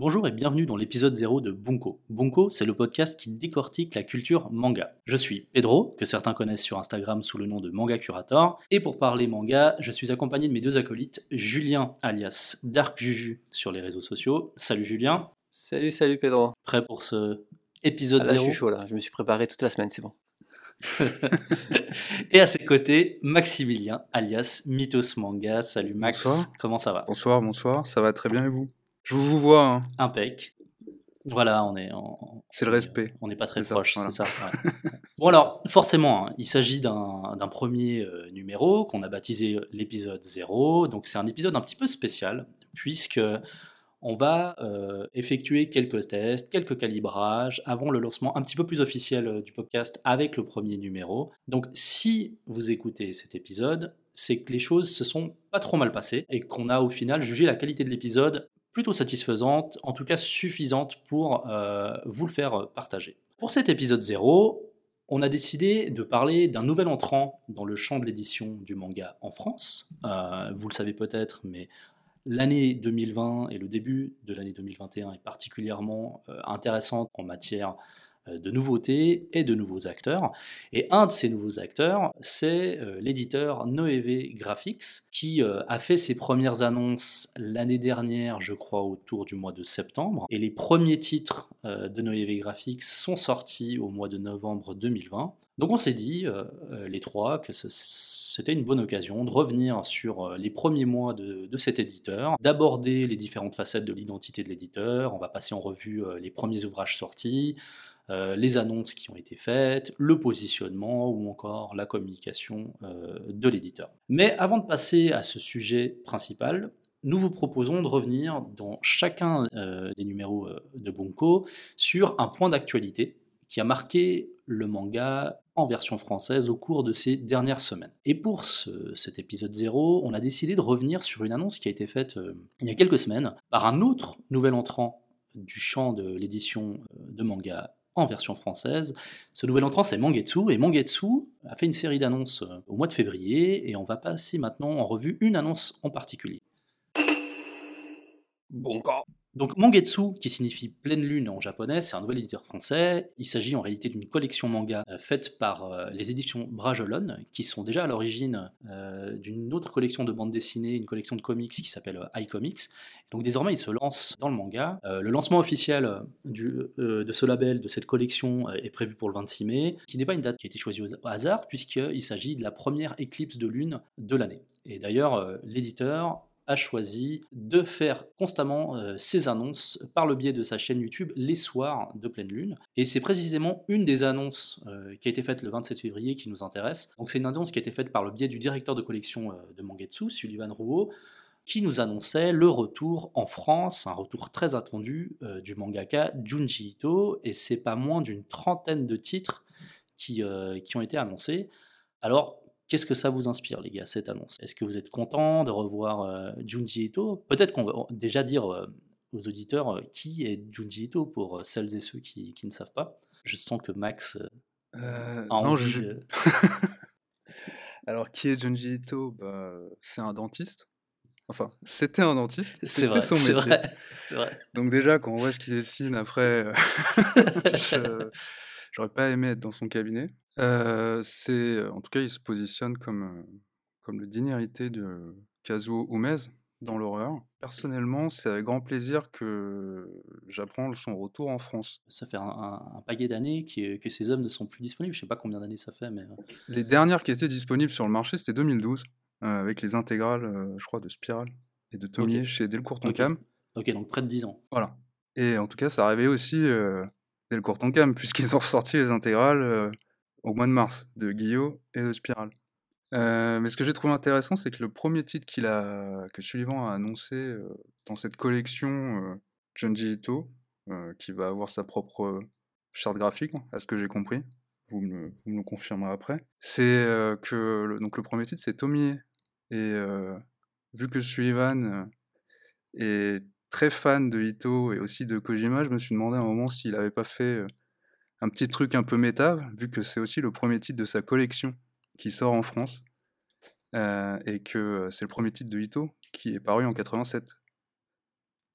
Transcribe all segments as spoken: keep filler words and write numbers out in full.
Bonjour et bienvenue dans l'épisode zéro de Bunko. Bunko, c'est le podcast qui décortique la culture manga. Je suis Pedro, que certains connaissent sur Instagram sous le nom de Manga Curator, et pour parler manga, je suis accompagné de mes deux acolytes, Julien alias Dark Juju sur les réseaux sociaux. Salut Julien. Salut, salut Pedro. Prêt pour ce Ah épisode là, je zéro suis chaud là, je me suis préparé toute la semaine, c'est bon. Et à ses côtés, Maximilien alias Mythos Manga. Salut Max, Bonsoir. comment ça va? Bonsoir, bonsoir, ça va très bien et vous? Je vous, vous vois, hein. Impec. Voilà, on est en... C'est le respect. On n'est pas très C'est ça, proche, voilà. c'est ça. Ouais. Bon alors, forcément, hein, il s'agit d'un d'un premier euh, numéro qu'on a baptisé l'épisode zéro. Donc c'est un épisode un petit peu spécial, puisque on va euh, effectuer quelques tests, quelques calibrages avant le lancement un petit peu plus officiel euh, du podcast avec le premier numéro. Donc si vous écoutez cet épisode, c'est que les choses se sont pas trop mal passées et qu'on a au final jugé la qualité de l'épisode plutôt satisfaisante, en tout cas suffisante pour euh, vous le faire partager. Pour cet épisode zéro, on a décidé de parler d'un nouvel entrant dans le champ de l'édition du manga en France. Euh, vous le savez peut-être, mais l'année deux mille vingt et le début de l'année deux mille vingt et un est particulièrement euh, intéressante en matière euh, de nouveautés et de nouveaux acteurs. Et un de ces nouveaux acteurs, c'est euh, l'éditeur Noévé Graphics, qui euh, a fait ses premières annonces l'année dernière, je crois, autour du mois de septembre. Et les premiers titres euh, de Noévé Graphics sont sortis au mois de novembre deux mille vingt. Donc on s'est dit, euh, les trois, que ce, c'était une bonne occasion de revenir sur euh, les premiers mois de, de cet éditeur, d'aborder les différentes facettes de l'identité de l'éditeur. On va passer en revue euh, les premiers ouvrages sortis, euh, les annonces qui ont été faites, le positionnement ou encore la communication euh, de l'éditeur. Mais avant de passer à ce sujet principal, nous vous proposons de revenir dans chacun euh, des numéros euh, de Bunko sur un point d'actualité qui a marqué le manga en version française au cours de ces dernières semaines. Et pour ce, cet épisode zéro, on a décidé de revenir sur une annonce qui a été faite euh, il y a quelques semaines par un autre nouvel entrant du champ de l'édition de manga en version française. Ce nouvel entrant, c'est Mangetsu, et Mangetsu a fait une série d'annonces au mois de février, et on va passer maintenant en revue une annonce en particulier. Bon corps. Donc Mangetsu, qui signifie pleine lune en japonais, c'est un nouvel éditeur français. Il s'agit en réalité d'une collection manga euh, faite par euh, les éditions Brajolon, qui sont déjà à l'origine euh, d'une autre collection de bandes dessinées, une collection de comics qui s'appelle euh, iComics. Donc désormais, ils se lancent dans le manga. Euh, le lancement officiel du, euh, de ce label, de cette collection, euh, est prévu pour le vingt-six mai, qui n'est pas une date qui a été choisie au hasard, puisqu'il s'agit de la première éclipse de lune de l'année. Et d'ailleurs, euh, l'éditeur a choisi de faire constamment euh, ses annonces par le biais de sa chaîne YouTube les soirs de pleine lune. Et c'est précisément une des annonces euh, qui a été faite le vingt-sept février qui nous intéresse. Donc c'est une annonce qui a été faite par le biais du directeur de collection euh, de Mangetsu, Sullivan Rouault, qui nous annonçait le retour en France, un retour très attendu euh, du mangaka Junji Ito, et c'est pas moins d'une trentaine de titres qui, euh, qui ont été annoncés. Alors, qu'est-ce que ça vous inspire, les gars, cette annonce? Est-ce que vous êtes contents de revoir euh, Junji Ito? Peut-être qu'on va déjà dire euh, aux auditeurs euh, qui est Junji Ito pour euh, celles et ceux qui, qui ne savent pas. Je sens que Max euh, Euh, a non, envie je... de... Alors, qui est Junji Ito? Bah, c'est un dentiste. Enfin, c'était un dentiste. C'est C'était vrai, son c'est métier. vrai, c'est vrai. Donc déjà, quand on voit ce qu'il dessine après, euh, je... j'aurais pas aimé être dans son cabinet. Euh, c'est... En tout cas, il se positionne comme, euh, comme le digne héritier de Kazuo Umez dans l'horreur. Personnellement, c'est avec grand plaisir que j'apprends son retour en France. Ça fait un, un, un paquet d'années que, que ces hommes ne sont plus disponibles. Je sais pas combien d'années ça fait, mais... Les dernières qui étaient disponibles sur le marché, c'était deux mille douze, euh, avec les intégrales, euh, je crois, de Spiral et de Tomie Ok. chez Delcourt Ok, Tonkam. ok, donc près de dix ans. Voilà. Et en tout cas, ça arrivait aussi euh, Delcourt Tonkam, puisqu'ils ont ressorti les intégrales euh, au mois de mars, de Guillaume et de Spiral. Euh, mais ce que j'ai trouvé intéressant, c'est que le premier titre qu'il a, que Sullivan a annoncé euh, dans cette collection euh, Junji Ito, euh, qui va avoir sa propre euh, charte graphique, à ce que j'ai compris, vous me, vous me le confirmerez après, c'est euh, que le, donc le premier titre c'est Tomie. Et euh, vu que Sullivan euh, est très fan de Ito et aussi de Kojima, je me suis demandé à un moment s'il n'avait pas fait euh, un petit truc un peu méta, vu que c'est aussi le premier titre de sa collection qui sort en France, euh, et que c'est le premier titre de Ito qui est paru en quatre-vingt-sept.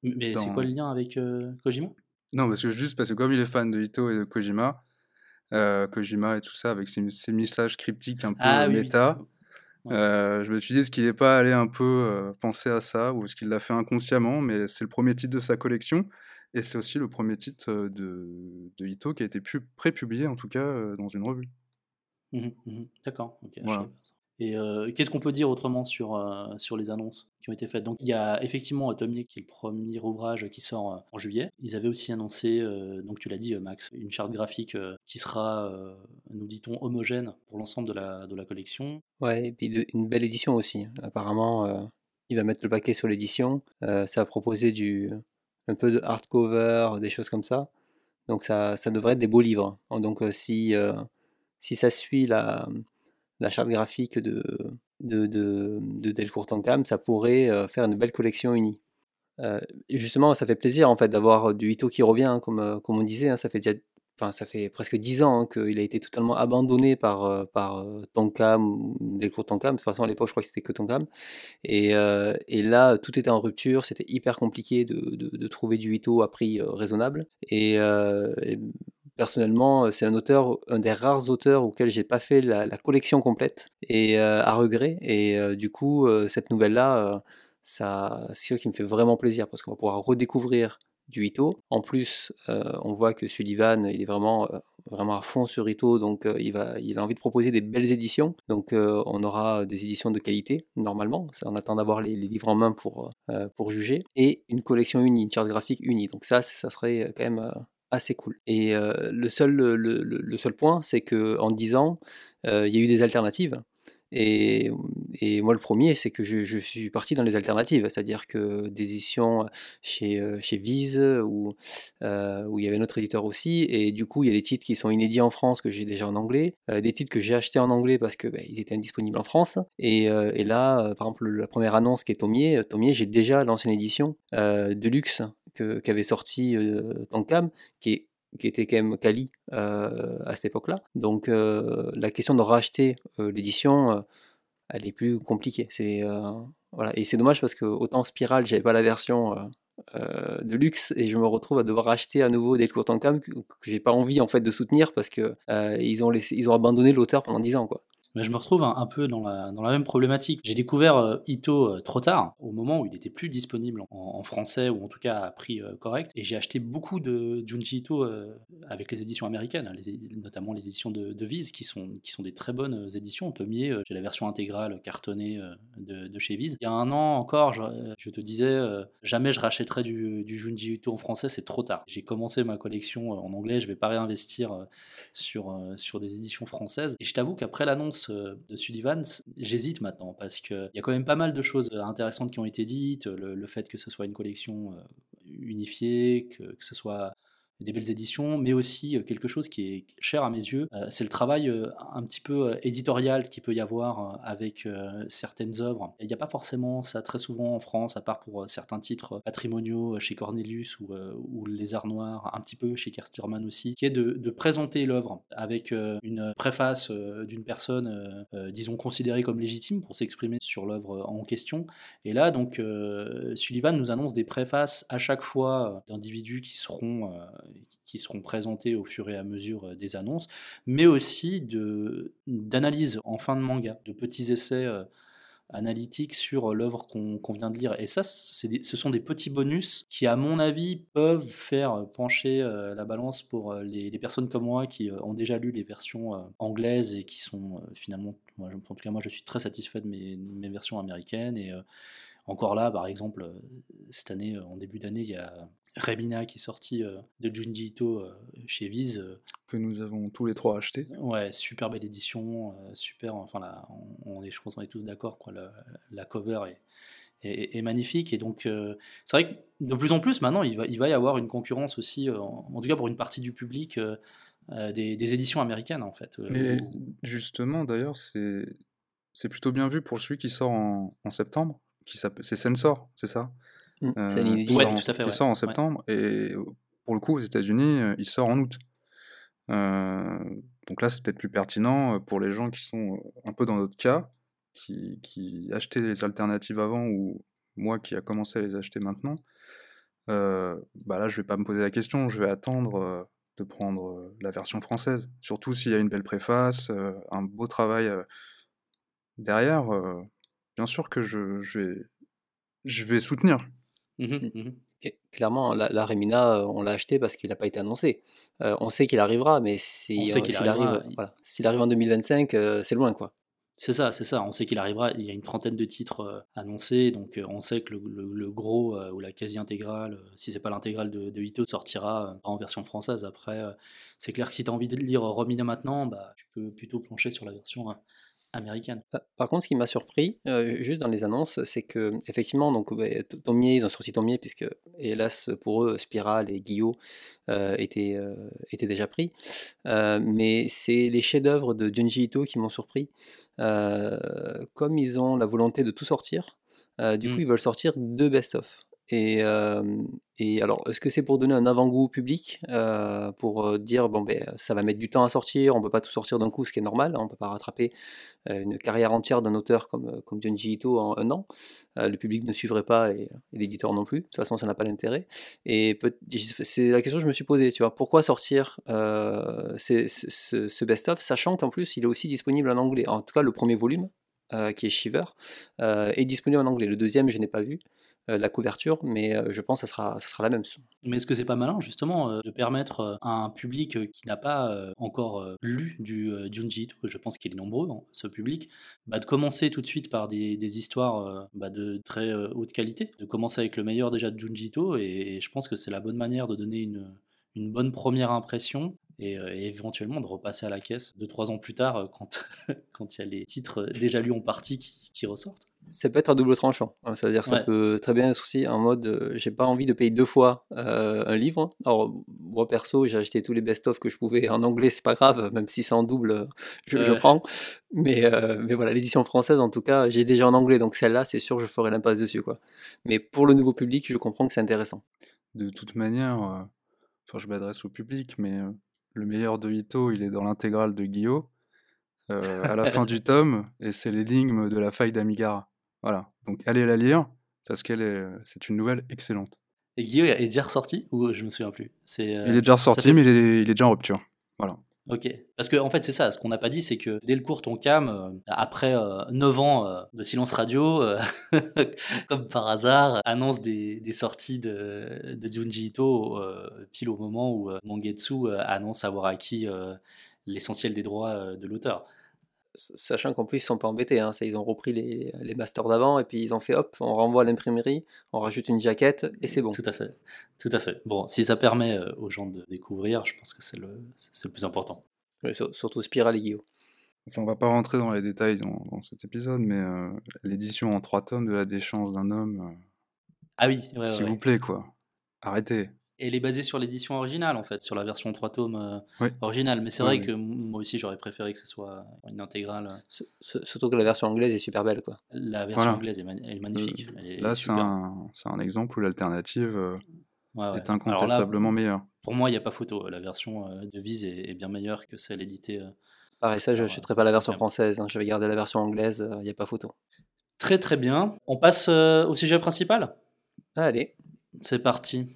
Mais c'est dans... quoi le lien avec euh, Kojima? Non, parce que juste parce que comme il est fan de Ito et de Kojima, euh, Kojima et tout ça, avec ses, ses messages cryptiques un peu Ah euh, oui, oui. méta, Ouais. euh, je me suis dit, est-ce qu'il n'est pas allé un peu euh, penser à ça, ou est-ce qu'il l'a fait inconsciemment, mais c'est le premier titre de sa collection, et c'est aussi le premier titre euh, de, de Ito qui a été pu, pré-publié, en tout cas, euh, dans une revue. Mhm, mhm. D'accord, ok, je Voilà. savais pas ça. Et euh, qu'est-ce qu'on peut dire autrement sur, euh, sur les annonces qui ont été faites? Donc il y a effectivement Atomier qui est le premier ouvrage qui sort euh, en juillet. Ils avaient aussi annoncé, euh, donc tu l'as dit euh, Max, une charte graphique euh, qui sera, euh, nous dit-on, homogène pour l'ensemble de la, de la collection. Ouais, et puis de- une belle édition aussi. Apparemment, euh, il va mettre le paquet sur l'édition. Euh, ça va proposer du, un peu de hardcover, des choses comme ça. Donc ça, ça devrait être des beaux livres. Donc euh, si, euh, si ça suit la, la charte graphique de, de, de, de Delcourt Tancam, ça pourrait euh, faire une belle collection unie. Euh, et justement, ça fait plaisir en fait d'avoir du Ito qui revient, hein, comme, euh, comme on disait. Hein, ça fait déjà, enfin, ça fait presque dix ans hein, qu'il a été totalement abandonné par, euh, par euh, Tonkam ou Delcourt Tonkam. De toute façon, à l'époque, je crois que c'était que Tonkam. Et, euh, et là, tout était en rupture. C'était hyper compliqué de, de, de trouver du Ito à prix euh, raisonnable. Et, euh, et personnellement, c'est un auteur, un des rares auteurs auxquels j'ai pas fait la, la collection complète et euh, à regret. Et euh, du coup, euh, cette nouvelle-là, euh, ça, c'est sûr qui me fait vraiment plaisir parce qu'on va pouvoir redécouvrir du Ito. En plus, euh, on voit que Sullivan, il est vraiment, euh, vraiment à fond sur Ito, donc euh, il, va, il a envie de proposer des belles éditions. Donc euh, on aura des éditions de qualité, normalement. Ça, on attend d'avoir les, les livres en main pour, euh, pour juger. Et une collection unie, une charte graphique unie. Donc ça, ça serait quand même... Euh, assez cool. Et euh, le, seul, le, le, le seul point, c'est qu'en dix ans, euh, il y a eu des alternatives. Et, et moi, le premier, c'est que je, je suis parti dans les alternatives, c'est-à-dire que des éditions chez, euh, chez Viz, où, euh, où il y avait un autre éditeur aussi, et du coup, il y a des titres qui sont inédits en France que j'ai déjà en anglais, euh, des titres que j'ai achetés en anglais parce que bah, ils étaient indisponibles en France. Et, euh, et là, euh, par exemple, la première annonce qui est Tomier, Tomier, j'ai déjà l'ancienne édition euh, de luxe que, qu'avait sorti euh, Tonkam, qui est qui était quand même quali euh, à cette époque-là. Donc euh, la question de racheter euh, l'édition, euh, elle est plus compliquée. C'est euh, voilà. Et c'est dommage parce que autant Spiral, j'avais pas la version euh, euh, de luxe et je me retrouve à devoir racheter à nouveau des Delcourt Tancam que, que j'ai pas envie en fait de soutenir parce que euh, ils ont laissé, ils ont abandonné l'auteur pendant dix ans quoi. Mais je me retrouve un, un peu dans la, dans la même problématique. J'ai découvert euh, Ito euh, trop tard, au moment où il était plus disponible en, en français, ou en tout cas à prix euh, correct. Et j'ai acheté beaucoup de Junji Ito euh, avec les éditions américaines, hein, les, notamment les éditions de, de Viz, qui sont, qui sont des très bonnes euh, éditions. Tomier, euh, j'ai la version intégrale cartonnée euh, de, de chez Viz. Il y a un an encore, je, je te disais, euh, jamais je rachèterais du, du Junji Ito en français, c'est trop tard. J'ai commencé ma collection euh, en anglais, je vais pas réinvestir euh, sur, euh, sur des éditions françaises. Et je t'avoue qu'après l'annonce de Sullivan, j'hésite maintenant parce qu'il y a quand même pas mal de choses intéressantes qui ont été dites. Le, le fait que ce soit une collection unifiée, que, que ce soit des belles éditions, mais aussi quelque chose qui est cher à mes yeux, c'est le travail un petit peu éditorial qu'il peut y avoir avec certaines œuvres. Il n'y a pas forcément ça très souvent en France, à part pour certains titres patrimoniaux chez Cornelius ou, ou Les Arts Noirs, un petit peu chez Kersterman aussi, qui est de, de présenter l'œuvre avec une préface d'une personne, euh, disons, considérée comme légitime pour s'exprimer sur l'œuvre en question. Et là, donc, euh, Sullivan nous annonce des préfaces à chaque fois d'individus qui seront, euh, qui seront présentés au fur et à mesure des annonces, mais aussi de, d'analyse en fin de manga, de petits essais euh, analytiques sur l'œuvre qu'on, qu'on vient de lire. Et ça, c'est des, ce sont des petits bonus qui, à mon avis, peuvent faire pencher euh, la balance pour euh, les, les personnes comme moi qui euh, ont déjà lu les versions euh, anglaises et qui sont euh, finalement, moi, je- en tout cas moi je suis très satisfait de mes, mes versions américaines. Et euh, encore là, par exemple, euh, cette année, euh, en début d'année, il y a Remina qui est sorti euh, de Junji Ito euh, chez Viz. euh, Que nous avons tous les trois acheté. Ouais, super belle édition, euh, super. Enfin là, on, on est, je pense qu'on est tous d'accord, quoi. La, la cover est, est, est magnifique. Et donc, euh, c'est vrai que de plus en plus maintenant, il va, il va y avoir une concurrence aussi, euh, en, en tout cas pour une partie du public, euh, euh, des, des éditions américaines en fait. euh, Mais où- justement, d'ailleurs, c'est c'est plutôt bien vu pour celui qui sort en, en septembre, qui s'appelle c'est Sensor, c'est ça? Mm, c'est un Euh, qui inédit. Ouais, sort en, tout à fait, qui ouais. sort en Ouais. septembre, et pour le coup, aux États-Unis, euh, il sort en août. Euh, donc là, c'est peut-être plus pertinent euh, pour les gens qui sont euh, un peu dans notre cas, qui, qui achetaient les alternatives avant, ou moi qui a commencé à les acheter maintenant. euh, bah là, je vais pas me poser la question, je vais attendre euh, de prendre euh, la version française. Surtout s'il y a une belle préface, euh, un beau travail euh, derrière, euh, bien sûr que je, je vais, je vais soutenir. Mhm, Mm. mhm. Et clairement, la, la Remina, euh, on l'a acheté parce qu'il n'a pas été annoncé. Euh, on sait qu'il arrivera, mais On si, sait euh, qu'il s'il arrive, arrivera. voilà, s'il arrive en deux mille vingt-cinq, euh, c'est loin, quoi. C'est ça, c'est ça. On sait qu'il arrivera. Il y a une trentaine de titres euh, annoncés, donc euh, on sait que le, le- le gros euh, ou la quasi-intégrale, euh, si c'est pas l'intégrale de, de Ito, sortira euh, en version française. Après, euh, c'est clair que si tu as envie de lire Romina maintenant, bah, tu peux plutôt plancher sur la version euh, américaine. Pa- Par contre, ce qui m'a surpris, euh, juste dans les annonces, c'est que effectivement, donc ouais, T- Tomier, ils ont sorti Tomier, puisque hélas pour eux, Spiral et Guillaume euh, étaient, euh, étaient déjà pris. Euh, mais c'est les chefs-d'œuvre de Junji Ito qui m'ont surpris. Euh, comme ils ont la volonté de tout sortir, euh, du coup, Mm. ils veulent sortir deux best-of. Et, euh, et alors, est-ce que c'est pour donner un avant-goût au public, euh, pour euh, dire, bon, ben, ça va mettre du temps à sortir, on peut pas tout sortir d'un coup, ce qui est normal, hein, on peut pas rattraper euh, une carrière entière d'un auteur comme, euh, comme Junji Ito en un an. Euh, le public ne suivrait pas et, et l'éditeur non plus. De toute façon, ça n'a pas d'intérêt. Et peut- c'est la question que je me suis posée, tu vois, pourquoi sortir euh, ces- ce, ce- ce best-of, sachant qu'en plus, il est aussi disponible en anglais. En tout cas, le premier volume, euh, qui est Shiver, euh, est disponible en anglais. Le deuxième, je n'ai pas vu euh, la couverture, mais euh, je pense que ça sera, ça sera la même. Mais est-ce que c'est pas malin, justement, euh, de permettre euh, à un public euh, qui n'a pas euh, encore euh, lu du euh, Junji Ito, je pense qu'il est nombreux, hein, ce public, bah, de commencer tout de suite par des, des histoires euh, bah, de très euh, haute qualité, de commencer avec le meilleur déjà de Junji Ito, et, et je pense que c'est la bonne manière de donner une, une bonne première impression, et, euh, et éventuellement de repasser à la caisse deux, trois ans plus tard, euh, quand quand il y a les titres euh, déjà lus en partie qui, qui ressortent. Ça peut être à double tranchant, hein, c'est-à-dire que ça Ouais. peut très bien être aussi en mode euh, j'ai pas envie de payer deux fois euh, un livre. Alors moi perso j'ai acheté tous les best-of que je pouvais en anglais, c'est pas grave, même si c'est en double, euh, je, je Euh, prends. Mais, euh, mais voilà, l'édition française en tout cas, j'ai déjà en anglais, donc celle-là c'est sûr je ferai l'impasse dessus, quoi. Mais pour le nouveau public, je comprends que c'est intéressant. De toute manière, euh, enfin, je m'adresse au public, mais euh, le meilleur de Ito, il est dans l'intégrale de Guillaume, euh, à la fin du tome, et c'est l'énigme de la faille d'Amigara. Voilà, donc allez la lire, parce qu'elle est, c'est une nouvelle excellente. et Guillaume est déjà ressorti ou je me souviens plus. C'est Il euh, est déjà ça ressorti, fait mais il est, il est déjà en rupture. Voilà. OK. Parce que en fait, c'est ça, ce qu'on n'a pas dit, c'est que dès le cours Tonkam, heu, après, heu, neuf ans, heu, de silence radio, heu, comme par hasard, annonce des des sorties de de Junji Ito, heu, pile au moment où, heu, Mangetsu, heu, annonce avoir acquis, heu, l'essentiel des droits, heu, de l'auteur. Sachant qu'en plus ils sont pas embêtés, hein, ça, ils ont repris les, les masters d'avant et puis ils ont fait hop, on renvoie à l'imprimerie, on rajoute une jaquette et c'est bon. Tout à fait, tout à fait. Bon, si ça permet, heu, aux gens de découvrir, je pense que c'est le c'est le plus important. Ouais, sur- surtout Spiral et Guillaume. Enfin, on va pas rentrer dans les détails dans, dans cet épisode, mais euh, l'édition en trois tomes de La déchéance d'un homme, euh, Ah oui, ouais, ouais, s'il vous ouais. plaît, quoi. Arrêtez. Et elle est basée sur l'édition originale, en fait, sur la version trois tomes euh, Oui, originale. Mais c'est oui, vrai oui. que m- moi aussi, j'aurais préféré que ce soit une intégrale. euh. S- s- Surtout que la version anglaise est super belle, quoi. La version Voilà. anglaise est, mani- elle est Euh, magnifique, elle est, elle est Là, c'est superbe. un, c'est un exemple où l'alternative euh, Ouais, ouais. est Alors là, incontestablement meilleure. pour moi, il n'y a pas photo. La version euh, de Vise est, est bien meilleure que celle éditée euh, Pareil, ça, je par, euh, n'achèterai pas par la version Tonkam. française, hein, je vais garder la version anglaise, il n'y a pas photo. Très très bien. On passe euh, au sujet principal. Allez, C'est parti.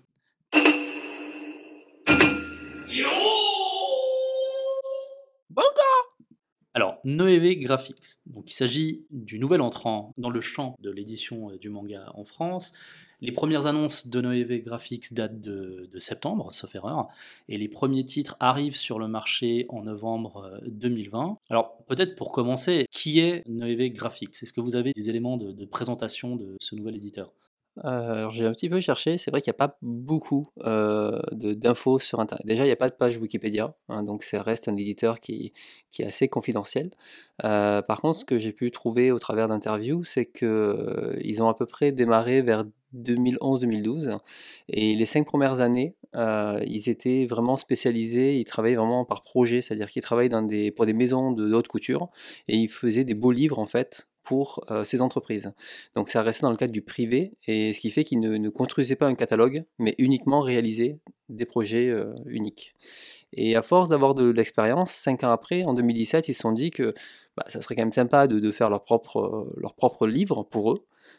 Alors, Noévé Graphics. Donc, il s'agit du nouvel entrant dans le champ de l'édition euh, du manga en France. Les premières annonces de Noévé Graphics datent de, de septembre, sauf erreur, et les premiers titres arrivent sur le marché en novembre euh, deux mille vingt. Alors, peut-être pour commencer, qui est Noévé Graphics? Est-ce que vous avez des éléments de, de présentation de ce nouvel éditeur? Euh, alors j'ai un petit peu cherché, c'est vrai qu'il n'y a pas beaucoup euh, de- d'infos sur Internet. Déjà, il n'y a pas de page Wikipédia, hein, donc ça reste un éditeur qui, qui est assez confidentiel. Euh, par contre, ce que j'ai pu trouver au travers d'interviews, c'est qu'ils ont à peu près démarré vers deux mille onze deux mille douze, et les cinq premières années, euh, ils étaient vraiment spécialisés, ils travaillaient vraiment par projet, c'est-à-dire qu'ils travaillaient dans des, pour des maisons de haute couture, et ils faisaient des beaux livres en fait pour euh, ces entreprises. Donc ça restait dans le cadre du privé, et ce qui fait qu'ils ne, ne construisaient pas un catalogue, mais uniquement réalisaient des projets euh, uniques. Et à force d'avoir de l'expérience, cinq ans après, en deux mille dix-sept, ils se sont dit que bah, ça serait quand même sympa de, de faire leur propre, euh, leur propre livre pour eux.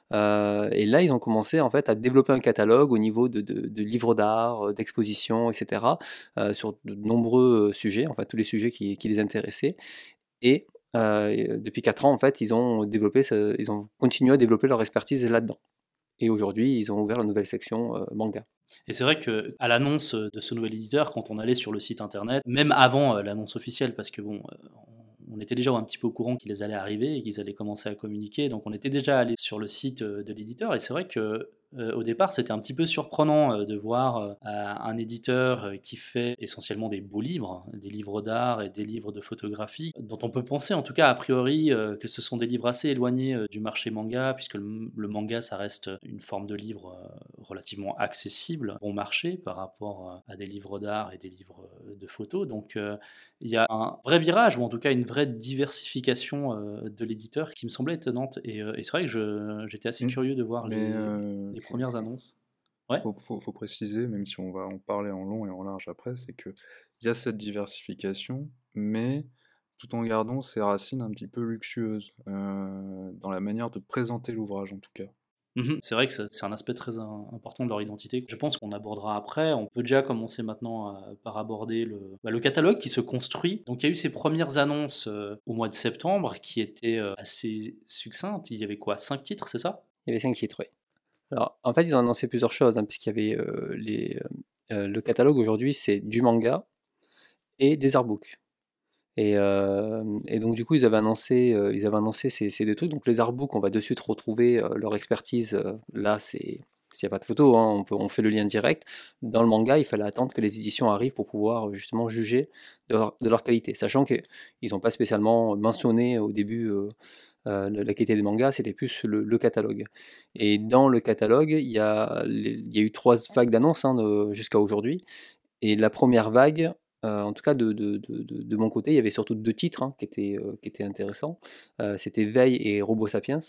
Euh, et là, ils ont commencé en fait à développer un catalogue au niveau de, de- de livres d'art, euh, d'expositions, et cetera, euh, sur de nombreux euh, sujets, enfin tous les sujets qui, qui les intéressaient. Et euh, depuis quatre ans, en fait, ils ont développé, ce- ils ont continué à développer leur expertise là-dedans. Et aujourd'hui, ils ont ouvert la nouvelle section euh, manga. Et c'est vrai que à l'annonce de ce nouvel éditeur, quand on allait sur le site internet, même avant euh, l'annonce officielle, parce que bon, euh, on on était déjà un petit peu au courant qu'ils allaient arriver et qu'ils allaient commencer à communiquer, donc on était déjà allé sur le site euh, de l'éditeur. Et c'est vrai que euh, au départ, c'était un petit peu surprenant euh, de voir euh, un éditeur euh, qui fait essentiellement des beaux livres, hein, des livres d'art et des livres de photographie, dont on peut penser, en tout cas a priori, euh, que ce sont des livres assez éloignés euh, du marché manga, puisque le, le manga, ça reste une forme de livre euh, relativement accessible, bon marché par rapport euh, à des livres d'art et des livres euh, de photos. Donc euh, il y a un vrai virage, ou en tout cas une vraie diversification euh, de l'éditeur qui me semblait étonnante. Et, euh, et c'est vrai que je- j'étais assez Mm. curieux de voir Mais les, euh, les je- premières annonces. Ouais. faut, faut, faut préciser, même si on va en parler en long et en large après, c'est que il y a cette diversification, mais tout en gardant ses racines un petit peu luxueuses, euh, dans la manière de présenter l'ouvrage en tout cas. Mhm. C'est vrai que ça- c'est un aspect très im- important de leur identité. Je pense qu'on abordera après. On peut déjà commencer maintenant à- par aborder le, bah, le catalogue qui se construit. Donc il y a eu ces premières annonces euh, au mois de septembre qui étaient euh, assez succinctes. Il y avait quoi? Cinq titres, c'est ça? Il y avait cinq titres, oui. Alors, en fait, ils ont annoncé plusieurs choses, hein, puisqu'il y avait euh, les, euh, euh, le catalogue aujourd'hui, c'est du manga et des artbooks. Et, euh, et donc, du coup, ils avaient annoncé, euh, ils avaient annoncé ces, ces deux trucs. Donc, les artbooks, on va de suite retrouver euh, leur expertise. euh, là, c'est s'il n'y a pas de photo, hein, on, peut- on fait le lien direct. Dans le manga, il fallait attendre que les éditions arrivent pour pouvoir euh, justement juger de leur, de leur qualité, sachant qu'ils n'ont pas spécialement mentionné au début euh, euh, la la qualité du manga, c'était plus le, le catalogue. Et dans le catalogue, il y a, les- il y a eu trois vagues d'annonces hein, de- jusqu'à aujourd'hui. Et la première vague, euh, en tout cas de, de- de- de- de mon côté, il y avait surtout deux titres hein, qui étaient, euh, qui étaient intéressants. Euh, c'était Veil et Robo Sapiens,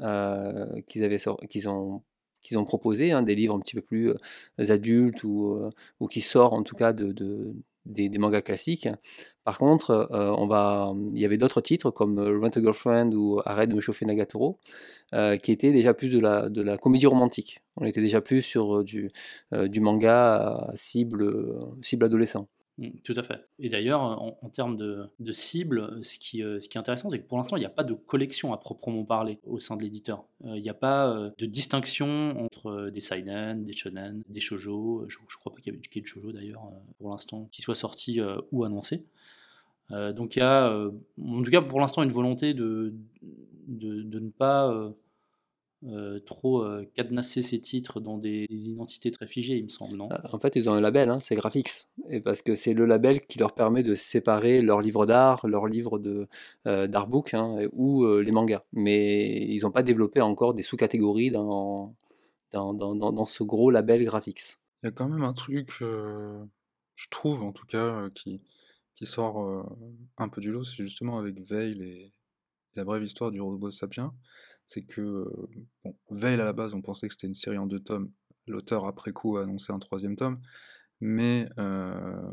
euh, qu'ils avaient sor- qu'ils ont, qu'ils ont proposé, hein, des livres un petit peu plus euh, adultes ou, euh, ou qui sortent en tout cas de, de- des, des mangas classiques. Par contre, euh, on va, il y avait d'autres titres comme euh, Rent a Girlfriend ou Arrête de me chauffer Nagatoro, euh, qui était déjà plus de la, de la comédie romantique. On était déjà plus sur euh, du, euh, du manga à cible, euh, cible adolescent. Mm, tout à fait. Et d'ailleurs, en, en termes de, de cible, ce qui, euh, ce qui est intéressant, c'est que pour l'instant, il n'y a pas de collection à proprement parler au sein de l'éditeur. Euh, il n'y a pas euh, de distinction entre euh, des seinen, des shonen, des shoujo. Je, je crois pas qu'il y ait qu'il y ait de shoujo d'ailleurs euh, pour l'instant qui soit sorti euh, ou annoncé. Euh, donc il y a, euh, en tout cas pour l'instant, une volonté de, de, de ne pas euh, euh, trop euh, cadenasser ces titres dans des, des identités très figées, il me semble, non? Euh, En fait, ils ont un label, hein, c'est Graphix. Et parce que c'est le label qui leur permet de séparer leurs livres d'art, leurs livres de, euh, d'artbook hein, et- ou euh, les mangas. Mais ils n'ont pas développé encore des sous-catégories dans, dans, dans, dans- dans ce gros label Graphix. Il y a quand même un truc, euh, je trouve en tout cas, euh, qui, qui sort euh, un peu du lot, c'est justement avec Veil et la brève histoire du robot sapien. C'est que, euh, bon, Veil à la base, on pensait que c'était une série en deux tomes. L'auteur, après coup, a annoncé un troisième tome. Mais euh,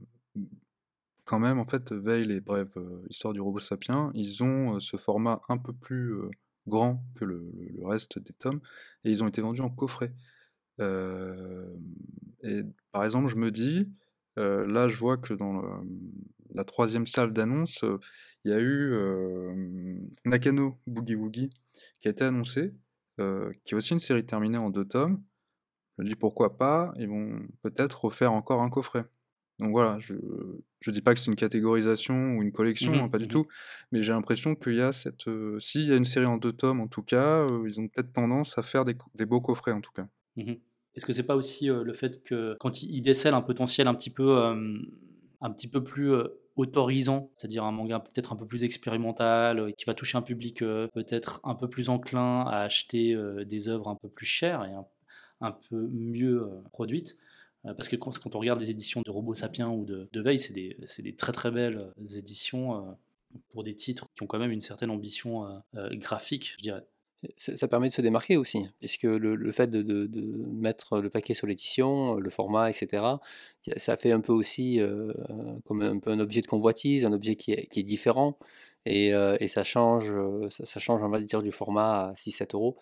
quand même, en fait, Veil et brève euh, histoire du robot sapien, ils ont euh, ce format un peu plus euh, grand que le, le- le reste des tomes. Et ils ont été vendus en coffret. Euh, et par exemple, je me dis, euh, là, je vois que dans le- la troisième salle d'annonce, euh, il y a eu euh, Nakano Boogie Woogie qui a été annoncé, euh, qui est aussi une série terminée en deux tomes. Je me dis pourquoi pas, ils vont peut-être refaire encore un coffret. Donc voilà, je je dis pas que c'est une catégorisation ou une collection, hein, Mhm, pas du mhm. tout, mais j'ai l'impression qu'il y a cette, euh, s'il y a une série en deux tomes en tout cas, euh, ils ont peut-être tendance à faire des, co- des beaux coffrets en tout cas. Mhm. Est-ce que c'est pas aussi euh, le fait que quand ils ils décèlent un potentiel un petit peu, euh, un petit peu plus euh, autorisant, c'est-à-dire un manga peut-être un peu plus expérimental, euh, qui va toucher un public euh, peut-être un peu plus enclin à acheter euh, des œuvres un peu plus chères et un, un peu mieux euh, produites. Euh, Parce que quand, quand on regarde les éditions de Robo Sapiens ou de, de Veil, c'est des, c'est des très très belles euh, éditions euh, pour des titres qui ont quand même une certaine ambition euh, euh, graphique, je dirais. Ça, ça permet de se démarquer aussi, puisque le, le fait de, de- de mettre le paquet sur l'édition, le format, et cetera, y a- ça fait un peu aussi euh, comme un peu un objet de convoitise, un objet qui est, qui est différent, et, euh, et ça change, euh, ça, ça change, on va dire, du format à six sept euros.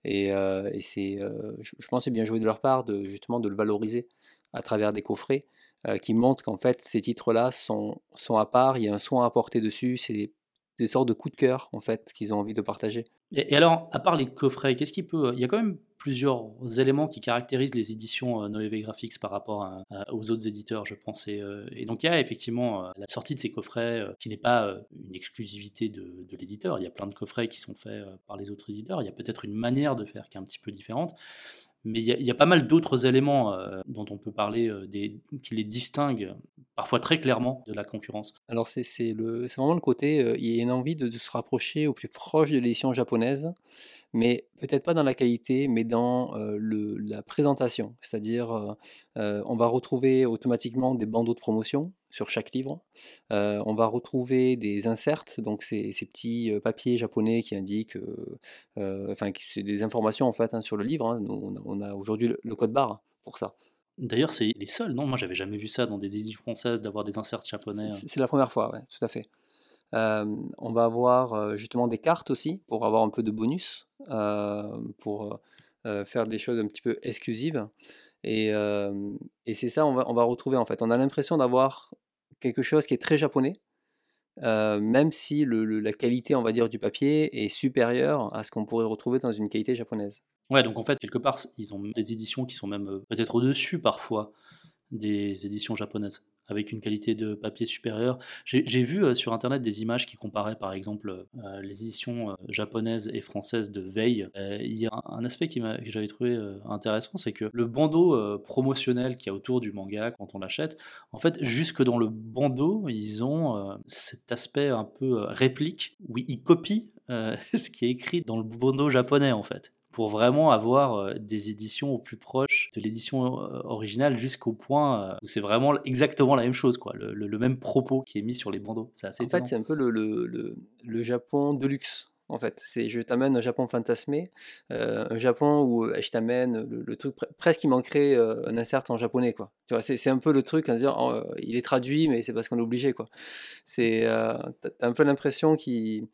Et, euh, et c'est, euh, je, je pense que c'est bien joué de leur part de justement de le valoriser à travers des coffrets euh, qui montrent qu'en fait ces titres-là sont, sont à part, il y a un soin apporté dessus, c'est des, des sortes de coups de cœur en fait qu'ils ont envie de partager. Et, et alors, à part les coffrets, qu'est-ce qui peut. Il y a quand même plusieurs éléments qui caractérisent les éditions euh, Noévé Graphics par rapport à- à- aux autres éditeurs, je pense. Et, euh, et donc, il y a effectivement euh, la sortie de ces coffrets euh, qui n'est pas euh, une exclusivité de, de l'éditeur. Il y a plein de coffrets qui sont faits euh, par les autres éditeurs. Il y a peut-être une manière de faire qui est un petit peu différente. Mais il y, a, il y a pas mal d'autres éléments euh, dont on peut parler, euh, des, qui les distinguent parfois très clairement de la concurrence. Alors c'est c'est le, c'est vraiment le côté, euh, il y a une envie de, de se rapprocher au plus proche de l'édition japonaise, mais peut-être pas dans la qualité, mais dans euh, le, la présentation. C'est-à-dire, euh, euh, on va retrouver automatiquement des bandeaux de promotion sur chaque livre. Euh, on va retrouver des inserts, donc ces, ces petits euh, papiers japonais qui indiquent, euh, euh, enfin, qui- c'est des informations en fait hein, sur le livre. Hein. Nous, on a, on a aujourd'hui le, le code barre pour ça. D'ailleurs, c'est les seuls, non? Moi, j'avais jamais vu ça dans des éditions françaises, d'avoir des inserts C'est japonais. euh. c'est- c'est la première fois, ouais, tout à fait. Euh, on va avoir euh, justement des cartes aussi pour avoir un peu de bonus, euh, pour euh, faire des choses un petit peu exclusives. Et, euh, et c'est ça, on va, on va retrouver en fait. On a l'impression d'avoir quelque chose qui est très japonais, euh, même si le- le- la qualité, on va dire, du papier est supérieure à ce qu'on pourrait retrouver dans une qualité japonaise. Ouais, donc en fait, quelque part, ils ont des éditions qui sont même euh, peut-être au-dessus parfois des éditions japonaises, avec une qualité de papier supérieure. J'ai j'ai vu euh, sur internet des images qui comparaient par exemple euh, les éditions euh, japonaises et françaises de Veil. Euh, Il y a un, un aspect qui m'a- que j'avais trouvé euh, intéressant, c'est que le bandeau euh, promotionnel qu'il y a autour du manga quand on l'achète, en fait, jusque dans le bandeau, ils ont euh, cet aspect un peu euh, réplique, où ils copient euh, ce qui est écrit dans le bandeau japonais en fait, pour vraiment avoir euh, des éditions au plus proche de l'édition euh, originale, jusqu'au point euh, où c'est vraiment exactement la même chose, quoi, le, le- le même propos qui est mis sur les bandeaux. C'est assez En fait, étonnant. c'est un peu le, le, le- le Japon de luxe. En fait, c'est je t'amène un Japon fantasmé, euh, un Japon où euh, je t'amène le, le truc pre- presque il manquerait euh, un insert en japonais quoi. Tu vois, c'est c'est un peu le truc en disant oh, euh, il est traduit mais c'est parce qu'on est obligé quoi. C'est euh, t'as t'as un peu l'impression qu'ils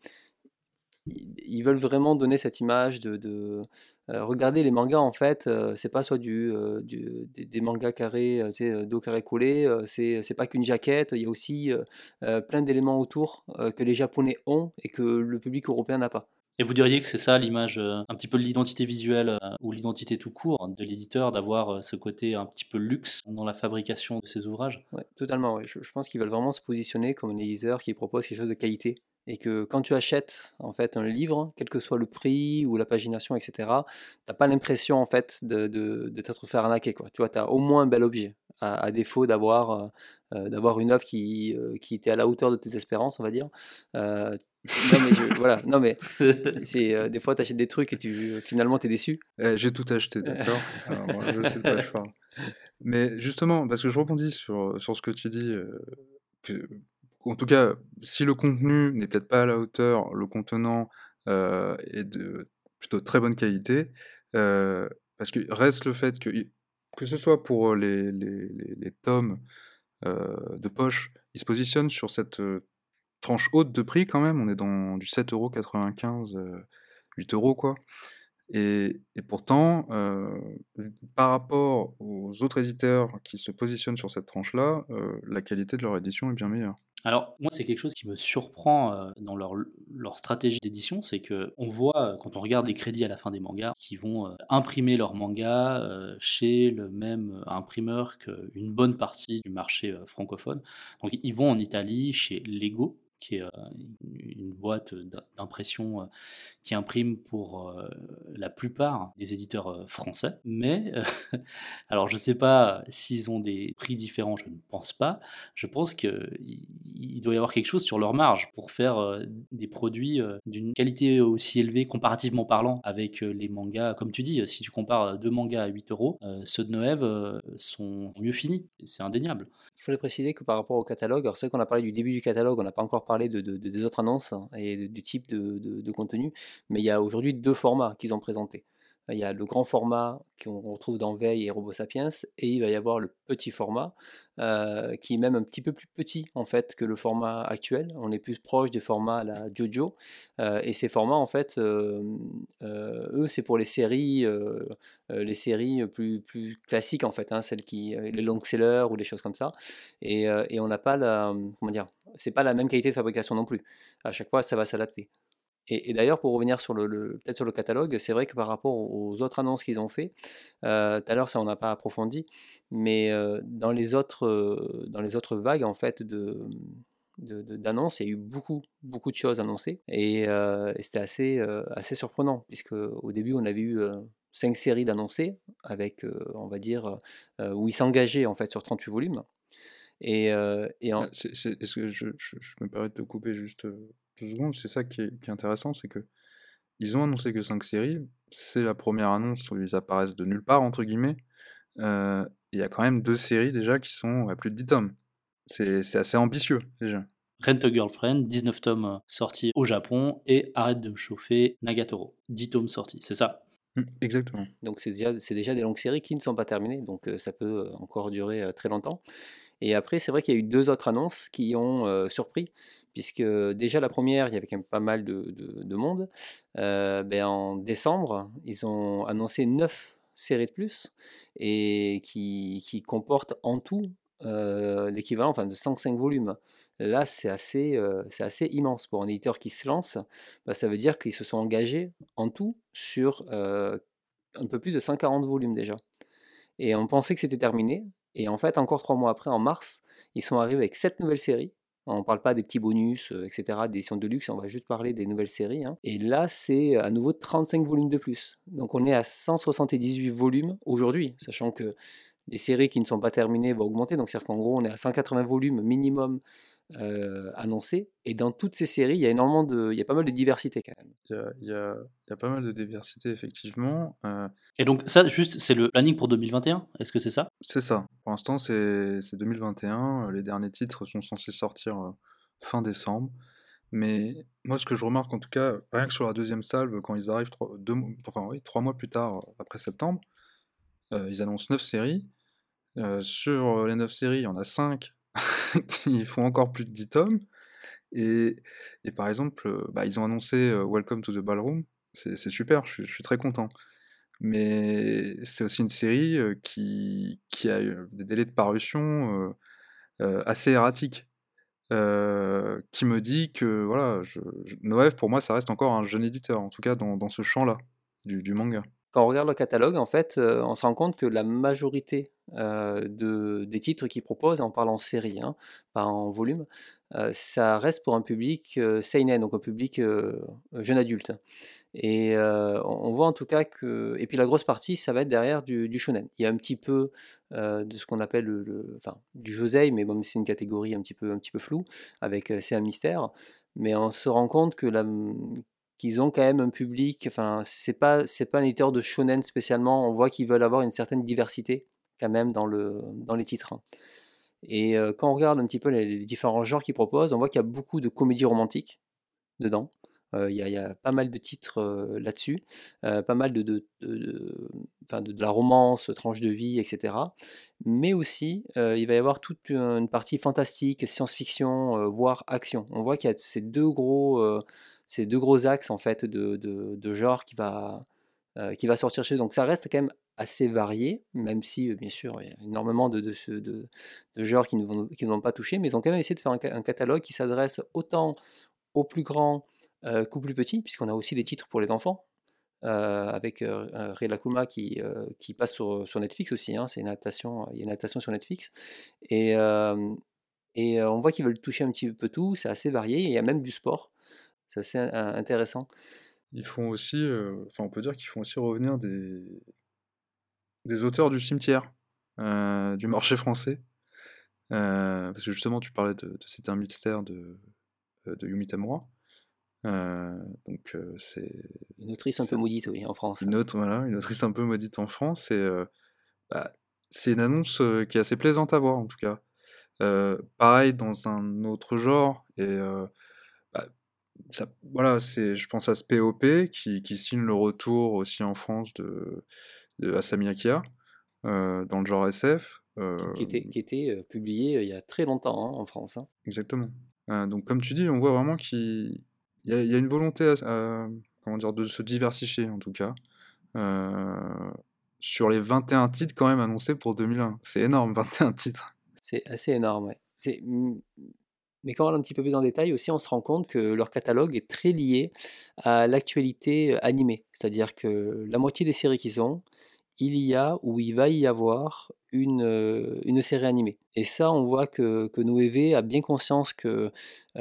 ils ils veulent vraiment donner cette image de, de euh, regardez les mangas en fait, euh, c'est pas soit du, euh, du- des, des mangas carrés, euh, tu sais, euh, dos carré collé, euh, c'est c'est pas qu'une jaquette, il y a aussi euh, euh, plein d'éléments autour euh, que les Japonais ont et que le public européen n'a pas. Et vous diriez que c'est ça l'image, euh, un petit peu l'identité visuelle euh, ou l'identité tout court de l'éditeur, d'avoir euh, ce côté un petit peu luxe dans la fabrication de ses ouvrages? Ouais, totalement, ouais. Je, je pense qu'ils veulent vraiment se positionner comme un éditeur qui propose quelque chose de qualité. Et que quand tu achètes en fait un livre, quel que soit le prix ou la pagination, et cetera, t'as pas l'impression en fait de, de, de t'être fait arnaquer, quoi. Tu vois, tu as au moins un bel objet, à, à défaut d'avoir euh, euh, d'avoir une œuvre qui, euh, qui était à la hauteur de tes espérances, on va dire. Euh, non mais je, voilà, non mais c'est euh, des fois tu achètes des trucs et tu finalement tu es déçu. Eh, j'ai tout acheté, d'accord? Alors, je sais de quoi je parle. Mais justement, parce que je rebondis sur, sur ce que tu dis, euh, que, en tout cas, si le contenu n'est peut-être pas à la hauteur, le contenant euh, est de plutôt très bonne qualité, euh, parce que reste le fait que, que ce soit pour les, les, les, les tomes euh, de poche, ils se positionnent sur cette euh, tranche haute de prix quand même, on est dans du sept euros quatre-vingt-quinze, euh, huit euros quoi. Et, et pourtant, euh, par rapport aux autres éditeurs qui se positionnent sur cette tranche-là, euh, la qualité de leur édition est bien meilleure. Alors, moi, c'est quelque chose qui me surprend euh, dans leur, leur stratégie d'édition, c'est que on voit, euh, quand on regarde les crédits à la fin des mangas, qui vont euh, imprimer leurs mangas euh, chez le même euh, imprimeur qu'une bonne partie du marché euh, francophone. Donc, ils vont en Italie, chez Lego, qui est euh, une boîte d'im- d'impression euh, qui imprime pour euh, la plupart des éditeurs euh, français. Mais, euh, alors je ne sais pas s'ils ont des prix différents, je ne pense pas. Je pense qu'il il doit y avoir quelque chose sur leur marge pour faire euh, des produits euh, d'une qualité aussi élevée, comparativement parlant, avec euh, les mangas. Comme tu dis, si tu compares deux mangas à huit euros, euh, ceux de Noël euh, sont mieux finis. C'est indéniable. Il fallait préciser que par rapport au catalogue, alors c'est vrai qu'on a parlé du début du catalogue, on n'a pas encore parlé de, de- de- des autres annonces hein, et de- du type de, de- de contenu, mais il y a aujourd'hui deux formats qu'ils ont présentés. il y a le grand format qu'on retrouve dans Veille et Robo Sapiens, et il va y avoir le petit format, euh, qui est même un petit peu plus petit en fait que le format actuel. On est plus proche des formats à la Jojo, euh, et ces formats en fait, euh, euh, eux, c'est pour les séries, euh, euh, les séries plus, plus classiques en fait, hein, celles qui, euh, les long-sellers ou les choses comme ça. Et, euh, et on n'a pas la, comment dire, c'est pas la même qualité de fabrication non plus. À chaque fois, ça va s'adapter. Et, et d'ailleurs, pour revenir sur le, le- peut-être sur le catalogue, c'est vrai que par rapport aux autres annonces qu'ils ont fait, euh, tout à l'heure, ça on n'a pas approfondi, mais euh, dans les autres, euh, dans les autres vagues en fait de de- de- d'annonces, il y a eu beaucoup, beaucoup de choses annoncées, et, euh, et c'était assez, euh, assez surprenant, puisque au début on avait eu euh, cinq séries d'annoncées, avec, euh, on va dire, euh, où ils s'engageaient en fait sur trente-huit volumes, et, euh, et en- Ah, c'est, c'est- est-ce que je, je- je me permets de te couper juste euh, deux secondes, c'est ça qui est, qui est intéressant, c'est que ils ont annoncé que cinq séries, c'est la première annonce où ils apparaissent de nulle part, entre guillemets. Euh, Il y a quand même deux séries déjà qui sont à plus de dix tomes. C'est, c'est assez ambitieux déjà. Rent a Girlfriend, dix-neuf tomes euh, sortis au Japon, et Arrête de me chauffer, Nagatoro, dix tomes sortis, c'est ça. Mm, exactement. donc c'est déjà, c'est déjà des longues séries qui ne sont pas terminées, donc euh, ça peut euh, encore durer euh, très longtemps. Et après, c'est vrai qu'il y a eu deux autres annonces qui ont euh, surpris, puisque déjà la première, il y avait quand même pas mal de, de- de monde. Euh, ben, en décembre, ils ont annoncé neuf séries de plus, et qui, qui comportent en tout euh, l'équivalent, enfin, de cent cinq volumes. Là, c'est assez, euh, c'est assez immense pour un éditeur qui se lance. Ben, ça veut dire qu'ils se sont engagés en tout sur euh, un peu plus de cent quarante volumes déjà. Et on pensait que c'était terminé. Et en fait, encore trois mois après, en mars, ils sont arrivés avec sept nouvelles séries. On ne parle pas des petits bonus, euh, et cetera, des éditions de luxe, on va juste parler des nouvelles séries, hein. Et là, c'est à nouveau trente-cinq volumes de plus. Donc on est à cent soixante-dix-huit volumes aujourd'hui, sachant que les séries qui ne sont pas terminées vont augmenter. Donc c'est-à-dire qu'en gros, on est à cent quatre-vingts volumes minimum euh, annoncés. Et dans toutes ces séries, il y a énormément de, il y a pas mal de diversité quand même. Il y a, il y a- il y a pas mal de diversité, effectivement. Euh, Et donc ça, juste, c'est le planning pour deux mille vingt et un, est-ce que c'est ça? c'est ça. Pour l'instant, c'est c'est deux mille vingt et un. euh, Les derniers titres sont censés sortir euh, fin décembre. Mais moi, ce que je remarque, en tout cas, rien que sur la deuxième salve, quand ils arrivent trois, deux, mois- enfin, oui, trois mois plus tard, euh, après septembre, euh, ils annoncent neuf séries. Euh, sur euh, les neuf séries, il y en a cinq qui font encore plus de dix tomes. Et, et par exemple, euh, bah, ils ont annoncé euh, Welcome to the Ballroom. C'est c'est super, je suis, je suis très content. Mais c'est aussi une série euh, qui, qui a eu des délais de parution euh, euh, assez erratiques. Euh, qui me dit que voilà, je, je- Noël, pour moi, ça reste encore un jeune éditeur, en tout cas dans, dans ce champ-là, du, du manga. Quand on regarde le catalogue, en fait, euh, on se rend compte que la majorité euh, de, des titres qu'ils proposent, on parle en série, hein, pas en volume, euh, ça reste pour un public euh, seinen, donc un public euh, jeune adulte. Et euh, on on voit en tout cas que. Et puis la grosse partie, ça va être derrière du, du shonen. Il y a un petit peu euh, de ce qu'on appelle le, le- enfin, du josei, mais bon, c'est une catégorie un petit peu, un petit peu floue, avec euh, c'est un mystère. Mais on se rend compte que la, qu'ils ont quand même un public. Enfin, c'est pas, c'est pas un éditeur de shonen spécialement. On voit qu'ils veulent avoir une certaine diversité quand même dans le, dans les titres, hein. Et euh, quand on regarde un petit peu les, les différents genres qu'ils proposent, on voit qu'il y a beaucoup de comédies romantiques dedans. Euh, Il y, a- il y a pas mal de titres euh, là-dessus, euh, pas mal de, de, de- de- enfin, de- de la romance, tranche de vie, et cetera. Mais aussi, euh, il va y avoir toute une partie fantastique, science-fiction, euh, voire action. On voit qu'il y a ces deux gros, euh, ces deux gros axes en fait de, de, de genre qui va, euh, qui va sortir chez eux. Donc ça reste quand même assez varié, même si euh, bien sûr il y a énormément de, de, ce- de- de genres qui ne vont, qui ne vont pas toucher, mais ils ont quand même essayé de faire un, ca- un catalogue qui s'adresse autant aux plus grands euh, qu'aux plus petits, puisqu'on a aussi des titres pour les enfants, euh, avec euh, euh, Ray Lakuma qui, euh, qui passe sur, sur Netflix aussi, hein, c'est une adaptation, il y a une adaptation sur Netflix. Et, euh, et euh, on voit qu'ils veulent toucher un petit peu tout, c'est assez varié, et il y a même du sport, c'est assez euh, intéressant. Ils font aussi, euh, enfin on peut dire qu'ils font aussi revenir des, des auteurs du cimetière, euh, du marché français. Euh, parce que justement, tu parlais de, de C'est un mystère de, euh, de Yumi Tamura. Euh, donc euh, c'est Une autrice un peu c'est maudite, oui, en France. une autre, voilà, une autrice un peu maudite en France. Et euh, bah, c'est une annonce euh, qui est assez plaisante à voir en tout cas. Euh, pareil dans un autre genre. Et euh, bah, ça, voilà, c'est, je pense à ce P O P qui, qui signe le retour aussi en France de, de Asami Akira euh, dans le genre S F. euh, Qui, qui était, qui était euh, publié euh, il y a très longtemps hein, en France. Hein. Exactement. Euh, donc comme tu dis, on voit vraiment qu'il il y a, il y a une volonté à- à- comment dire, de se diversifier en tout cas. Euh, sur les vingt et un titres quand même annoncés pour deux mille un. C'est énorme, vingt et un titres. C'est assez énorme, ouais. C'est, mm, mais quand on va un petit peu plus en détail aussi, on se rend compte que leur catalogue est très lié à l'actualité euh, animée. C'est-à-dire que la moitié des séries qu'ils ont, il y a ou il va y avoir une, euh, une série animée. Et ça, on voit que, que Noévé a bien conscience que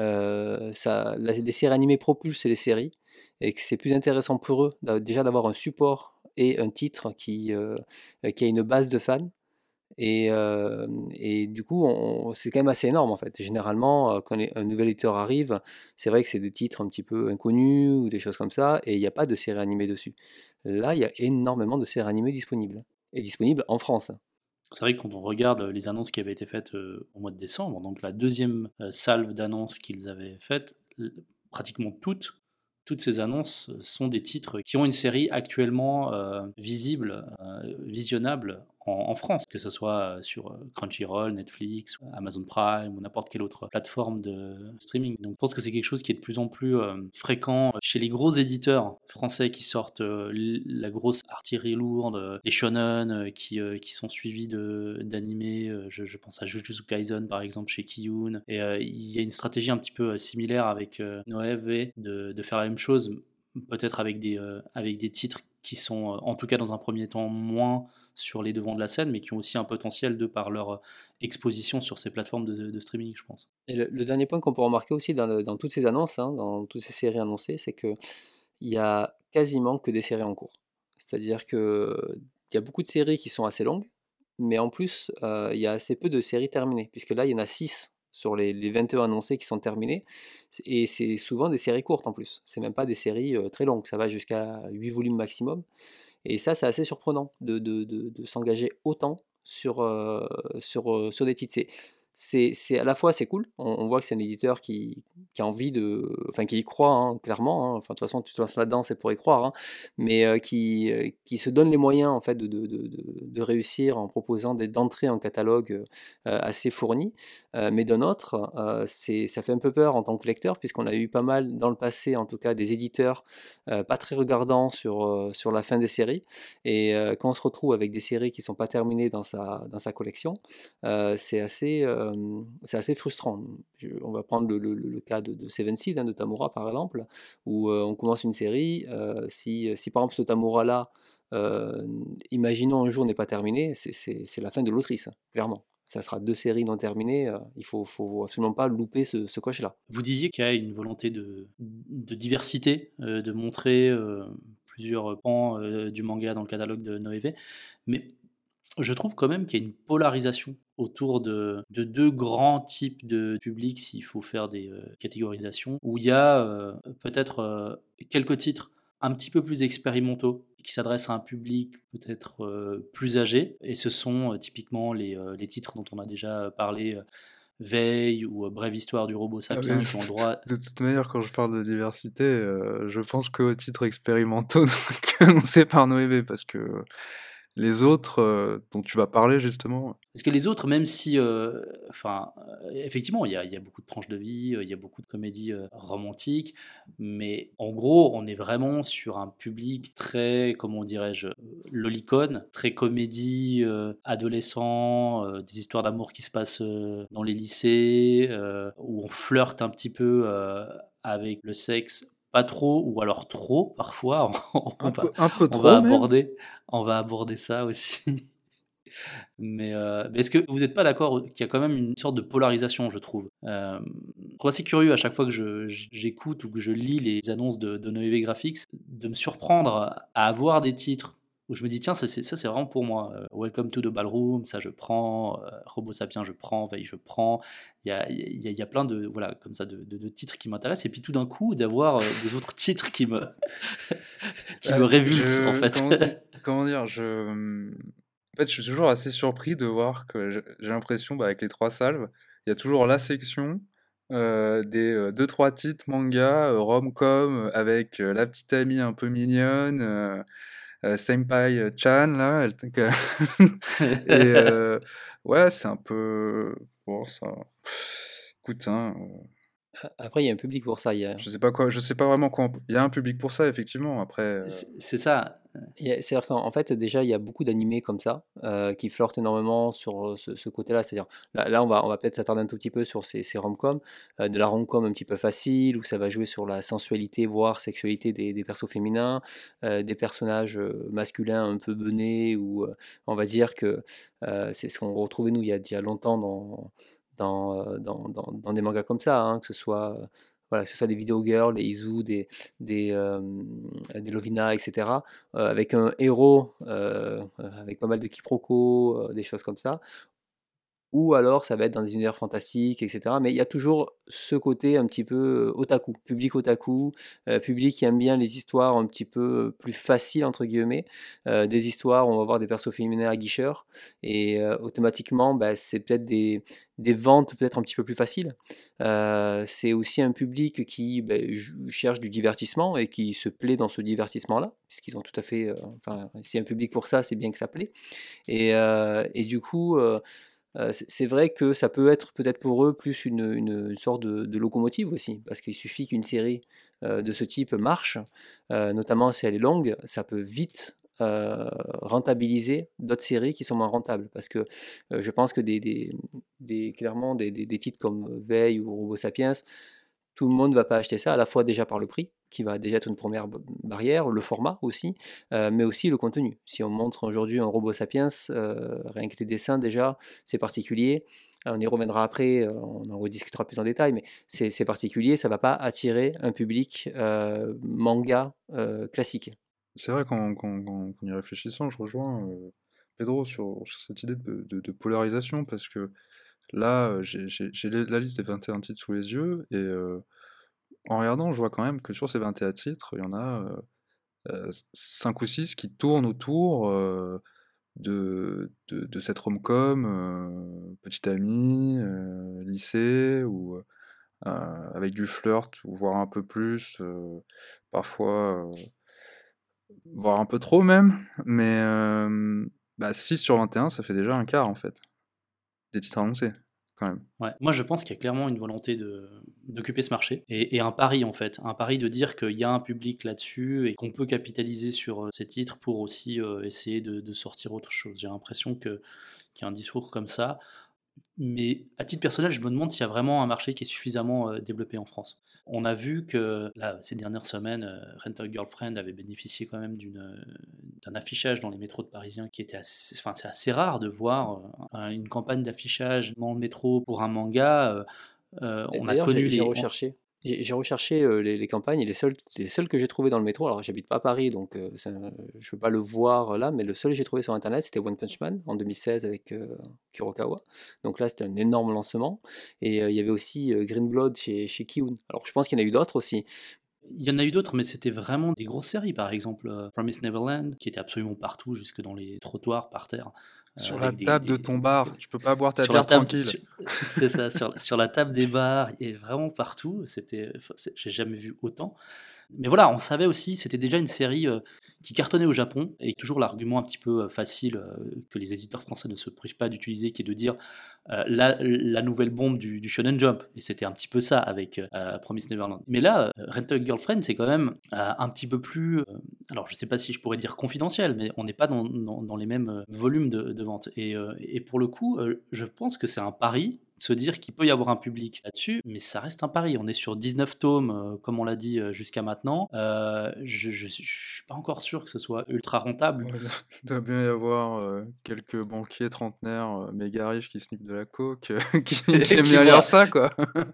euh, ça, la- les séries animées propulsent les séries et que c'est plus intéressant pour eux d'a- déjà d'avoir un support et un titre qui, euh, qui a une base de fans. Et, euh, et du coup, on- c'est quand même assez énorme en fait. Généralement, euh, quand les- un nouvel éditeur arrive, c'est vrai que c'est des titres un petit peu inconnus ou des choses comme ça, et il n'y a pas de série animée dessus. Là, il y a énormément de séries animées disponibles, et disponibles en France. C'est vrai que quand on regarde les annonces qui avaient été faites euh, au mois de décembre, donc la deuxième euh, salve d'annonces qu'ils avaient faites, l- pratiquement toutes, toutes ces annonces euh, sont des titres qui ont une série actuellement euh, visible, euh, visionnable en, en France, que ce soit euh, sur euh, Crunchyroll, Netflix, Amazon Prime ou n'importe quelle autre plateforme de streaming. Donc je pense que c'est quelque chose qui est de plus en plus euh, fréquent chez les gros éditeurs français qui sortent euh, l- la grosse artillerie lourde, euh, les shonen euh, qui, euh, qui sont suivis de- d'animés. euh, je, je pense à Jujutsu Kaisen par exemple chez Kiyun. Et euh, il y a une stratégie un petit peu euh, similaire avec euh, Noévé de, de faire la même chose, peut-être avec des, euh, avec des titres qui sont, euh, en tout cas dans un premier temps, moins sur les devants de la scène, mais qui ont aussi un potentiel de par leur euh, exposition sur ces plateformes de, de streaming, je pense. Et le, le dernier point qu'on peut remarquer aussi dans, le- dans toutes ces annonces, hein, dans toutes ces séries annoncées, c'est que il y a quasiment que des séries en cours. C'est-à-dire que il y a beaucoup de séries qui sont assez longues, mais en plus, euh, il y a assez peu de séries terminées, puisque là, il y en a six sur les, les vingt et un annoncées qui sont terminées, et c'est souvent des séries courtes en plus. C'est même pas des séries euh, très longues, ça va jusqu'à huit volumes maximum. Et ça, c'est assez surprenant de, de- de- de s'engager autant sur, euh, sur, euh, sur des titres. C'est, c'est, c'est- à la fois c'est cool, on, on voit que c'est un éditeur qui, qui a envie de, enfin qui y croit hein, clairement. Hein. Enfin de toute façon, tu te lances là-dedans, c'est pour y croire, hein. Mais euh, qui, euh, qui se donne les moyens en fait de, de, de- de- de réussir en proposant des, d'entrées en catalogue euh, assez fournis. Euh, mais d'un autre, euh, c'est, ça fait un peu peur en tant que lecteur, puisqu'on a eu pas mal dans le passé, en tout cas, des éditeurs euh, pas très regardants sur, euh, sur la fin des séries. Et euh, quand on se retrouve avec des séries qui ne sont pas terminées dans sa, dans sa collection, euh, c'est assez, euh, c'est assez frustrant. Je- on va prendre le, le- le cas de, de Seven Seed, hein, de Tamura par exemple, où euh, on commence une série. Euh, si, si par exemple ce Tamura-là, euh, imaginons un jour n'est pas terminé, c'est c'est- c'est la fin de l'autrice, hein, clairement. Ça sera deux séries non terminées. euh, il faut, faut absolument pas louper ce, ce coche-là. Vous disiez qu'il y a une volonté de, de diversité, euh, de montrer euh, plusieurs pans euh, du manga dans le catalogue de Noévé, mais je trouve quand même qu'il y a une polarisation autour de, de deux grands types de publics, s'il faut faire des euh, catégorisations, où il y a euh, peut-être euh, quelques titres un petit peu plus expérimentaux qui s'adressent à un public peut-être euh, plus âgé, et ce sont euh, typiquement les, euh, les titres dont on a déjà parlé, euh, Veille ou euh, Brève histoire du robot Ah, mais sapiens, qui ont le droit. de toute manière, quand je parle de diversité, euh, je pense qu'aux titres expérimentaux annoncés par Noévé, parce que les autres euh, dont tu vas parler justement, Parce que les autres, même si, euh, enfin, euh, effectivement, il y a, il y a beaucoup de tranches de vie, euh, il y a beaucoup de comédies euh, romantiques, mais en gros, on est vraiment sur un public très, comment dirais-je, euh, lolicone, très comédie, euh, adolescent, euh, des histoires d'amour qui se passent euh, dans les lycées, euh, où on flirte un petit peu euh, avec le sexe. Pas trop ou alors trop parfois. on un va peu, un peu on va trop même. aborder on va aborder ça aussi. Mais, euh, mais est-ce que vous n'êtes pas d'accord qu'il y a quand même une sorte de polarisation, je trouve. Euh, je trouve assez curieux à chaque fois que je- j'écoute ou que je lis les annonces de, de Noévé Graphics, de me surprendre à, à avoir des titres où je me dis, tiens, ça c'est ça, c'est vraiment pour moi. Euh, Welcome to the Ballroom, ça je prends. Euh, Robo Sapiens, je prends. Veille, je prends. Il y a, il y a- il y a plein de, voilà, comme ça, de, de- de titres qui m'intéressent. Et puis tout d'un coup, d'avoir euh, des autres titres qui me, qui me Euh, révulsent, en je, fait. comment, comment dire, je, hum, en fait, je suis toujours assez surpris de voir que je- j'ai l'impression, bah, avec les trois salves, il y a toujours la section euh, des euh, deux trois titres manga, euh, rom-com, euh, avec euh, la petite amie un peu mignonne, euh, euh, Senpai-chan, là. Elle, donc, euh, et euh, ouais, c'est un peu... Bon, ça... Pff, écoute, hein, euh, A- Après, il y a un public pour ça. Il y a, je sais pas quoi, je sais pas vraiment quoi... on- Il y a un public pour ça, effectivement. Après, euh, C'est c'est ça. il y a- c'est-à-dire qu'en en fait, déjà, il y a beaucoup d'animés comme ça euh, qui flirtent énormément sur euh, ce, ce côté-là. C'est-à-dire, là, là, on va, on va peut-être s'attarder un tout petit peu sur ces, ces rom-coms, euh, de la rom-com un petit peu facile, où ça va jouer sur la sensualité, voire sexualité des, des persos féminins, euh, des personnages euh, masculins un peu benés, ou euh, on va dire que euh, c'est ce qu'on retrouvait, nous, il y a, il y a longtemps dans, dans, euh, dans, dans- dans des mangas comme ça, hein, que ce soit... euh, Voilà, que ce soit des vidéo girls, des Izu, des, des, euh, des Lovina, et cetera euh, avec un héros, euh, euh, avec pas mal de quiproquos, euh, des choses comme ça. Ou alors ça va être dans des univers fantastiques, et cetera. Mais il y a toujours ce côté un petit peu euh, otaku, public otaku, euh, public qui aime bien les histoires un petit peu plus faciles, entre guillemets, euh, des histoires où on va voir des persos féminins aguicheurs, et euh, automatiquement, bah, c'est peut-être des, des ventes peut-être un petit peu plus faciles. Euh, c'est aussi un public qui bah, j- cherche du divertissement et qui se plaît dans ce divertissement-là, puisqu'ils ont tout à fait... euh, enfin, s'il y a un public pour ça, c'est bien que ça plaît. Et, euh, et du coup... euh, euh, c'est c'est vrai que ça peut être peut-être pour eux plus une, une- une sorte de, de locomotive aussi, parce qu'il suffit qu'une série euh, de ce type marche, euh, notamment si elle est longue, ça peut vite euh, rentabiliser d'autres séries qui sont moins rentables, parce que euh, je pense que des, des- des- clairement des, des- des titres comme Veil ou Robo Sapiens, tout le monde ne va pas acheter ça, à la fois déjà par le prix, qui va déjà être une première b- barrière, le format aussi, euh, mais aussi le contenu. Si on montre aujourd'hui un robot sapiens, euh, rien que les dessins déjà, c'est particulier. Euh, On y reviendra après, euh, on en rediscutera plus en détail, mais c'est c'est particulier, ça ne va pas attirer un public euh, manga euh, classique. c'est vrai qu'en qu'en- qu'en- qu'en y réfléchissant, je rejoins euh, Pedro sur, sur cette idée de, de- de polarisation, parce que là, euh, j'ai j'ai- j'ai la la liste des vingt et un titres sous les yeux, et euh, en regardant, je vois quand même que sur ces vingt et un titres, il y en a euh, euh, cinq ou six qui tournent autour euh, de, de, de cette rom-com, euh, petite amie, euh, lycée, ou euh, avec du flirt, ou voire un peu plus, euh, parfois, euh, voire un peu trop même, mais euh, bah, six sur vingt et un, ça fait déjà un quart en fait, des titres annoncés, quand même. Ouais. Moi, je pense qu'il y a clairement une volonté de d'occuper ce marché et, et un pari en fait, un pari de dire qu'il y a un public là-dessus et qu'on peut capitaliser sur euh, ces titres pour aussi euh, essayer de, de sortir autre chose. J'ai l'impression que qu'il y a un discours comme ça. Mais à titre personnel, je me demande s'il y a vraiment un marché qui est suffisamment euh, développé en France. On a vu que là, ces dernières semaines, euh, Rent a Girlfriend avait bénéficié quand même d'une, euh, d'un affichage dans les métros de Parisiens qui était assez, enfin, c'est assez rare de voir euh, une campagne d'affichage dans le métro pour un manga. euh, euh, Et on a D'ailleurs, j'ai connu j'ai les. on- recherché. J'ai j'ai recherché euh, les, les campagnes et les seules, les seules que j'ai trouvées dans le métro. Alors, j'habite pas à Paris, donc euh, ça- je ne peux pas le voir euh, là, mais le seul que j'ai trouvé sur Internet, c'était One Punch Man en deux mille seize avec euh, Kurokawa. Donc là, c'était un énorme lancement. Et euh, il y avait aussi euh, Green Blood chez, chez Kiun. Alors, je pense qu'il y en a eu d'autres aussi. Il y en a eu d'autres, mais c'était vraiment des grosses séries. Par exemple, euh, Promise Neverland, qui était absolument partout, jusque dans les trottoirs, par terre, euh, Sur la avec des, table de des- ton bar, tu peux pas boire ta sur la bière table, tranquille. sur- c'est ça, sur, sur la table des bars, et vraiment partout. C'était, enfin, c'est- j'ai jamais vu autant. Mais voilà, on savait aussi, c'était déjà une série euh, qui cartonnait au Japon, et toujours l'argument un petit peu euh, facile euh, que les éditeurs français ne se privent pas d'utiliser, qui est de dire euh, la, la nouvelle bombe du, du Shonen Jump. Et c'était un petit peu ça avec euh, Promise Neverland. Mais là, euh, Rent a Girlfriend, c'est quand même euh, un petit peu plus. euh, alors, je sais pas si je pourrais dire confidentiel, mais on n'est pas dans, dans- dans les mêmes euh, volumes de, de vente. Et, euh, et pour le coup, euh, je pense que c'est un pari de se dire qu'il peut y avoir un public là-dessus, mais ça reste un pari. On est sur dix-neuf tomes, euh, comme on l'a dit euh, jusqu'à maintenant. Euh, je, je, je suis pas encore sûr que ce soit ultra rentable. Ouais, il doit bien y avoir euh, quelques banquiers trentenaires euh, méga riches qui snippent de la coke, euh, qui, qui aiment Qui bien voit. lire ça, quoi.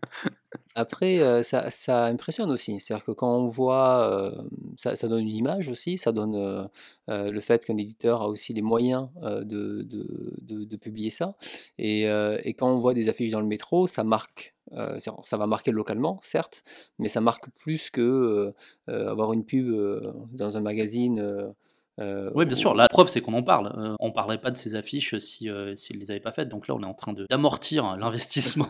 Après, euh, ça, ça impressionne aussi. C'est-à-dire que quand on voit, euh, ça, ça donne une image aussi, ça donne euh, euh, le fait qu'un éditeur a aussi les moyens euh, de, de, de- de publier ça. Et, euh, et quand on voit des affiches dans le métro, ça marque. Euh, c'est- ça va marquer localement, certes, mais ça marque plus que euh, euh, avoir une pub euh, dans un magazine. euh, euh, Oui, bien sûr. au- La preuve, c'est qu'on en parle. Euh, on parlerait pas de ces affiches si euh, s'ils les avaient pas faites. Donc là, on est en train de d'amortir hein, l'investissement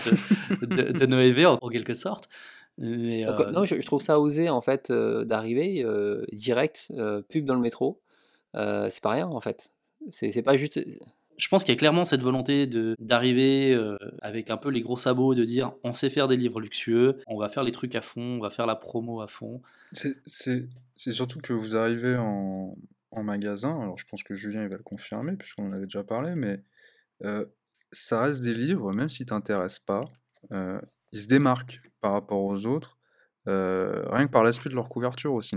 de, de, de Noévé en, en quelque sorte. Mais Donc, euh, non, je, je trouve ça osé en fait euh, d'arriver euh, direct, euh, pub dans le métro. Euh, c'est pas rien en fait. C'est c'est pas juste. je pense qu'il y a clairement cette volonté de d'arriver euh, avec un peu les gros sabots, de dire on sait faire des livres luxueux, on va faire les trucs à fond, on va faire la promo à fond. C'est c'est- c'est surtout que vous arrivez en, en magasin, alors je pense que Julien il va le confirmer, puisqu'on en avait déjà parlé, mais euh, ça reste des livres, même s'ils t'intéressent pas, euh, ils se démarquent par rapport aux autres, euh, rien que par l'aspect de leur couverture aussi.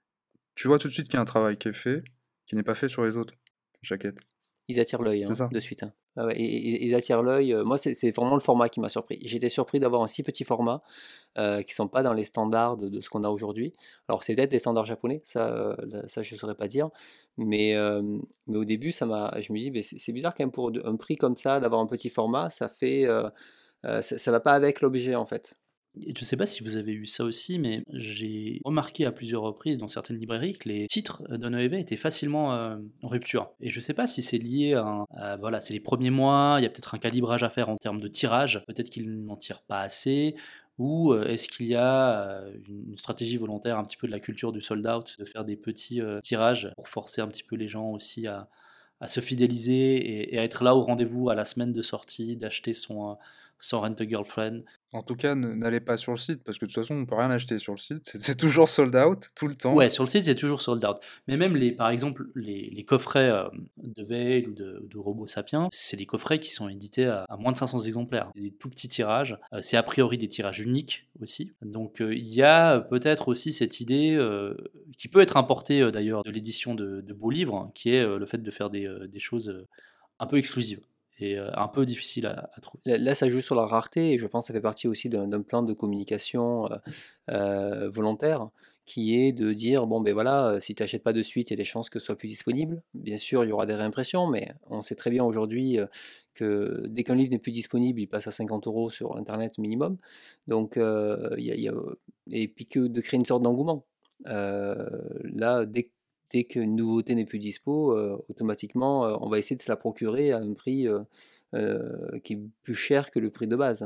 Tu vois tout de suite qu'il y a un travail qui est fait, qui n'est pas fait sur les autres jaquettes. Ils attirent l'œil C'est hein, ça. de suite. Hein. Ah ouais, et- et- ils attirent l'œil. euh, Moi, c'est c'est vraiment le format qui m'a surpris. J'étais surpris d'avoir un si petit format euh, qui sont pas dans les standards de, de ce qu'on a aujourd'hui. Alors, c'est peut-être des standards japonais, ça, euh, là, ça je saurais pas dire. Mais, euh, mais au début, ça m'a, je me dis, mais c'est c'est bizarre quand même pour de- un prix comme ça, d'avoir un petit format, ça fait, euh, euh, ça, ça va pas avec l'objet en fait. Et je ne sais pas si vous avez eu ça aussi, mais j'ai remarqué à plusieurs reprises dans certaines librairies que les titres de Noévé étaient facilement euh, en rupture. Et je ne sais pas si c'est lié à, un- à- voilà, c'est les premiers mois, il y a peut-être un calibrage à faire en termes de tirage, peut-être qu'ils n'en tirent pas assez, ou euh, est-ce qu'il y a euh, une une stratégie volontaire un petit peu de la culture du sold out, de faire des petits euh, tirages pour forcer un petit peu les gens aussi à, à se fidéliser et, et à être là au rendez-vous à la semaine de sortie, d'acheter son, euh, son Rent a Girlfriend. En tout cas, ne- n'allez pas sur le site, parce que de toute façon, on peut rien acheter sur le site, c'est c'est toujours sold out, tout le temps. Ouais, sur le site, c'est toujours sold out. Mais même, les, par exemple, les, les coffrets euh, de Veil ou de, de Robo Sapiens, c'est des coffrets qui sont édités à, à moins de cinq cents exemplaires. C'est des tout petits tirages. Euh, c'est a priori des tirages uniques aussi. Donc, euh, il y a peut-être aussi cette idée, euh, qui peut être importée euh, d'ailleurs de l'édition de, de beaux livres, hein, qui est euh, le fait de faire des, euh, des choses euh, un peu exclusives et euh, un peu difficiles à, à trouver. Là, là, ça joue sur la rareté et je pense que ça fait partie aussi d'un d'un plan de communication euh, euh, volontaire qui est de dire, bon ben voilà, euh, si tu n'achètes pas de suite, il y a des chances que ce soit plus disponible. Bien sûr, il y aura des réimpressions, mais on sait très bien aujourd'hui euh, que dès qu'un livre n'est plus disponible, il passe à cinquante euros sur Internet minimum. Donc, euh, il y a, il y a- et puis que de créer une sorte d'engouement. Euh, Là, dès, dès qu'une nouveauté n'est plus dispo, euh, automatiquement, euh, on va essayer de se la procurer à un prix euh, euh, qui est plus cher que le prix de base.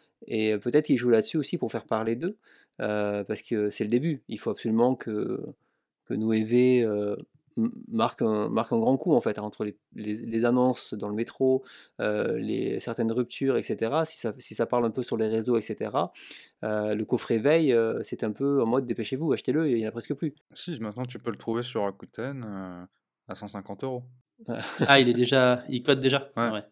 Et peut-être qu'ils jouent là-dessus aussi pour faire parler d'eux, euh, parce que c'est le début. Il faut absolument que, que Noévé euh, m- marque, un, marque un grand coup en fait, entre les, les- les annonces dans le métro, euh, les, certaines ruptures, et cetera. Si ça, si ça parle un peu sur les réseaux, et cetera. euh, le coffret veille, euh, c'est un peu en mode dépêchez-vous, achetez-le, il n'y en a presque plus. Si, maintenant tu peux le trouver sur Rakuten euh, à cent cinquante euros. Ah, il est déjà, il code déjà? Ouais, Ah ouais,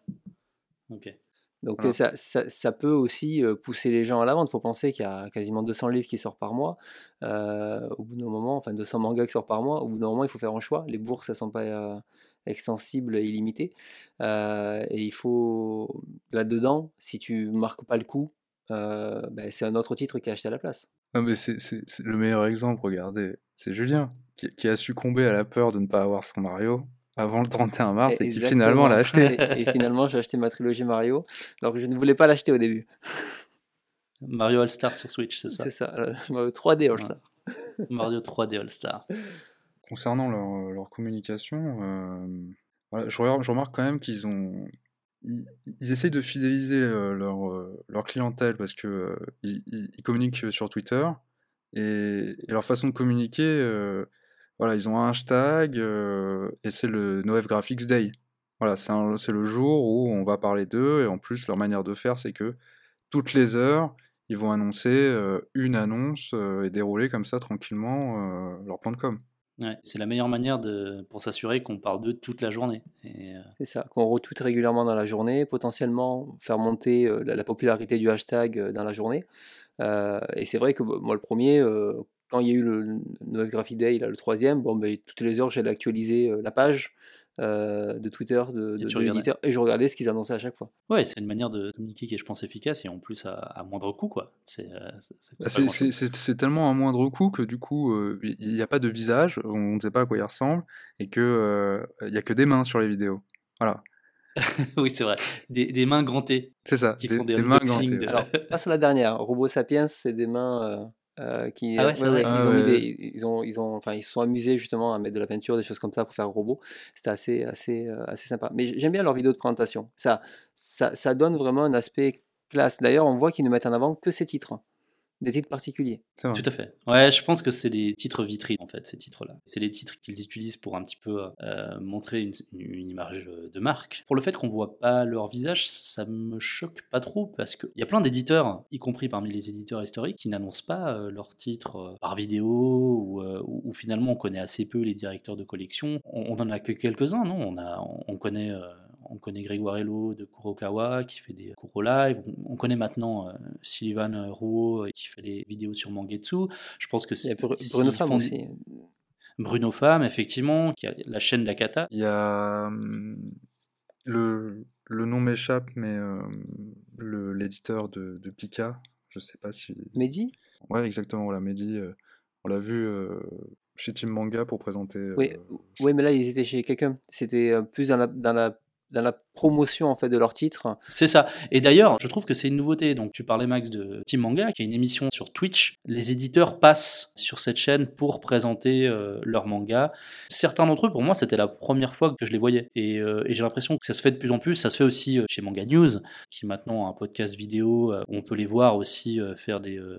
ok. Donc euh, voilà. ça, ça, ça peut aussi euh, pousser les gens à la vente. Il faut penser qu'il y a quasiment deux cents livres qui sortent par mois. Euh, au bout d'un moment, enfin deux cents mangas qui sortent par mois. Au bout d'un moment, il faut faire un choix. Les bourses, elles sont pas euh, extensibles et illimitées. Euh, et il faut là-dedans, si tu marques pas le coup, euh, ben, c'est un autre titre qui est acheté à la place. Ah, mais c'est c'est- c'est le meilleur exemple, regardez. C'est Julien qui, qui a succombé à la peur de ne pas avoir son Mario avant le trente et un mars Et- et qui finalement l'a Exactement. acheté. Et, et finalement, j'ai acheté ma trilogie Mario, alors que je ne voulais pas l'acheter au début. Mario All-Star sur Switch, c'est C'est ça? ça, euh, trois D All Ouais. Star. Mario trois D All-Star. Concernant leur, leur communication, euh, voilà, je, remarque, je remarque quand même qu'ils ont, ils, ils essayent de fidéliser euh, leur, euh, leur clientèle parce que euh, ils, ils- ils communiquent sur Twitter et, et leur façon de communiquer, euh, voilà, ils ont un hashtag euh, et c'est le NoF Graphics Day. Voilà, c'est un- c'est le jour où on va parler d'eux et en plus leur manière de faire, c'est que toutes les heures, ils vont annoncer euh, une annonce euh, et dérouler comme ça tranquillement euh, leur point de com. Ouais, c'est la meilleure manière de, pour s'assurer qu'on parle d'eux toute la journée. Et, euh, C'est ça, qu'on retweet régulièrement dans la journée, potentiellement faire monter euh, la, la popularité du hashtag euh, dans la journée. Euh, et c'est vrai que bah, moi, le premier, euh, quand il y a eu le Noël Graphic Day, là, le troisième, bon, ben, toutes les heures, j'allais actualiser euh, la page euh, de Twitter de, et de- tu de regardais. l'éditeur et je regardais ce qu'ils annonçaient à chaque fois. Ouais, c'est une manière de communiquer qui est, je pense, efficace et en plus à, à moindre coût, quoi. C'est, euh, ça, ça Bah, coûte pas C'est c'est- grand-chose. c'est- c'est tellement un moindre coût que du coup, euh, il n'y a pas de visage, on ne sait pas à quoi il ressemble, et que euh, il y a que des mains sur les vidéos. Voilà, Oui, c'est vrai. Des, des mains gantées c'est ça, qui des, font des des mains unboxings gantées. de. Ouais. Alors, pas sur la dernière, Robo Sapiens, c'est des mains, euh, euh, qui, Ah euh, ouais, c'est ouais, ouais, vrai. Ah ils ont mis ouais. des, ils ont, ils ont, enfin, ils se sont amusés justement à mettre de la peinture, des choses comme ça pour faire robot. C'était assez, assez, euh, assez sympa. Mais j- j'aime bien leurs vidéos de présentation. Ça, ça, ça donne vraiment un aspect classe. D'ailleurs, on voit qu'ils ne mettent en avant que ces titres, des titres particuliers. C'est vrai. Tout à fait. Ouais, je pense que c'est des titres vitrines en fait, ces titres-là. C'est les titres qu'ils utilisent pour un petit peu euh, montrer une, une image de marque. Pour le fait qu'on voit pas leur visage, ça me choque pas trop parce qu'il y a plein d'éditeurs, y compris parmi les éditeurs historiques, qui n'annoncent pas euh, leurs titres euh, par vidéo ou, euh, ou- ou finalement on connaît assez peu les directeurs de collection. On, on en a que quelques-uns, non on, a, on, on connaît. euh, on connaît Grégoire Hello de Kurokawa qui fait des Kuro Live. On, on connaît maintenant euh, Sullivan euh, Rouault euh, qui fait des vidéos sur Mangetsu. Je pense que Il y a c'est- Bru- Bruno s'ils Femme font du- aussi. Bruno Femme, effectivement, qui a la chaîne d'Akata. Il y a hum, le, le nom m'échappe, mais euh, le, l'éditeur de, de Pika, je sais pas si. Mehdi? Ouais, exactement, on l'a Mehdi, euh, on l'a vu euh, chez Team Manga pour présenter. euh, Oui, son- oui, mais là, ils étaient chez quelqu'un. C'était euh, plus dans la, dans la, dans la promotion en fait de leur titre. C'est ça. Et d'ailleurs, je trouve que c'est une nouveauté. Donc, tu parlais, Max, de Team Manga, qui est une émission sur Twitch. Les éditeurs passent sur cette chaîne pour présenter euh, leur manga. Certains d'entre eux, pour moi, c'était la première fois que je les voyais. Et, euh, et j'ai l'impression que ça se fait de plus en plus. Ça se fait aussi euh, chez Manga News, qui maintenant a un podcast vidéo euh, où on peut les voir aussi euh, faire des, euh,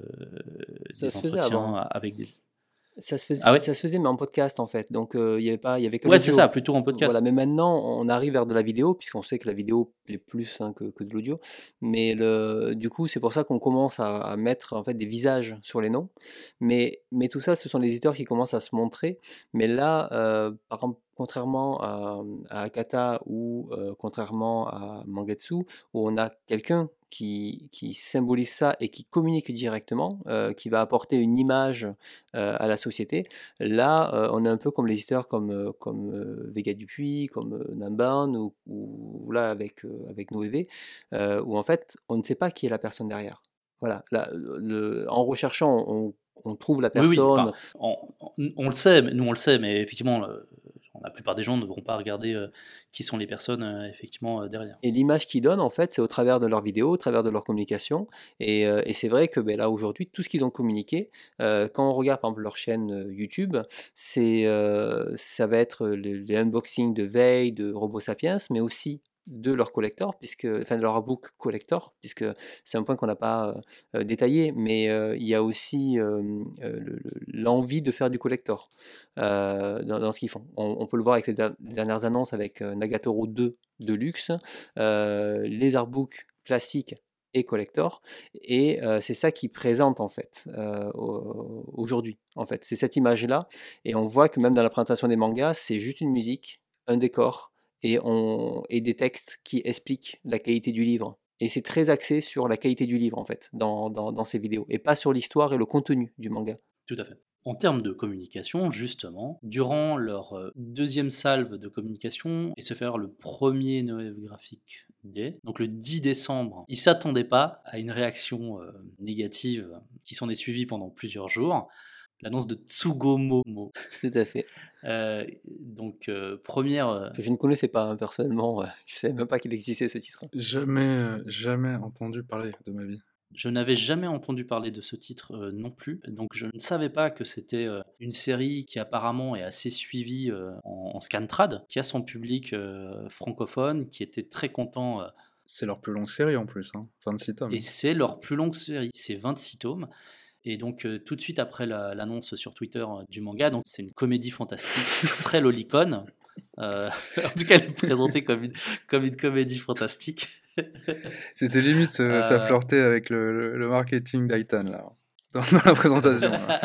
Ça des se faisait avant. entretiens avec des. Ça se faisait, Ah ouais? ça se faisait, mais en podcast en fait. Donc euh, il y avait pas, il y avait que Ouais, c'est ça, l'audio. plutôt en Voilà. podcast. Mais maintenant, on arrive vers de la vidéo, puisqu'on sait que la vidéo plaît plus hein, que, que de l'audio. Mais le, du coup, c'est pour ça qu'on commence à, à mettre en fait des visages sur les noms. Mais, mais tout ça, ce sont les éditeurs qui commencent à se montrer. Mais là, euh, par exemple, contrairement à, à Akata ou euh, contrairement à Mangetsu, où on a quelqu'un qui, qui symbolise ça et qui communique directement, euh, qui va apporter une image euh, à la société. Là, euh, on est un peu comme les éditeurs comme, euh, comme euh, Vega Dupuis, comme euh, Namban ou, ou là avec, euh, avec Noévé, euh, où en fait, on ne sait pas qui est la personne derrière. Voilà, là, le- en recherchant, on, on trouve la Oui, oui, enfin, personne. on, on- on le sait, mais- nous on le sait, mais effectivement, euh, la plupart des gens ne vont pas regarder euh, qui sont les personnes euh, effectivement euh, derrière. Et l'image qu'ils donnent, en fait, c'est au travers de leurs vidéos, au travers de leur communication. Et, euh, et c'est vrai que ben, là, aujourd'hui, tout ce qu'ils ont communiqué, euh, quand on regarde par exemple leur chaîne euh, YouTube, c'est, euh, ça va être les, les unboxings de Veil, de Robo Sapiens, mais aussi de leur collector, puisque, enfin de leur book collector, puisque c'est un point qu'on n'a pas euh, euh, détaillé, mais euh, il y a aussi euh, euh, le- le- l'envie de faire du collector euh, dans, dans ce qu'ils font. On, on peut le voir avec les, der- les dernières annonces avec euh, Nagatoro deux de luxe, euh, les artbooks classiques et collector, et euh, c'est ça qui présente en fait euh, au- aujourd'hui. En fait, c'est cette image-là, et on voit que même dans la présentation des mangas, c'est juste une musique, un décor, et, on, et des textes qui expliquent la qualité du livre. Et c'est très axé sur la qualité du livre en fait dans, dans, dans ces vidéos, et pas sur l'histoire et le contenu du manga. Tout à fait. En termes de communication, justement, durant leur euh, deuxième salve de communication, et se faire le premier Noël graphique Day, donc le dix décembre, ils s'attendaient pas à une réaction euh, négative qui s'en est suivie pendant plusieurs jours. L'annonce de Tsugomomo. Tout à fait. Euh, donc, euh, première. euh, Que je ne connaissais pas hein, personnellement, euh, je ne savais même pas qu'il existait ce titre. Jamais, euh, jamais entendu parler de ma vie. Je n'avais jamais entendu parler de ce titre euh, non plus, donc je ne savais pas que c'était euh, une série qui apparemment est assez suivie euh, en, en scantrad, qui a son public euh, francophone, qui était très content, euh, C'est leur plus longue série en plus, hein. vingt-six tomes. et c'est leur plus longue série, c'est vingt-six tomes. Et donc euh, tout de suite après la- l'annonce sur Twitter euh, du manga, donc c'est une comédie fantastique très lolicone. Euh, en tout cas, elle est présentée comme une, comme une comédie fantastique. C'était limite, euh, ça Euh, flirtait avec le, le- le marketing d'Aitan, là, dans, dans la présentation. là.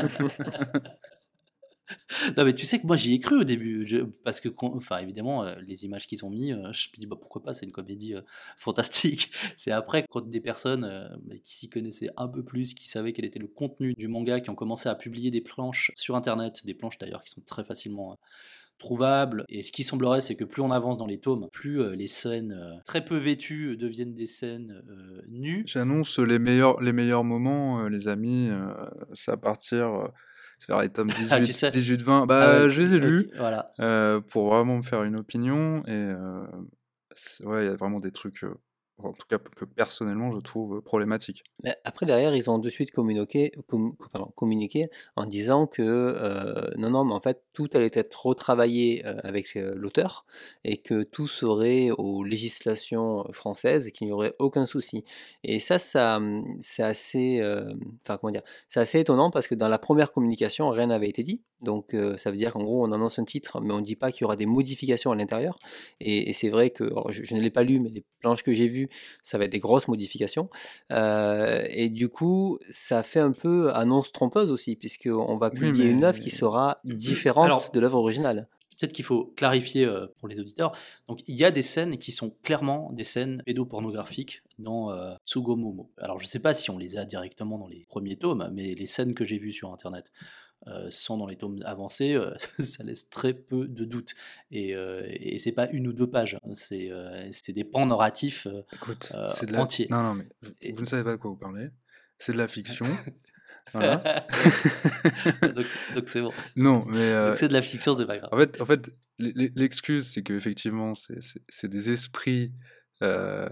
Non, mais tu sais que moi j'y ai cru au début, je- parce que, con- enfin, évidemment, euh, les images qu'ils ont mis, euh, je me dis bah, pourquoi pas, c'est une comédie euh, fantastique. C'est après, quand des personnes euh, bah, qui s'y connaissaient un peu plus, qui savaient quel était le contenu du manga, qui ont commencé à publier des planches sur internet, des planches d'ailleurs qui sont très facilement euh, trouvables. Et ce qui semblerait, c'est que plus on avance dans les tomes, plus euh, les scènes euh, très peu vêtues deviennent des scènes euh, nues. J'annonce les meilleurs, les meilleurs moments, euh, les amis, euh, c'est à partir, euh, c'est vers les tomes Ah, tu dix-huit, sais. dix-huit, vingt. Ah Bah, ouais, je les ai ok, lus voilà. euh, pour vraiment me faire une opinion. Et euh, c'est- ouais, il y a vraiment des trucs euh, en tout cas que personnellement je trouve problématique. Mais après derrière, ils ont de suite communiqué com pardon, communiqué en disant que, heu, non, non, mais en fait tout allait être retravaillé, heu, avec, heu, l'auteur et que tout serait aux législations françaises et qu'il n'y aurait aucun souci. Et ça ça, mmh, c'est assez, hem, enfin comment dire? C'est assez étonnant parce que dans la première communication, rien n'avait été dit. Donc, heu, ça veut dire qu'en gros on annonce un titre, mais on dit pas qu'il y aura des modifications à l'intérieur. Et et c'est vrai que alors je je ne l'ai pas lu, mais les planches que j'ai vues, ça va être des grosses modifications. Heu et du coup, ça fait un peu annonce trompeuse aussi, puisqu'on va Oui, publier une œuvre qui mais sera Mmh. différente Alors, de l'œuvre originale. peut-être qu'il faut clarifier euh, pour les auditeurs. Donc, il y a des scènes qui sont clairement des scènes pédopornographiques dans euh, Tsugomomo. Alors, je ne sais pas si on les a directement dans les premiers tomes, mais les scènes que j'ai vues sur Internet euh, sont dans les tomes avancés, euh, ça laisse très peu de doutes. Et, euh, et c'est pas une ou deux pages, hein, c'est euh, c'est des pans narratifs euh, écoute, euh, c'est de la entiers. non, non, mais vous Et- vous ne savez pas de quoi vous parlez. C'est de la fiction, voilà. donc donc c'est bon. Non, mais Donc heu, c'est de la fiction, c'est pas grave. en fait en fait, l'e l'e l'excuse, c'est qu'effectivement, c'est c'est c'est des esprits, heu,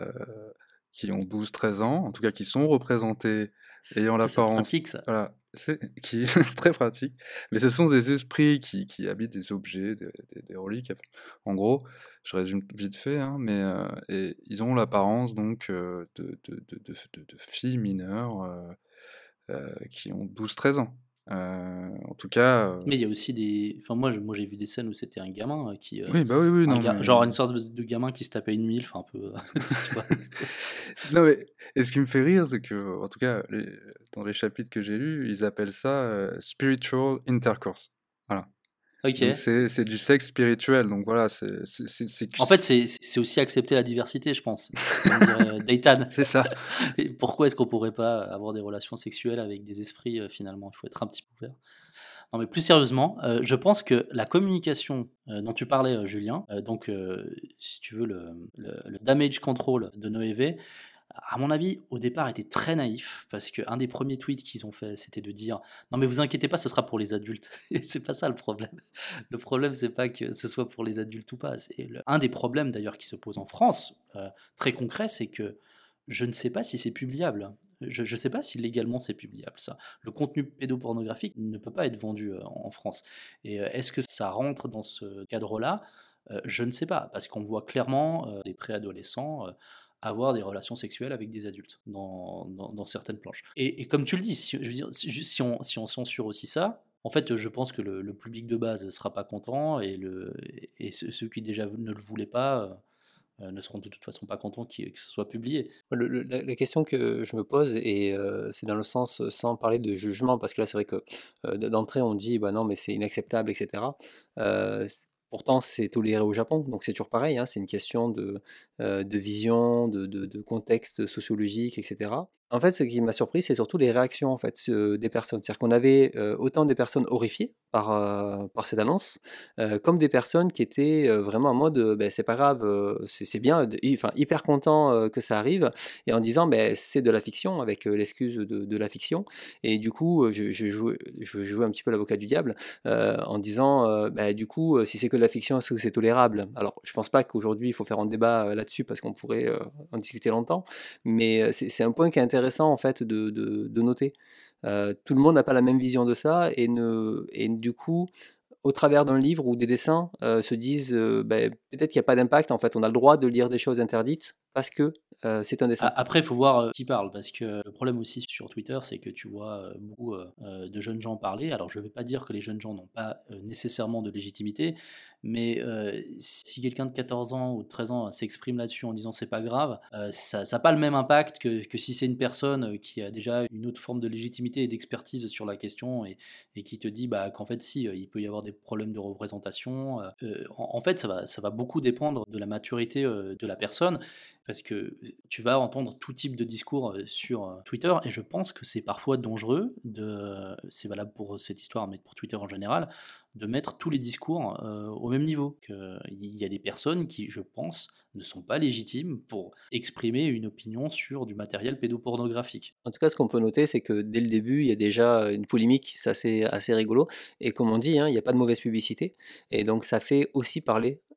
qui ont douze treize ans, en tout cas qui sont représentés ayant Ça, c'est l'apparence pratique, ça. voilà, c'est qui c'est très pratique, mais ce sont des esprits qui qui habitent des objets, des des des reliques, en gros, je résume vite fait, hein, mais heu et ils ont l'apparence donc heu, de de de de f de de filles mineures, heu heu, qui ont douze treize ans. Heu, en tout cas, heu Mais il y a aussi des. Enfin, moi, je- moi j'ai vu des scènes où c'était un gamin euh, qui. euh, oui, bah, oui, oui, un non, ga- mais Genre une sorte de de gamin qui se tapait une mille, enfin un peu. Tu vois. non, mais et ce qui me fait rire, c'est que, en tout cas, les dans les chapitres que j'ai lus, ils appellent ça, heu, spiritual intercourse. Voilà. Donc Ok. c'est c'est du sexe spirituel, donc voilà, c'est c'est c'est c'est En fait, c'est c'est aussi accepter la diversité, je pense. Comme dirait euh, Daytan. c'est ça. Et pourquoi est-ce qu'on pourrait pas avoir des relations sexuelles avec des esprits euh, finalement? Il faut être un petit peu ouvert. Non, mais plus sérieusement, euh, je pense que la communication euh, dont tu parlais, euh, Julien, euh, donc euh, si tu veux, le, le- le damage control de Noévé, à mon avis, au départ, était très naïf parce qu'un des premiers tweets qu'ils ont fait, c'était de dire non, mais vous inquiétez pas, ce sera pour les adultes. Et c'est pas ça le problème. Le problème, c'est pas que ce soit pour les adultes ou pas. C'est le- un des problèmes d'ailleurs qui se pose en France, euh, très concret, c'est que je ne sais pas si c'est publiable. Je ne sais pas si légalement c'est publiable, ça. Le contenu pédopornographique ne peut pas être vendu euh, en France. Et euh, est-ce que ça rentre dans ce cadre-là? Euh, Je ne sais pas, parce qu'on voit clairement euh, des préadolescents euh, avoir des relations sexuelles avec des adultes dans, dans, dans certaines planches. Et, et comme tu le dis, si, je veux dire, si, si on, si on censure aussi ça, en fait, je pense que le, le public de base ne sera pas content et, le, et ceux ceux qui déjà ne le voulaient pas euh, ne seront de toute façon pas contents qu'il- que ce soit publié. Le le la la question que je me pose et heu, c'est dans le sens, heu, sans parler de jugement parce que là, c'est vrai que, heu, d d'entrée on dit: «Bah non, mais c'est inacceptable» et cetera. Heu, Pourtant c'est toléré au Japon, donc c'est toujours pareil, hein, c'est une question de, heu, de vision, de de de contexte sociologique et cetera. En fait, ce qui m'a surpris, c'est surtout les réactions, en fait, ce des personnes. C'est-à-dire qu'on avait, heu, autant des personnes horrifiées par, heu, par cette annonce, heu, comme des personnes qui étaient, heu, vraiment en mode, heu: «Beh, c'est pas grave, heu, c'est c'est bien», de enfin hyper content, heu, que ça arrive et en disant: «Beh, c'est de la fiction», avec, heu, l'excuse de de la fiction et du coup, heu, je je jouais je jouais un petit peu l'avocat du diable, heu, en disant, heu: «Bah, du coup, heu, si c'est que de la fiction, est-ce que c'est tolérable?» Alors, je pense pas qu'aujourd'hui, il faut faire un débat, heu, là-dessus parce qu'on pourrait, heu, en discuter longtemps, mais, heu, c'est c'est un point qui est intéressant en fait de de de noter. Heu, tout le monde n'a pas la même vision de ça et ne et du coup, au travers d'un livre ou des dessins, heu, se disent, heu: «Beh, peut-être qu'il y a pas d'impact en fait, on a le droit de lire des choses interdites parce que, heu, c'est un dessin». A- Après, il faut voir euh, qui parle, parce que le problème aussi sur Twitter, c'est que tu vois euh, beaucoup euh, euh, de jeunes gens parler. Alors, je ne vais pas dire que les jeunes gens n'ont pas euh, nécessairement de légitimité, mais euh, si quelqu'un de quatorze ans ou de treize ans s'exprime là-dessus en disant c'est pas grave, euh, ça n'a pas le même impact que, que si c'est une personne euh, qui a déjà une autre forme de légitimité et d'expertise sur la question et, et qui te dit bah, qu'en fait, si, euh, il peut y avoir des problèmes de représentation. Euh, euh, en, en fait, ça va, ça va beaucoup dépendre de la maturité euh, de la personne parce que tu vas entendre tout type de discours euh, sur euh, Twitter et je pense que c'est parfois dangereux, de, c'est valable pour cette histoire mais pour Twitter en général, de mettre tous les discours euh, au même niveau. Que il y a des personnes qui, je pense, ne sont pas légitimes pour exprimer une opinion sur du matériel pédopornographique. En tout cas, ce qu'on peut noter, c'est que dès le début, il y a déjà une polémique, c'est assez assez rigolo et comme on dit, hein, il y a pas de mauvaise publicité et donc ça fait aussi parler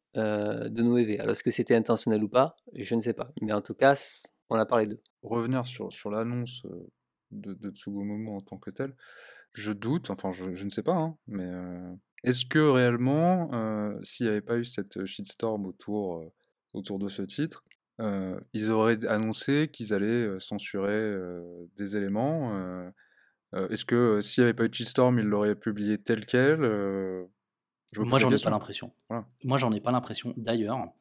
euh, de Noévé. Alors, est-ce que c'était intentionnel ou pas? Je ne sais pas. Mais en tout cas, c- on a parlé d'eux. Revenir sur, sur l'annonce euh, de, de Tsugumomo en tant que tel, je doute, enfin je, je ne sais pas, hein, mais euh, est-ce que réellement, euh, s'il n'y avait pas eu cette shitstorm autour, euh, autour de ce titre, euh, ils auraient annoncé qu'ils allaient euh, censurer euh, des éléments euh, euh, est-ce que euh, s'il n'y avait pas eu de shitstorm, ils l'auraient publié tel quel euh, Je me Moi, pose la j'en ai pas question. l'impression. Voilà. Moi, j'en ai pas l'impression. D'ailleurs,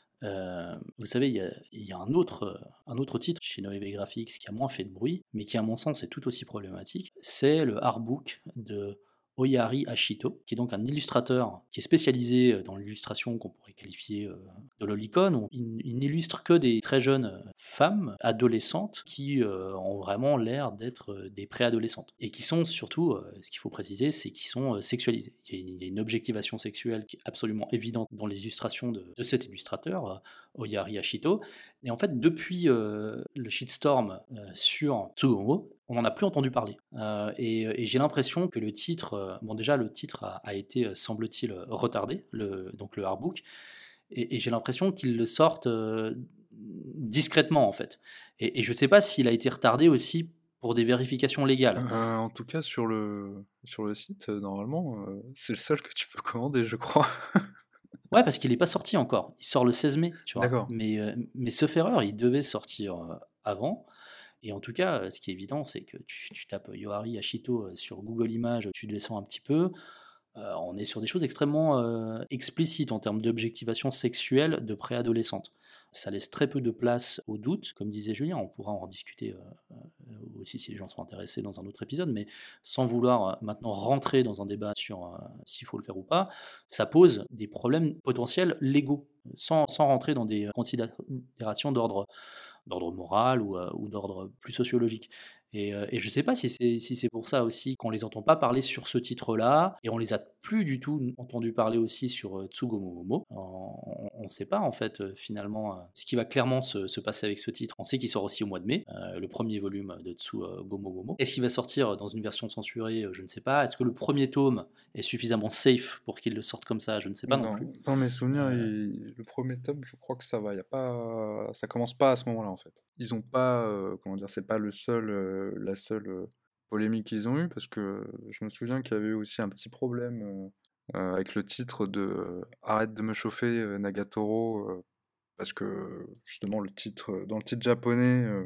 euh, vous savez, il y a, il y a un, autre, euh, un autre titre chez Noévé Graphics qui a moins fait de bruit, mais qui, à mon sens, est tout aussi problématique. C'est le artbook de Oyari Hashito, qui est donc un illustrateur qui est spécialisé euh, dans l'illustration qu'on pourrait qualifier euh, de lolicon. où Il, il n'illustre que des très jeunes euh, femmes, adolescentes, qui euh, ont vraiment l'air d'être euh, des préadolescentes. Et qui sont surtout, euh, ce qu'il faut préciser, c'est qu'ils sont euh, sexualisés. Il y, a, il y a une objectivation sexuelle qui est absolument évidente dans les illustrations de, de cet illustrateur, euh, Oyari Hashito. Et en fait, depuis euh, le shitstorm euh, sur Tsugumo, on n'en a plus entendu parler. Euh, et, et j'ai l'impression que le titre, euh, bon déjà le titre a, a été, euh, semble-t-il, retardé, le, donc le artbook, et, et j'ai l'impression qu'ils le sortent euh, discrètement en fait. Et, et je ne sais pas s'il a été retardé aussi pour des vérifications légales. Euh, en tout cas, sur le, sur le site, euh, normalement, euh, c'est le seul que tu peux commander, je crois. Ouais, parce qu'il n'est pas sorti encore. Il sort le seize mai, tu vois. D'accord. Mais, euh, mais sauf erreur, il devait sortir euh, avant. Et en tout cas, euh, ce qui est évident, c'est que tu, tu tapes Yohari Hashito euh, sur Google Images, tu descends un petit peu, euh, on est sur des choses extrêmement euh, explicites en termes d'objectivation sexuelle de préadolescente. Ça laisse très peu de place au doute, comme disait Julien, on pourra en rediscuter euh, euh, aussi si les gens sont intéressés dans un autre épisode, mais sans vouloir euh, maintenant rentrer dans un débat sur euh, s'il faut le faire ou pas, ça pose des problèmes potentiels légaux, sans, sans rentrer dans des considérations d'ordre d'ordre moral ou, euh, ou d'ordre plus sociologique. Et, euh, et je ne sais pas si c'est si c'est pour ça aussi qu'on les entend pas parler sur ce titre-là, et on les a plus du tout entendu parler aussi sur euh, Tsugomomomo. On ne sait pas en fait euh, finalement euh, ce qui va clairement se, se passer avec ce titre. On sait qu'il sort aussi au mois de mai, euh, le premier volume de Tsugomomomo. Est-ce qu'il va sortir dans une version censurée? Je ne sais pas. Est-ce que le premier tome est suffisamment safe pour qu'il le sorte comme ça? Je ne sais pas non Dans, plus. dans mes souvenirs, Euh, il- le premier tome, je crois que ça va. Y a pas, ça commence pas à ce moment-là, en fait. Ils ont pas, euh, comment dire, c'est pas le seul, euh, la seule euh, polémique qu'ils ont eue, parce que je me souviens qu'il y avait eu aussi un petit problème euh, euh, avec le titre de euh, Arrête de me chauffer, euh, Nagatoro, euh, parce que justement le titre, dans le titre japonais, euh,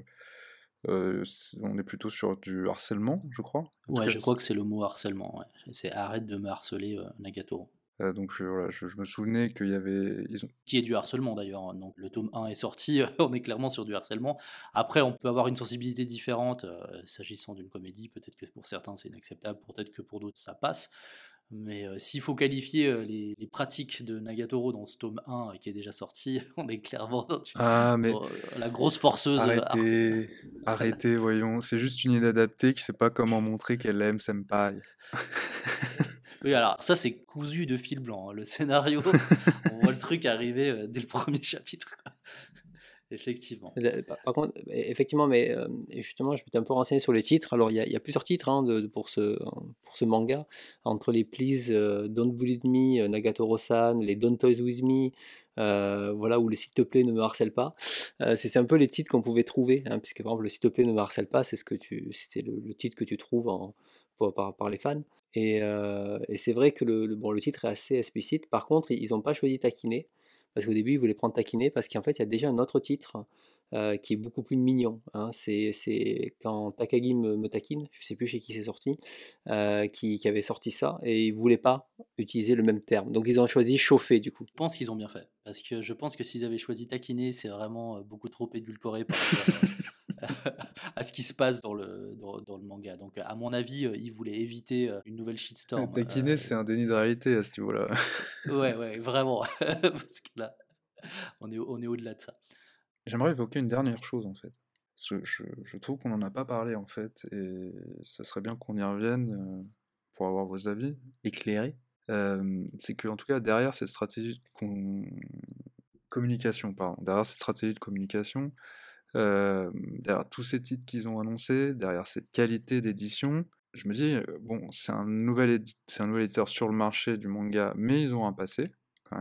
euh, c'est- on est plutôt sur du harcèlement, je crois. En tout ouais, cas, je crois que c'est le mot harcèlement. Ouais. C'est arrête de me harceler, euh, Nagatoro. euh, donc je, voilà, je, je me souvenais qu'il y avait, ils ont, Qui est du harcèlement d'ailleurs, hein. Donc le tome un est sorti, on est clairement sur du harcèlement. Après, on peut avoir une sensibilité différente euh, s'agissant d'une comédie. Peut-être que pour certains c'est inacceptable, peut-être que pour d'autres ça passe. Mais euh, s'il faut qualifier euh, les, les pratiques de Nagatoro dans ce tome un euh, qui est déjà sorti, on est clairement dans, ah mais dans, euh, la grosse forceuse euh, harcè- arrêtez, arrêtez, voyons. C'est juste une inadaptée qui sait pas comment montrer qu'elle aime Senpai. Oui, alors ça c'est cousu de fil blanc, hein. Le scénario, on voit le truc arriver euh, dès le premier chapitre. Effectivement. Le- Par par contre, e- effectivement, mais euh, et justement, je m'étais un peu renseigné sur les titres. Alors, il y a, il y a plusieurs titres hein, de, de- pour, ce, pour ce manga. Entre les Please, euh, Don't Bully Me, euh, Nagatoro-san, les Don't Toys With Me, euh, voilà, ou les S'il te plaît, ne me harcèle pas. Euh, c'est c'est un peu les titres qu'on pouvait trouver, hein, puisque par exemple, le S'il te plaît, ne me harcèle pas, c'est ce que tu, c'était le, le titre que tu trouves en- pour- par, par les fans. Et, euh, et c'est vrai que le, le- bon, le titre est assez explicite. Par contre, ils n'ont pas choisi taquiner. Parce qu'au début, ils voulaient prendre taquiner parce qu'en fait, il y a déjà un autre titre euh, qui est beaucoup plus mignon, hein. C'est c'est quand Takagi me, me taquine, je sais plus chez qui c'est sorti, euh, qui, qui avait sorti ça, et ils voulaient pas utiliser le même terme. Donc ils ont choisi chauffer du coup. Je pense qu'ils ont bien fait. Parce que je pense que s'ils avaient choisi taquiner, c'est vraiment euh, beaucoup trop édulcoré par rapport euh, à ce qui se passe dans le, dans, dans le manga. Donc, à mon avis, euh, ils voulaient éviter euh, une nouvelle shitstorm. Taquiner, Euh, c'est un déni de réalité à ce niveau-là. ouais, ouais, vraiment. Parce que là, on est, on est au-delà de ça. J'aimerais évoquer une dernière chose en fait. Parce que je, je trouve qu'on n'en a pas parlé en fait, et ça serait bien qu'on y revienne euh, pour avoir vos avis éclairés. Euh, c'est que en tout cas derrière cette stratégie de con- communication, pardon, derrière cette stratégie de communication, euh, derrière tous ces titres qu'ils ont annoncés, derrière cette qualité d'édition, je me dis, euh, bon, c'est un nouvel édi- c'est un nouvel éditeur sur le marché du manga, mais ils ont un passé, quand même.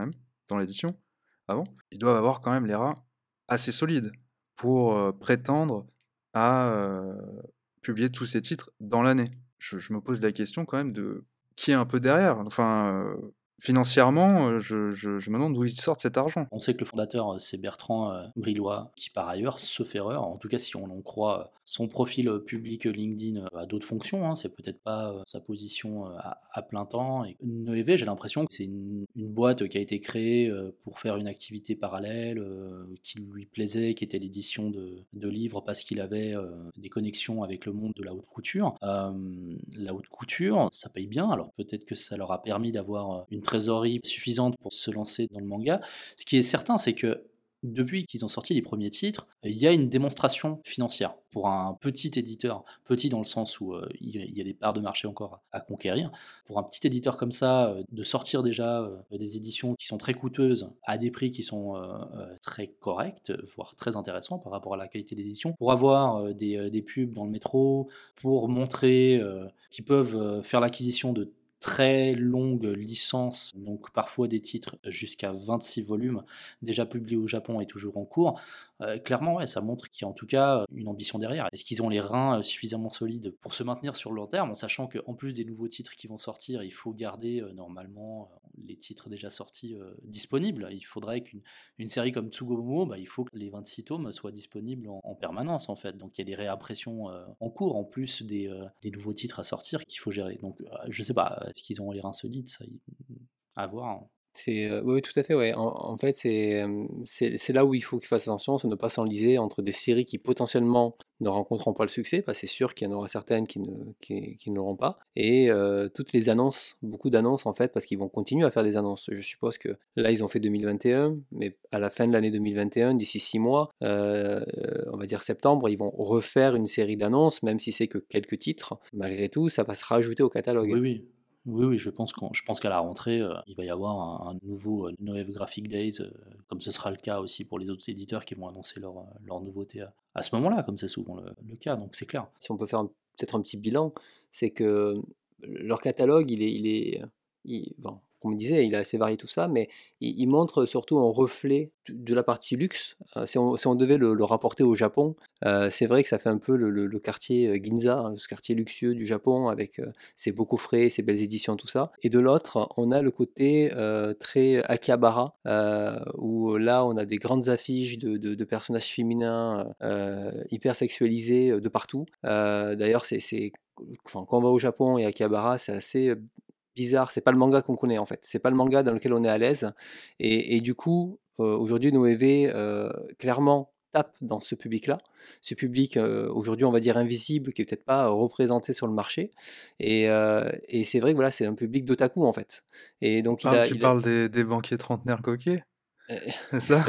dans l'édition, avant, ils doivent avoir quand même les reins assez solides pour euh, prétendre à euh, publier tous ces titres dans l'année. Je, je me pose la question quand même de qui est un peu derrière. Enfin, euh, financièrement, euh, je, je, je me demande d'où ils sortent cet argent. On sait que le fondateur, euh, c'est Bertrand euh, Brillois, qui par ailleurs, sauf erreur, en tout cas si on en croit euh, son profil euh, public euh, LinkedIn euh, a d'autres fonctions, hein, c'est peut-être pas euh, sa position euh, à, à plein temps. Et Noévé, j'ai l'impression que c'est une, une boîte qui a été créée euh, pour faire une activité parallèle, euh, qui lui plaisait, qui était l'édition de, de livres parce qu'il avait euh, des connexions avec le monde de la haute couture. Euh, la haute couture, ça paye bien, alors peut-être que ça leur a permis d'avoir euh, une trésorerie suffisante pour se lancer dans le manga. Ce qui est certain, c'est que depuis qu'ils ont sorti les premiers titres, il y a une démonstration financière pour un petit éditeur, petit dans le sens où euh, il y a- il y a des parts de marché encore à conquérir. Pour un petit éditeur comme ça, euh, de sortir déjà euh, des éditions qui sont très coûteuses à des prix qui sont euh, euh, très corrects, voire très intéressants par rapport à la qualité d'édition, pour avoir euh, des, euh, des pubs dans le métro, pour montrer euh, qu'ils peuvent euh, faire l'acquisition de très longues licences, donc parfois des titres jusqu'à vingt-six volumes, déjà publiés au Japon et toujours en cours. Euh, clairement, ouais, ça montre qu'il y a en tout cas une ambition derrière. Est-ce qu'ils ont les reins euh, suffisamment solides pour se maintenir sur le long terme, en sachant qu'en plus des nouveaux titres qui vont sortir, il faut garder euh, normalement euh, les titres déjà sortis euh, disponibles. Il faudrait qu'une une série comme Tsugomomo, bah, il faut que les vingt-six tomes soient disponibles en, en permanence en fait. Donc il y a des réimpressions euh, en cours, en plus des, euh, des nouveaux titres à sortir qu'il faut gérer. Donc euh, je sais pas, est-ce qu'ils ont les reins solides, ça, il- à voir, hein. C'est, heu, oui, oui, tout à fait, ouais. En en fait, c'est, hem, c'est c'est là où il faut qu'ils fassent attention, c'est ne pas s'enliser entre des séries qui potentiellement ne rencontreront pas le succès, parce que c'est sûr qu'il y en aura certaines qui ne qui qui ne l'auront pas et heu, toutes les annonces, beaucoup d'annonces en fait, parce qu'ils vont continuer à faire des annonces. Je suppose que là, ils ont fait deux mille vingt et un, mais à la fin de l'année deux mille vingt et un, d'ici six mois, heu, on va dire septembre, ils vont refaire une série d'annonces, même si c'est que quelques titres. Malgré tout, ça va se rajouter au catalogue. Oui, oui. Oui, oui, je pense qu'en je pense qu'à la rentrée, heu, il va y avoir un un nouveau, heu, Noël Graphic Days, heu, comme ce sera le cas aussi pour les autres éditeurs qui vont annoncer leurs, heu, leurs nouveautés à à ce moment-là, comme c'est souvent le le cas, donc c'est clair. Si on peut faire un- peut-être un petit bilan, c'est que leur catalogue, il est, il est, il- bon, comme on disait, il est assez varié tout ça, mais il, il montre surtout un reflet de, de la partie luxe. Euh, si, on, si on devait le, le rapporter au Japon, euh, c'est vrai que ça fait un peu le, le- le quartier euh, Ginza, hein, ce quartier luxueux du Japon, avec euh, ses beaux coffrets, ses belles éditions, tout ça. Et de l'autre, on a le côté euh, très Akihabara, euh, où là, on a des grandes affiches de, de- de personnages féminins euh, hyper sexualisés euh, de partout. Euh, D'ailleurs, c'est, c'est, enfin, quand on va au Japon et à Akihabara, c'est assez euh, bizarre. C'est pas le manga qu'on connaît en fait. C'est pas le manga dans lequel on est à l'aise. Et, et du coup, euh, aujourd'hui, Noévé euh, clairement tape dans ce public-là. Ce public, euh, aujourd'hui, on va dire invisible, qui est peut-être pas représenté sur le marché. Et, euh, et c'est vrai que voilà, c'est un public d'otaku en fait. Et Tu donc, il parles, a, tu il a- parles des, des banquiers trentenaires coquets, euh, c'est ça?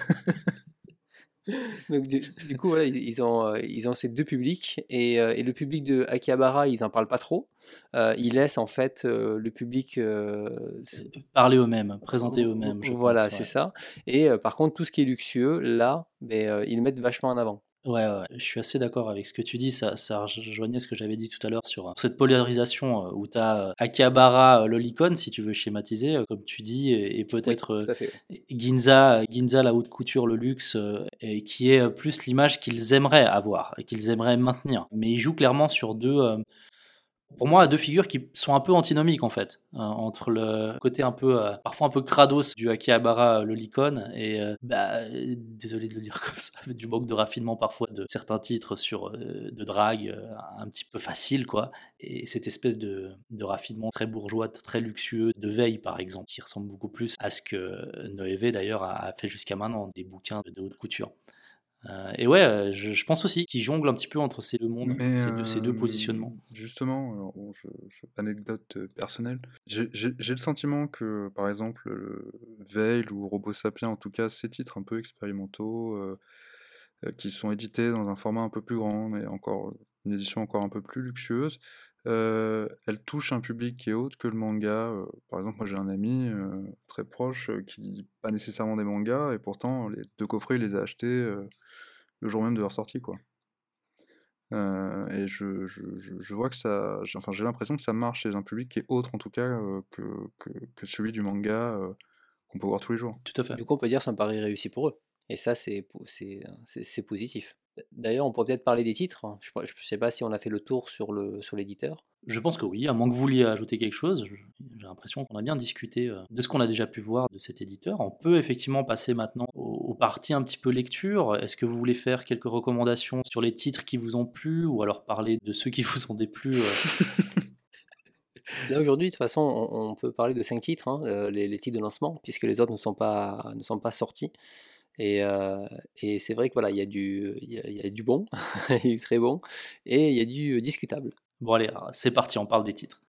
Donc du, du coup, voilà, ils, ils ont, euh, ils ont ces deux publics et, euh, et le public de Akihabara, ils en parlent pas trop. Euh, ils laissent en fait euh, le public, euh, s- Heu, parler eux-mêmes, présenter vo- vo- eux-mêmes, je voilà, pense, c'est ouais. ça. Et euh, par contre, tout ce qui est luxueux, là, ben, euh, ils le mettent vachement en avant. Ouais, ouais, ouais, je suis assez d'accord avec ce que tu dis, ça ça rejoignait ce que j'avais dit tout à l'heure sur, heu, cette polarisation, heu, où tu as, Akihabara, heu, lolicon, si tu veux schématiser, heu, comme tu dis et et Oui, peut-être, tout heu, à fait. Ginza Ginza, la haute couture, le luxe, heu et qui est, heu, plus l'image qu'ils aimeraient avoir et qu'ils aimeraient maintenir. Mais ils jouent clairement sur deux. Hem Pour moi, deux figures qui sont un peu antinomiques en fait, heu, entre le côté un peu, heu, parfois un peu crados du Akihabara, heu, lolicon et heu, bah, heu, désolé de le dire comme ça, mais du manque de raffinement parfois de certains titres sur, heu, de drague, heu, un petit peu facile quoi et cette espèce de de raffinement très bourgeois, très luxueux de Veil par exemple, qui ressemble beaucoup plus à ce que Noévé d'ailleurs a a fait jusqu'à maintenant, des bouquins de haute couture. Heu et ouais, heu, je je pense aussi qu'ils jonglent un petit peu entre ces deux mondes, Mais ces deux ces deux euh, positionnements. justement, alors bon, je, je- anecdote euh, personnelle, j'ai j'ai- j'ai le sentiment que, par exemple, le Veil ou Robo Sapien, en tout cas, ces titres un peu expérimentaux, euh, euh, qui sont édités dans un format un peu plus grand, et encore une édition encore un peu plus luxueuse, euh, elles touchent un public qui est autre que le manga. euh, par exemple, moi j'ai un ami euh, très proche euh, qui lit pas nécessairement des mangas, et pourtant les deux coffrets il les a achetés euh, le jour même de leur sortie, quoi. Euh, et je, je, je, je vois que ça, j'ai- enfin j'ai l'impression que ça marche chez un public qui est autre en tout cas euh, que, que, que celui du manga, euh, qu'on peut voir tous les jours. Tout à fait. Du coup, on peut dire que c'est un pari réussi pour eux. Et ça, c'est po- c'est c'est- c'est positif. D'ailleurs, on pourrait peut-être parler des titres, hein. Je ne sais pas si on a fait le tour sur le sur l'éditeur. Je pense que oui, à moins que vous vouliez ajouter quelque chose. je- J'ai l'impression qu'on a bien discuté euh, de ce qu'on a déjà pu voir de cet éditeur. On peut effectivement passer maintenant aux, aux parties un petit peu lecture. Est-ce que vous voulez faire quelques recommandations sur les titres qui vous ont plu ou alors parler de ceux qui vous ont déplu euh, Là, aujourd'hui, de toute façon, on, on peut parler de cinq titres, hein, euh, les, les titres de lancement, puisque les autres ne sont pas, ne sont pas sortis. Et, euh, et c'est vrai que voilà, il y a du, il y a, il y a du bon, il y a du très bon, et il y a du euh, discutable. Bon allez, alors, c'est parti, on parle des titres.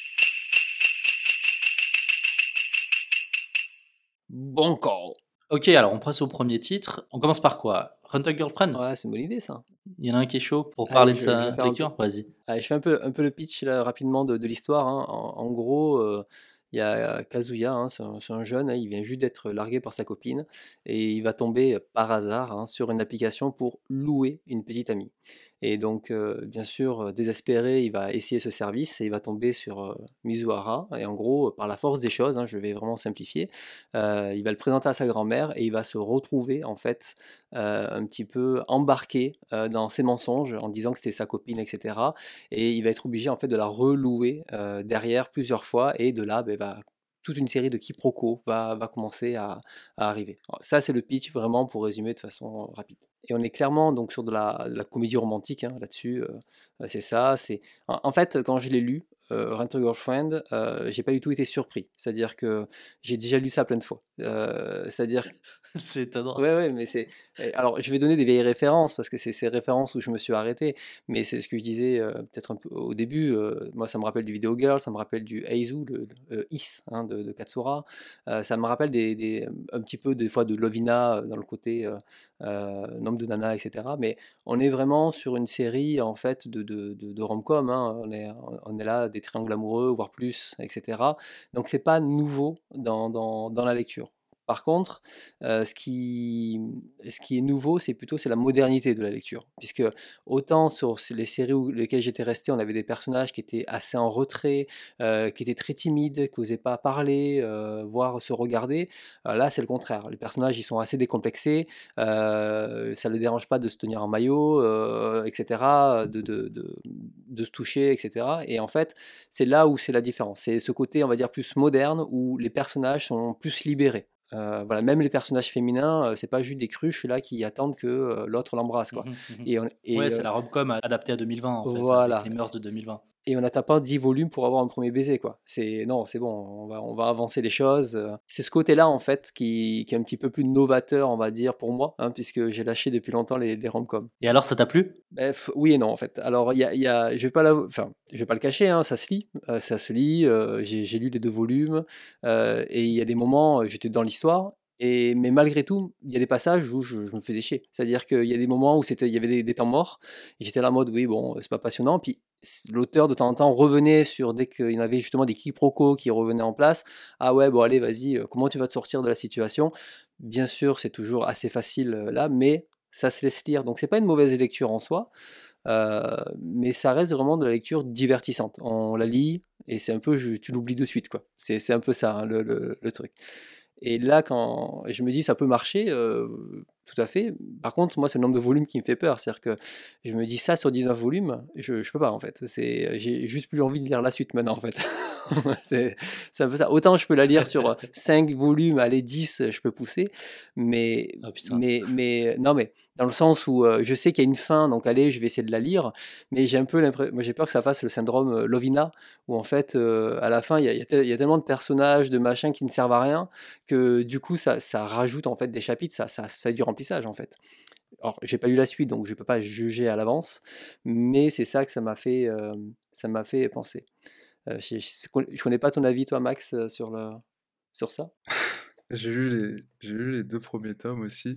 Bon call. Ok, alors on passe au premier titre. On commence par quoi? Hunter Girlfriend? Ouais, c'est une bonne idée ça. Il y en a un qui est chaud pour Allez, parler de je, je vais sa faire un peu, lecture? Vas-y. allez, je fais un peu, un peu le pitch là, rapidement de, de l'histoire, hein. En, en gros, euh, il y a Kazuya, hein, c'est un, c'est un jeune, hein, il vient juste d'être largué par sa copine et il va tomber euh, par hasard, hein, sur une application pour louer une petite amie. Et donc, euh, bien sûr, euh, désespéré, il va essayer ce service et il va tomber sur euh, Mizuhara. Et en gros, par la force des choses, hein, je vais vraiment simplifier, euh, il va le présenter à sa grand-mère et il va se retrouver en fait euh, un petit peu embarqué euh, dans ses mensonges en disant que c'était sa copine, et cetera. Et il va être obligé en fait de la relouer euh, derrière plusieurs fois et de là, ben, va- toute une série de quiproquos va, va commencer à, à arriver. Alors, ça, c'est le pitch vraiment pour résumer de façon rapide. Et on est clairement donc sur de la, de la comédie romantique, hein, là-dessus. euh, euh, c'est ça. C'est en, en fait quand je l'ai lu, euh, Rent a Girlfriend, euh, j'ai pas du tout été surpris. C'est-à-dire que j'ai déjà lu ça plein de fois. Euh, c'est-à-dire C'est étonnant. Ouais, ouais, mais c'est. et Alors, je vais donner des vieilles références parce que c'est ces références où je me suis arrêté. Mais c'est ce que je disais euh, peut-être un peu au début. Euh, moi, ça me rappelle du Video Girl, ça me rappelle du Eizu, le, le- euh, Is, hein, de, de Katsura. Euh, ça me rappelle des, des- un petit peu des fois de Lovina euh, dans le côté euh, euh, Nombre de Nana, et cetera. Mais on est vraiment sur une série en fait de, de, de, de rom-com, hein. On est, on est là, des triangles amoureux, voire plus, et cetera. Donc, c'est pas nouveau dans, dans, dans la lecture. Par contre, Heu, ce qui ce qui est nouveau, c'est plutôt c'est la modernité de la lecture. Puisque autant sur s les séries où lesquelles j'étais resté, on avait des personnages qui étaient assez en retrait, heu, qui étaient très timides, qui osaient pas parler, heu, voire se regarder. Heu, là, c'est le contraire. Les personnages, ils sont assez décomplexés, heu, ça ne les dérange pas de se tenir en maillot, heu, et cetera, de de de de se toucher, et cetera. Et en fait, c'est là où c'est la différence. C'est ce côté, on va dire, plus moderne où les personnages sont plus libérés. Heu, voilà, même les personnages féminins, heu, c'est pas juste des cruches là qui attendent que, heu, l'autre l'embrasse quoi. Mhm, mhm. Et on Ouais, et c'est heu, la rom-com adaptée à deux mille vingt en fait, avec les voilà. mœurs de deux mille vingt. Et on n'attend pas dix volumes pour avoir un premier baiser, quoi. C'est non, c'est bon, on va on va avancer les choses, heu. C'est ce côté-là, en fait, qui qui est un petit peu plus novateur, on va dire, pour moi, hein, puisque j'ai lâché depuis longtemps les les rom-coms. Et alors, ça t'a plu? Beh, f oui et non, en fait. Alors il y a il y a je vais pas l'avo enfin, je vais pas le cacher, hein, ça se lit, heu, ça se lit, heu, j'ai j'ai lu les deux volumes, heu et il y a des moments, heu, j'étais dans l'histoire et mais malgré tout, il y a des passages où je je me faisais chier. C'est-à-dire qu'il y a des moments où c'était il y avait des des temps morts et j'étais là en mode: «Oui, bon, c'est pas passionnant». Puis s l'auteur de temps en temps revenait sur dès qu'il y en avait justement des quiproquos qui revenaient en place: «Ah ouais, bon allez, vas-y, heu, comment tu vas te sortir de la situation?» Bien sûr, c'est toujours assez facile, heu, là, mais ça se laisse lire. Donc c'est pas une mauvaise lecture en soi, heu, mais ça reste vraiment de la lecture divertissante. On la lit et c'est un peu je tu l'oublies de suite, quoi. C'est c'est un peu ça, hein, le le le truc. Et là, quand je me dis: «Ça peut marcher», heu, tout à fait. Par contre, moi, c'est le nombre de volumes qui me fait peur. C'est-à-dire que je me dis: «Ça sur dix-neuf volumes, je je peux pas, en fait». C'est j'ai juste plus envie de lire la suite maintenant, en fait. C'est c'est un peu ça. Autant je peux la lire sur, heu, cinq volumes, allez dix, je peux pousser, mais Ah putain. mais mais non, mais dans le sens où, heu, je sais qu'il y a une fin, donc allez, je vais essayer de la lire, mais j'ai un peu l'impré moi, j'ai peur que ça fasse le syndrome, heu, Lovina, où en fait, heu, à la fin, il y a il y a tel il y a tellement de personnages, de machins qui ne servent à rien, que du coup ça ça rajoute en fait des chapitres, ça ça fait du remplissage en fait. Alors j'ai pas lu la suite donc je peux pas juger à l'avance, mais c'est ça que ça m'a fait, hem, ça m'a fait penser. Heu, je je je connais pas ton avis toi Max, heu, sur le sur ça? J'ai lu les j'ai lu les deux premiers tomes aussi.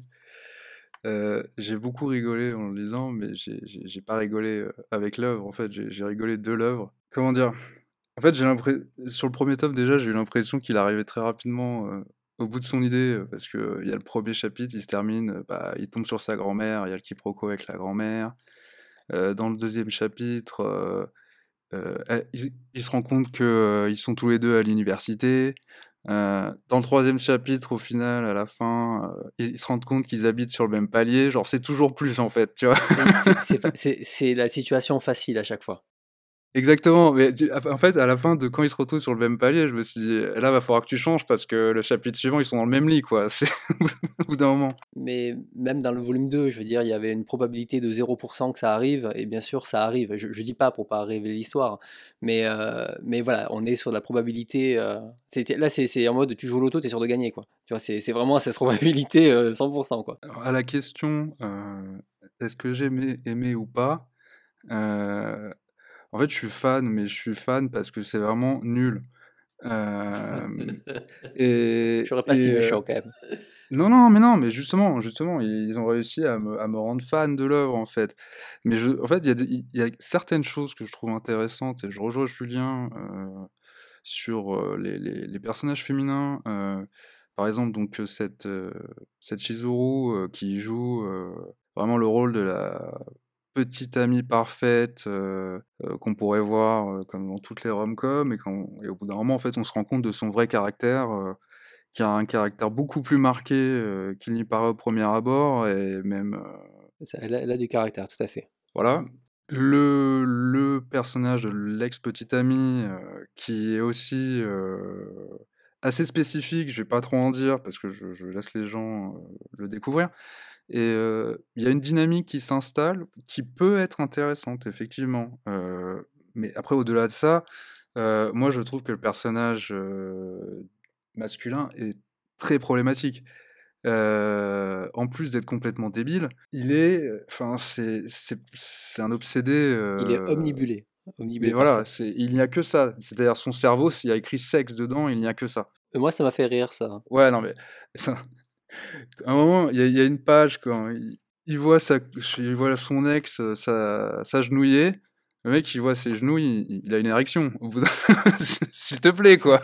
Heu, j'ai beaucoup rigolé en le lisant, mais j'ai j'ai j'ai pas rigolé, heu, avec l'œuvre, en fait, j'ai j'ai rigolé de l'œuvre. Comment dire? En fait, j'ai l'impré sur le premier tome, déjà, j'ai eu l'impression qu'il arrivait très rapidement, heu, au bout de son idée, heu, parce qu'il y a le premier chapitre, il se termine, heu, bah, il tombe sur sa grand-mère, il y a le quiproquo avec la grand-mère. Heu, dans le deuxième chapitre, heu heu, elle il il se rend compte que, heu, ils sont tous les deux à l'université. Heu, dans le troisième chapitre, au final, à la fin, heu, ils ils se rendent compte qu'ils habitent sur le même palier. Genre, c'est toujours plus, en fait, tu vois? Oui, c'est c'est fa c'est c'est la situation facile à chaque fois. Exactement, mais tu en fait, à la fin de quand ils se retrouvent sur le même palier, je me suis dit: «Là, va falloir que tu changes parce que le chapitre suivant, ils sont dans le même lit, quoi». C'est au bout d'un moment. Mais même dans le volume deux, je veux dire, il y avait une probabilité de zéro pour cent que ça arrive et bien sûr, ça arrive. Je je dis pas pour pas révéler l'histoire, mais heu, mais voilà, on est sur la probabilité, heu, c'était là, c'est c'est en mode tu joues au loto, tu es sûr de gagner, quoi. Tu vois? C'est c'est vraiment cette probabilité, heu, cent pour cent, quoi. Alors à la question, heu, est-ce que j'ai aimé aimé ou pas? Heu, en fait, je suis fan, mais je suis fan parce que c'est vraiment nul. Hem et Je serais pas si et heu méchant quand même. non, non, mais non, mais justement justement, ils ont réussi à me à me rendre fan de l'œuvre, en fait. Mais je en fait, il y a des il y a certaines choses que je trouve intéressantes et je rejoins Julien, heu, sur, heu, les les les personnages féminins. Heu, par exemple, donc heu, cette, heu, cette Chizuru, heu, qui joue, heu, vraiment le rôle de la petite amie parfaite, heu heu, qu'on pourrait voir, heu, comme dans toutes les rom-coms et qu'on et au bout d'un moment, en fait, on se rend compte de son vrai caractère, heu, qui a un caractère beaucoup plus marqué, heu, qu'il n'y paraît au premier abord et même, heu, Ça elle a elle a du caractère, tout à fait. voilà. Le le personnage de l'ex-petite amie, heu, qui est aussi, heu, assez spécifique, je vais pas trop en dire parce que je je laisse les gens, heu, le découvrir et heu, il y a une dynamique qui s'installe, qui peut être intéressante effectivement, heu, mais après au-delà de ça, heu, moi je trouve que le personnage, heu, masculin est très problématique. Heu, en plus d'être complètement débile, il est, heu, enfin c'est c'est c'est un obsédé, Il est heu, omnibulé, mais omnibulé par voilà, ça. c'est il n'y a que ça. C'est-à-dire son cerveau, s'il y a écrit sexe dedans, il n'y a que ça. Et moi, ça m'a fait rire ça, hein. Ouais, non mais ça à un moment, il y a il y a une page quand il il voit sa il voit son ex, heu, s'a s'agenouiller. Le mec, il voit ses genoux, il il a une érection. Au bout d'un s'il te plaît, quoi.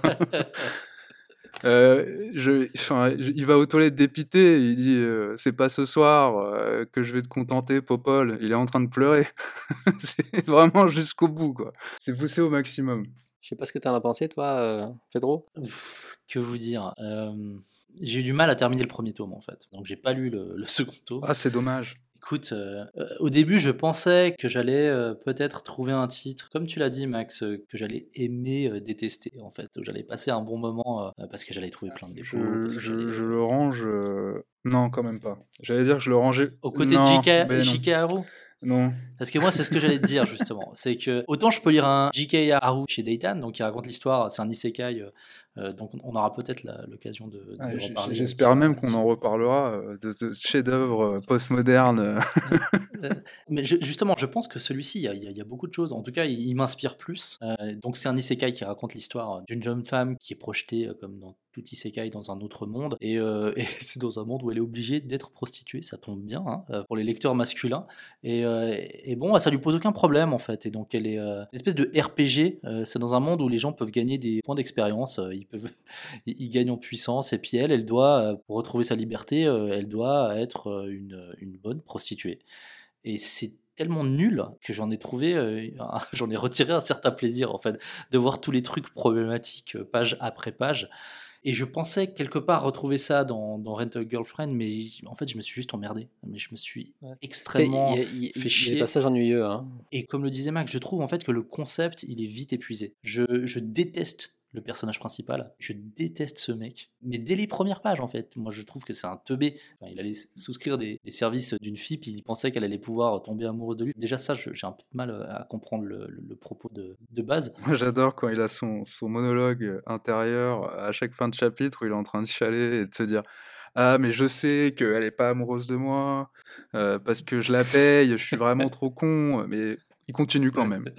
Heu, je enfin, je il va aux toilettes dépité, il dit, heu: «C'est pas ce soir, heu, que je vais te contenter, Popol». Il est en train de pleurer. C'est vraiment jusqu'au bout, quoi. C'est poussé au maximum. Je sais pas ce que tu en as pensé toi, heu, Pedro? Ouf, que vous dire? Hem, j'ai eu du mal à terminer le premier tome, en fait, donc j'ai pas lu le le second tome. Ah, c'est dommage. Écoute, heu heu, au début, je pensais que j'allais, heu, peut-être trouver un titre, comme tu l'as dit Max, heu, que j'allais aimer, heu, détester, en fait, où j'allais passer un bon moment, heu, parce que j'allais trouver plein de défauts, parce Je que je j'allais, je heu le range, heu non, quand même pas. J'allais dire que je le rangeais aux côtés de non, J K beh, non. J K. Haru? Non. Parce que moi, c'est ce que j'allais te dire justement. C'est que autant je peux lire un J K. Haru chez Deitan, donc qui raconte l'histoire, c'est un isekai, heu heu, donc on aura peut-être la l'occasion de Ah, de j'e j'e reparler, heu, j'espère qui même m'a qu'on en qui reparlera, heu, de ce chef-d'œuvre, heu, post-moderne, heu. Heu heu, mais ju justement, je pense que celui-ci, il y a il y a il y a beaucoup de choses. En tout cas, il il m'inspire plus. Heu, donc c'est un isekai qui raconte l'histoire d'une jeune femme qui est projetée, heu, comme dans tout isekai, dans un autre monde et heu et c'est dans un monde où elle est obligée d'être prostituée, ça tombe bien, hein, heu, pour les lecteurs masculins et heu et bon, ça lui pose aucun problème, en fait et donc elle est, heu, une espèce de R P G, heu, c'est dans un monde où les gens peuvent gagner des points d'expérience, heu, ils peuvent ils ils gagnent en puissance et puis elle, elle doit, heu, pour retrouver sa liberté, heu, elle doit être, heu, une, heu, une bonne prostituée. Et c'est tellement nul que j'en ai trouvé, heu, un j'en ai retiré un certain plaisir, en fait, de voir tous les trucs problématiques, heu, page après page et je pensais quelque part retrouver ça dans dans Rent a Girlfriend, mais j en fait, je me suis juste emmerdé. Mais je me suis Ouais. Tu sais, il y extrêmement a il y a fait il y a des chier passages ennuyeux, hein. et comme le disait Max, je trouve, en fait, que le concept, il est vite épuisé. Je je déteste le personnage principal, je déteste ce mec, mais dès les premières pages, en fait. Moi, je trouve que c'est un teubé. Enfin, il allait s souscrire des des services d'une fille, puis il pensait qu'elle allait pouvoir tomber amoureuse de lui. Déjà ça, je j'ai un peu de mal, heu, à comprendre le le le propos de de base. Moi, j'adore quand il a son son monologue, heu, intérieur, à chaque fin de chapitre où il est en train de chialer et de se dire: «Ah mais je sais qu'elle est pas amoureuse de moi, heu, parce que je la paye, je suis vraiment trop con», mais il continue quand même.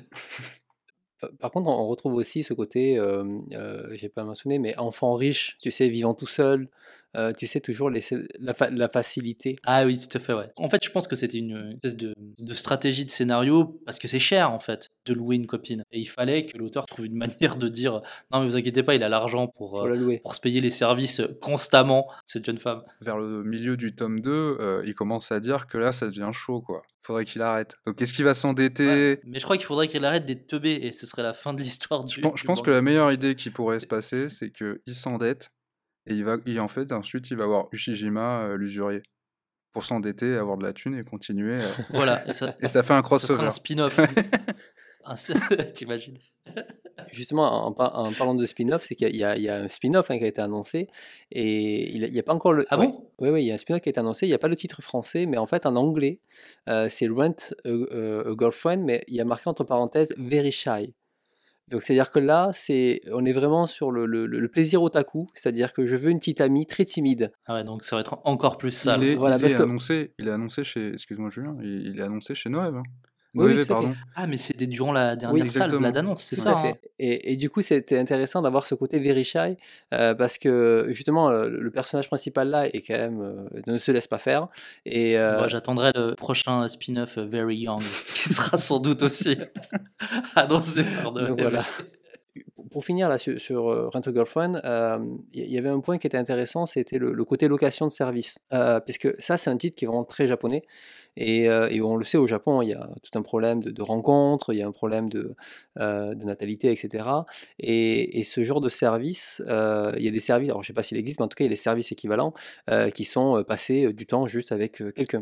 Pa par contre, on on retrouve aussi ce côté, hem, heu, j'ai pas mentionné, mais enfant riche, tu sais, vivant tout seul, euh, tu sais, toujours laisser la, fa- la facilité. Ah oui, tout à fait, ouais. En fait, je pense que c'était une espèce de, de stratégie de scénario parce que c'est cher, en fait, de louer une copine. Et il fallait que l'auteur trouve une manière de dire non, mais vous inquiétez pas, il a l'argent pour, Pour euh, la louer. pour se payer les services constamment, cette jeune femme. Vers le milieu du tome deux, euh, il commence à dire que là, ça devient chaud, quoi. Faudrait qu'il arrête. Donc, est-ce qu'il va s'endetter? Ouais. Mais je crois qu'il faudrait qu'elle arrête d'être teubée et ce serait la fin de l'histoire du. Je pense, je du pense que manga. la meilleure idée qui pourrait se passer, c'est qu'il s'endette et il va, et en fait, ensuite, il va voir Ushijima, euh, l'usurier, pour s'endetter, avoir de la thune et continuer. euh, Voilà, et ça, Et ça fait un ça fera crossover. un spin-off. Un- T'imagines? Justement, en, par- en parlant de spin-off, c'est qu'il y, a- il y a un spin-off hein, qui a été annoncé et il n'y a pas encore le. Ah ouais, bon? ouais, ouais, il y a un spin-off qui a été annoncé. Il n'y a pas le titre français, mais en fait en anglais, euh, c'est Rent a, a- a Girlfriend, mais il y a marqué entre parenthèses Very Shy. Donc c'est-à-dire que là, c'est, on est vraiment sur le, le- le plaisir otaku, c'est-à-dire que je veux une petite amie très timide. Ah ouais, donc ça va être encore plus sale. Il est, Voilà, il parce est que annoncé, il est annoncé chez, excuse-moi Julien, il, il est annoncé chez Noël. Hein. oui, oui, Noévé, tout à fait. pardon. Ah, mais c'était durant la Oui, dernière salle, la exactement. d'annonce, c'est Tout ça, à hein? fait. Et, et du coup, c'était intéressant d'avoir ce côté very shy euh, parce que justement, euh, le personnage principal là est quand même euh, ne se laisse pas faire. Et euh, Moi, j'attendrai le prochain spin-off euh, Very Young, qui sera sans doute aussi annoncé par Noël. donc voilà. Pour finir là sur, sur euh, Rent a Girlfriend, euh, il y, y avait un point qui était intéressant, c'était le, le côté location de service, euh, parce que ça c'est un titre qui est vraiment très japonais. Et, euh, et on le sait, au Japon, il y a tout un problème de, de rencontres, il y a un problème de, euh, de natalité, et cetera. Et, et ce genre de service, euh, il y a des services, alors je ne sais pas s'il existe, mais en tout cas, il y a des services équivalents euh, qui sont euh, passés euh, du temps juste avec euh, quelqu'un.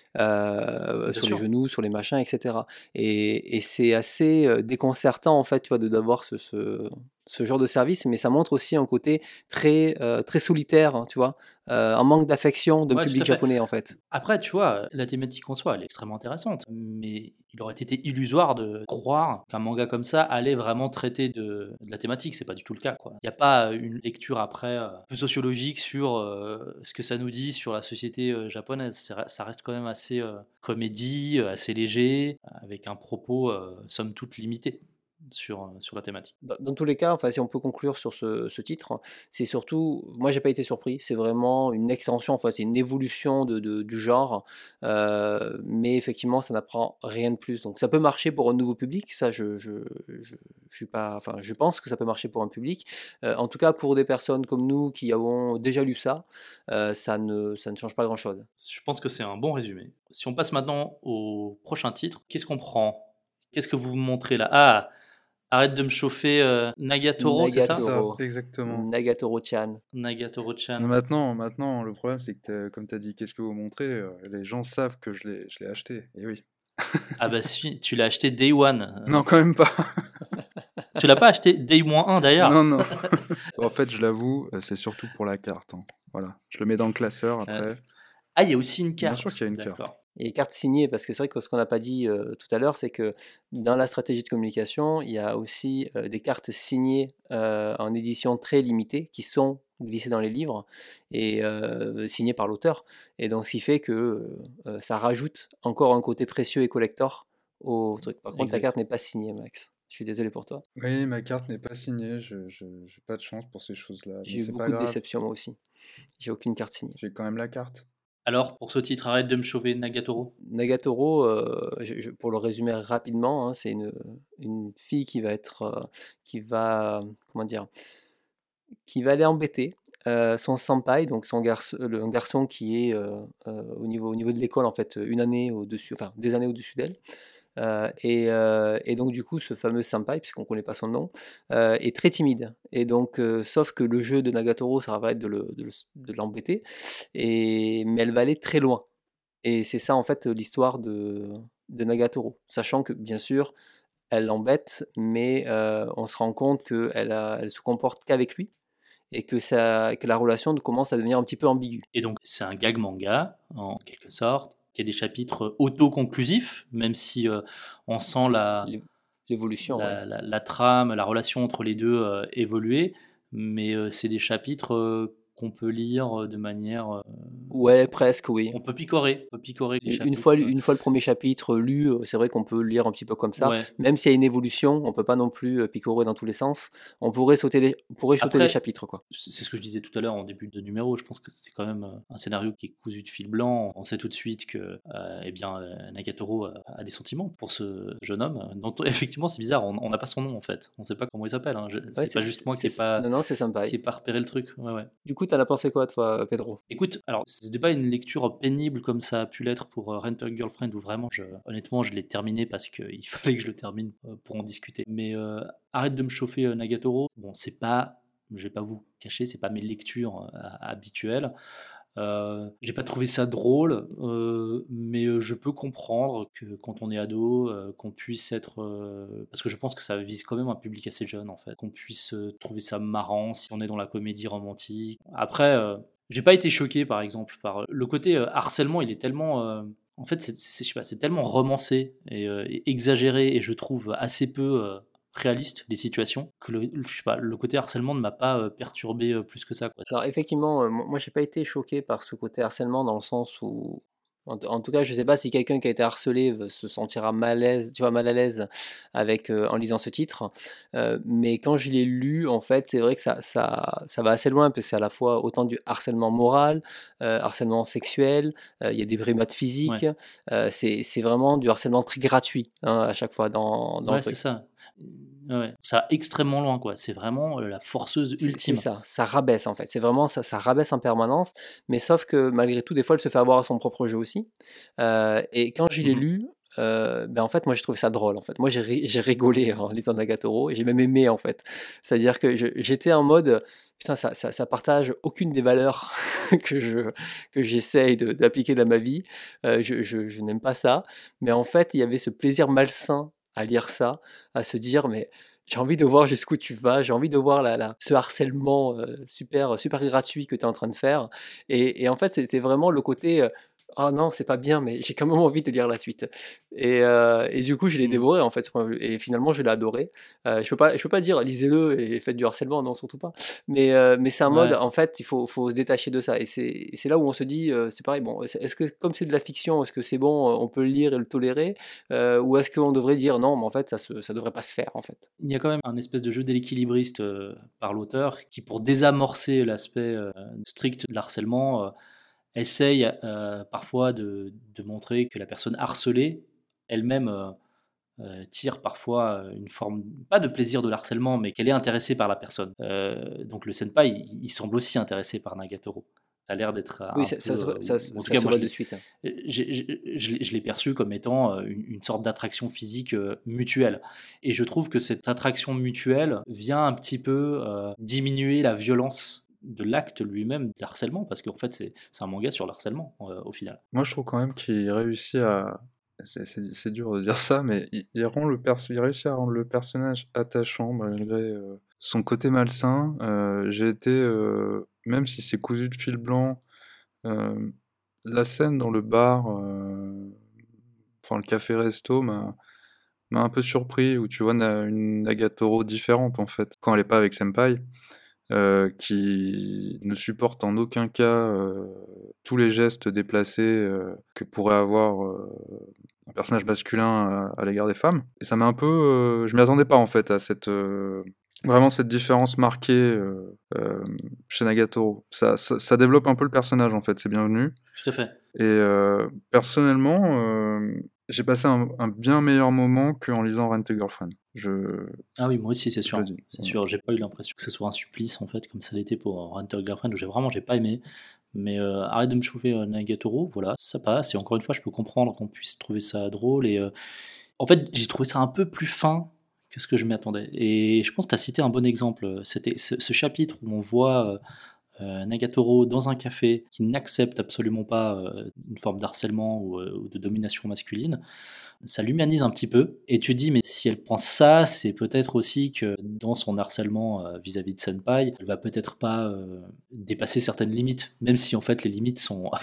euh, Bien sur les sûr. genoux, sur les machins, et cetera. Et, et c'est assez euh, déconcertant en fait, tu vois, de d'avoir ce, ce, ce genre de service, mais ça montre aussi un côté très euh, très solitaire, hein, tu vois, euh, un manque d'affection d'un Ouais, tout public à fait. japonais en fait. Après, tu vois, la thématique en soi, elle est extrêmement intéressante, mais il aurait été illusoire de croire qu'un manga comme ça allait vraiment traiter de, de la thématique. C'est pas du tout le cas, quoi. Il n'y a pas une lecture après euh, un peu sociologique sur euh, ce que ça nous dit sur la société euh, japonaise. C'est- Ça reste quand même assez euh, comédie, euh, assez léger, avec un propos euh, somme toute limité sur, euh, sur la thématique. Dans, dans tous les cas, enfin, si on peut conclure sur ce, ce titre, c'est surtout, moi j'ai pas été surpris, c'est vraiment une extension, enfin c'est une évolution de, de- du genre, euh, mais effectivement ça n'apprend rien de plus. Donc ça peut marcher pour un nouveau public, ça je, je, je, je suis pas, enfin je pense que ça peut marcher pour un public. Euh, en tout cas pour des personnes comme nous qui avons déjà lu ça, euh, ça ne, ça ne change pas grand-chose. Je pense que c'est un bon résumé. Si on passe maintenant au prochain titre, qu'est-ce qu'on prend? Qu'est-ce que vous montrez là? Ah, arrête de me chauffer, euh, Nagatoro, c'est ça? C'est ça, Nagatoro, exactement. Nagatoro-chan. Mais Nagatoro-chan. Maintenant, maintenant, le problème, c'est que, t'as- comme tu as dit, qu'est-ce que vous montrez euh, les gens savent que je l'ai je l'ai acheté. Et oui. Ah bah si, tu l'as acheté Day One. Euh, Non, quand même pas. Tu l'as pas acheté Day moins un d'ailleurs. Non, non. En fait, je l'avoue, euh, c'est surtout pour la carte. hein. Voilà. Je le mets dans le classeur après. Ah, il y a aussi une Bien carte. sûr qu'il y a une carte. D'accord. Et carte signée, parce que c'est vrai que ce qu'on n'a pas dit euh, tout à l'heure, c'est que dans la stratégie de communication, il y a aussi euh, des cartes signées euh, en édition très limitée qui sont glissées dans les livres et euh, signées par l'auteur. Et donc, ce qui fait que euh, ça rajoute encore un côté précieux et collector au truc. Par contre, ta Exact. carte n'est pas signée, Max. Je suis désolé pour toi. Oui, ma carte n'est pas signée. Je n'ai pas de chance pour ces choses-là. Mais J'ai eu c'est pas beaucoup de grave. déceptions moi aussi. J'ai aucune carte signée. J'ai quand même la carte. Alors, pour ce titre, arrête de me chauffer Nagatoro. Nagatoro, euh, je- je- pour le résumer rapidement, hein, c'est une, une fille qui va être, euh, qui va, comment dire, qui va aller embêter euh, son senpai, donc son garçon, le un garçon qui est euh, euh, au niveau, au niveau de l'école en fait une année au-dessus, enfin des années au-dessus d'elle. Euh, et, euh, et donc du coup, ce fameux senpai, puisqu'on ne connaît pas son nom, euh, est très timide. Et donc, euh, sauf que le jeu de Nagatoro, ça va être de le- de le- de l'embêter, et mais elle va aller très loin. Et c'est ça en fait l'histoire de, de Nagatoro, sachant que bien sûr, elle l'embête, mais euh, on se rend compte qu'elle a- elle se comporte qu'avec lui et que, ça, que la relation commence à devenir un petit peu ambiguë. Et donc, c'est un gag manga, en quelque sorte, qui a des chapitres auto-conclusifs, même si euh, on sent la, L'é- L'évolution, ouais. la, la- la trame, la relation entre les deux euh, évoluer, mais euh, c'est des chapitres euh, qu'on peut lire de manière... euh, Ouais, presque, oui. On peut picorer, on peut picorer les Une chapitres. fois, une fois le premier chapitre lu, euh, c'est vrai qu'on peut le lire un petit peu comme ça. Ouais. Même s'il y a une évolution, on peut pas non plus euh, picorer dans tous les sens. On pourrait sauter les, on pourrait sauter Après, les chapitres, quoi. C'est c'est ce que je disais tout à l'heure en début de numéro. Je pense que c'est quand même euh, un scénario qui est cousu de fil blanc. On sait tout de suite que euh, eh bien, euh, Nagatoro a, a des sentiments pour ce jeune homme. Donc, effectivement, c'est bizarre. On on n'a pas son nom en fait. On ne sait pas comment il s'appelle. Hein. Je- Ouais, C'est pas c'est, juste moi qui c'est, n'ai c'est- pas, non, non, c'est sympa. qui ai pas repéré le truc. Ouais, ouais. Du coup, t'en as pensé quoi, toi, Pedro? Écoute, alors c'était pas une lecture pénible comme ça a pu l'être pour euh, Rent a Girlfriend où vraiment, je, honnêtement, je l'ai terminé parce qu'il fallait que je le termine euh, pour en discuter. Mais euh, arrête de me chauffer euh, Nagatoro. Bon, c'est pas, je vais pas vous cacher, c'est pas mes lectures euh, habituelles. Euh, j'ai pas trouvé ça drôle, euh, mais euh, je peux comprendre que quand on est ado, euh, qu'on puisse être, euh, parce que je pense que ça vise quand même un public assez jeune en fait, qu'on puisse euh, trouver ça marrant si on est dans la comédie romantique. Après, euh, j'ai pas été choqué par exemple par euh, le côté euh, harcèlement, il est tellement, euh, en fait, c'est, c'est- je sais pas, c'est tellement romancé et, euh, et exagéré et je trouve assez peu euh, réaliste les situations que le, je sais pas, le côté harcèlement ne m'a pas euh, perturbé euh, plus que ça, quoi. Alors effectivement, euh, mo- moi j'ai pas été choqué par ce côté harcèlement dans le sens où, en, t- en tout cas, je sais pas si quelqu'un qui a été harcelé euh, se sentira mal à l'aise, tu vois, mal à l'aise avec euh, en lisant ce titre. Euh, mais quand je l'ai lu, en fait, c'est vrai que ça, ça, ça va assez loin parce que c'est à la fois autant du harcèlement moral, euh, harcèlement sexuel, euh, il y a des brimades physiques. Ouais. euh, c'est, c'est vraiment du harcèlement très gratuit hein, à chaque fois dans, dans le Ouais, c'est truc. ça. Ouais, ça va extrêmement loin, quoi. C'est vraiment euh, la forceuse C'est c'est ultime. ça, ça rabaisse en fait. C'est vraiment ça, ça rabaisse en permanence. Mais sauf que malgré tout, des fois, elle se fait avoir à son propre jeu aussi. Euh, et quand je l'ai Mhm. lu, euh, ben en fait, moi, j'ai trouvé ça drôle. En fait, moi, j'ai ri- j'ai rigolé en lisant Nagatoro et j'ai même aimé en fait. C'est-à-dire que je- j'étais en mode, putain, ça, ça, ça partage aucune des valeurs que je que j'essaye de- d'appliquer dans ma vie. Euh, je je, je n'aime pas ça. Mais en fait, il y avait ce plaisir malsain à lire ça, à se dire, mais j'ai envie de voir jusqu'où tu vas, j'ai envie de voir la, la- ce harcèlement euh, super, super gratuit que tu es en train de faire. Et, et en fait, c'est c'est vraiment le côté, euh, oh non, c'est pas bien, mais j'ai quand même envie de lire la suite. Et, euh, et du coup, je l'ai Mhm. dévoré en fait. ce point- Et finalement, je l'ai adoré. Euh, je peux pas, je peux pas dire lisez-le et faites du harcèlement, non, surtout pas. Mais, euh, mais c'est un mode, Ouais. en fait, il faut, faut se détacher de ça. Et c'est et c'est là où on se dit, euh, c'est pareil, bon, est-ce est-ce que comme c'est de la fiction, est-ce que c'est bon, euh, on peut le lire et le tolérer? Euh, ou est-ce qu'on devrait dire non, mais en fait, ça, se, ça devrait pas se faire en fait. Il y a quand même un espèce de jeu d'équilibriste euh, par l'auteur qui, pour désamorcer l'aspect euh, strict de l'harcèlement, euh, essaye euh, parfois de, de montrer que la personne harcelée elle-même euh, euh, tire parfois euh, une forme, pas de plaisir de l'harcèlement, mais qu'elle est intéressée par la personne. Euh, donc le senpai, il, il semble aussi intéressé par Nagatoro. Ça a l'air d'être Oui, un ça, peu, ça se voit, euh, ça, ou en tout ça cas se moi voit je de l'ai, suite. hein. j'ai- j'ai- je l'ai je l'ai perçu comme étant euh, une, une sorte d'attraction physique euh, mutuelle. Et je trouve que cette attraction mutuelle vient un petit peu euh, diminuer la violence de l'acte lui-même d'harcèlement, parce qu'en fait c'est c'est un manga sur le harcèlement euh, au final. Moi, je trouve quand même qu'il réussit à. C'est c'est- c'est dur de dire ça, mais il, il rend le perso... il réussit à rendre le personnage attachant malgré euh, son côté malsain. Euh, j'ai été, euh, même si c'est cousu de fil blanc, euh, la scène dans le bar, euh, enfin le café-resto, m'a m'a un peu surpris, où tu vois na- une Nagatoro différente en fait, quand elle est pas avec Senpai. euh, qui ne supporte en aucun cas euh, tous les gestes déplacés euh, que pourrait avoir euh, un personnage masculin à, à l'égard des femmes. Et ça m'a un peu... euh, je m'y attendais pas en fait à cette... euh, vraiment cette différence marquée euh, euh, chez Nagatoro. Ça, ça, ça développe un peu le personnage en fait, c'est bienvenu. Tout à fait. Et euh, personnellement, euh, j'ai passé un, un bien meilleur moment qu'en lisant Rent a Girlfriend. Je, Ah oui, moi aussi, c'est je sûr. le dis. C'est sûr, j'ai pas eu l'impression que ce soit un supplice, en fait, comme ça l'était pour Hunter Girlfriend, où j'ai vraiment, j'ai pas aimé. Mais euh, arrête de me chauffer euh, Nagatoro, voilà, ça passe. Et encore une fois, je peux comprendre qu'on puisse trouver ça drôle. Et euh, en fait, j'ai trouvé ça un peu plus fin que ce que je m'attendais. Et je pense que tu as cité un bon exemple. C'était ce, ce chapitre où on voit euh, euh, Nagatoro dans un café qui n'accepte absolument pas euh, une forme d'harcèlement ou, euh, ou de domination masculine. Ça l'humanise un petit peu, et tu te dis, mais si elle prend ça, c'est peut-être aussi que dans son harcèlement euh, vis-à-vis de Senpai, elle va peut-être pas euh, dépasser certaines limites, même si en fait les limites sont,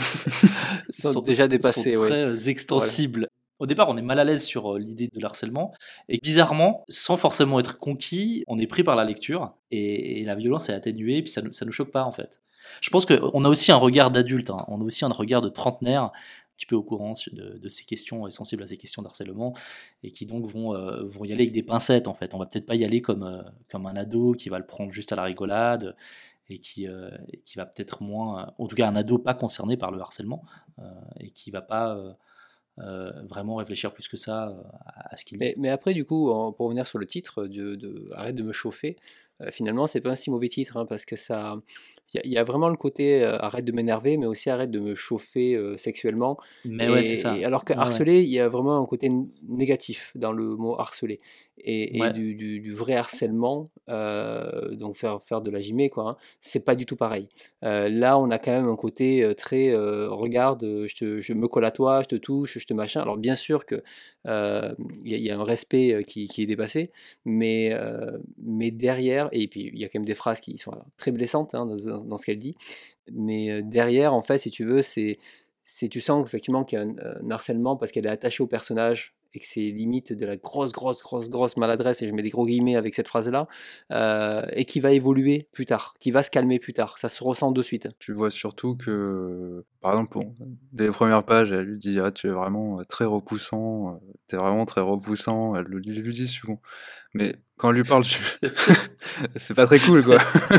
Ils sont sont, déjà sont dépassés, oui. très euh, extensibles. Au départ, on est mal à l'aise sur euh, l'idée de l'harcèlement, et bizarrement, sans forcément être conquis, on est pris par la lecture, et, et la violence est atténuée, et puis ça, nous- ça nous choque pas en fait. Je pense qu'on a aussi un regard d'adulte, hein, on a aussi un regard de trentenaire, un petit peu au courant de, de ces questions et sensible à ces questions d'harcèlement, et qui donc vont, euh, vont y aller avec des pincettes en fait. On va peut-être pas y aller comme, euh, comme un ado qui va le prendre juste à la rigolade et qui, euh, et qui va peut-être moins, en tout cas un ado pas concerné par le harcèlement euh, et qui va pas euh, euh, vraiment réfléchir plus que ça euh, à, à ce qu'il dit. Mais, mais après, du coup, en- pour revenir sur le titre de, de Arrête de me chauffer, euh, finalement, c'est pas un si mauvais titre, hein, parce que ça, il y, a il y a vraiment le côté euh, arrête de m'énerver, mais aussi arrête de me chauffer euh, sexuellement. Mais ouais, c'est Et, et ça. alors que Ouais, ouais. harceler, il y a vraiment un côté n- négatif dans le mot harceler. Et, et Ouais. du, du- du vrai harcèlement, euh, donc faire, faire de la gymée, quoi, hein, c'est pas du tout pareil. Euh, là, on a quand même un côté euh, très euh, regarde, euh, je, te- je me colle à toi, je te touche, je te machin. Alors, bien sûr que euh, il y, a- il y a un respect euh, qui, qui est dépassé, mais, euh, mais derrière, et puis il y a quand même des phrases qui sont très blessantes hein, dans, dans- dans ce qu'elle dit, mais euh, derrière, en fait, si tu veux, c'est, c'est tu sens effectivement qu'il y a un, un harcèlement parce qu'elle est attachée au personnage et que c'est limite de la grosse, grosse, grosse, grosse maladresse, et je mets des gros guillemets avec cette phrase-là, euh, et qui va évoluer plus tard, qui va se calmer plus tard. Ça se ressent de suite. Tu vois surtout que, par exemple, bon, dès les premières pages, elle lui dit ah, tu es vraiment euh, très repoussant, euh, t'es vraiment très repoussant, elle le- lui dit souvent. Mais quand elle lui parle, tu- c'est pas très cool, quoi.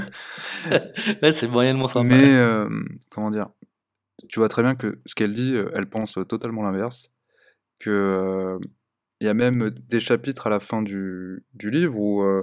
Ouais, c'est moyennement sympa. Mais, euh, comment dire, tu vois très bien que ce qu'elle dit, euh, elle pense totalement l'inverse. Que, euh, il y a même des chapitres à la fin du, du livre où euh,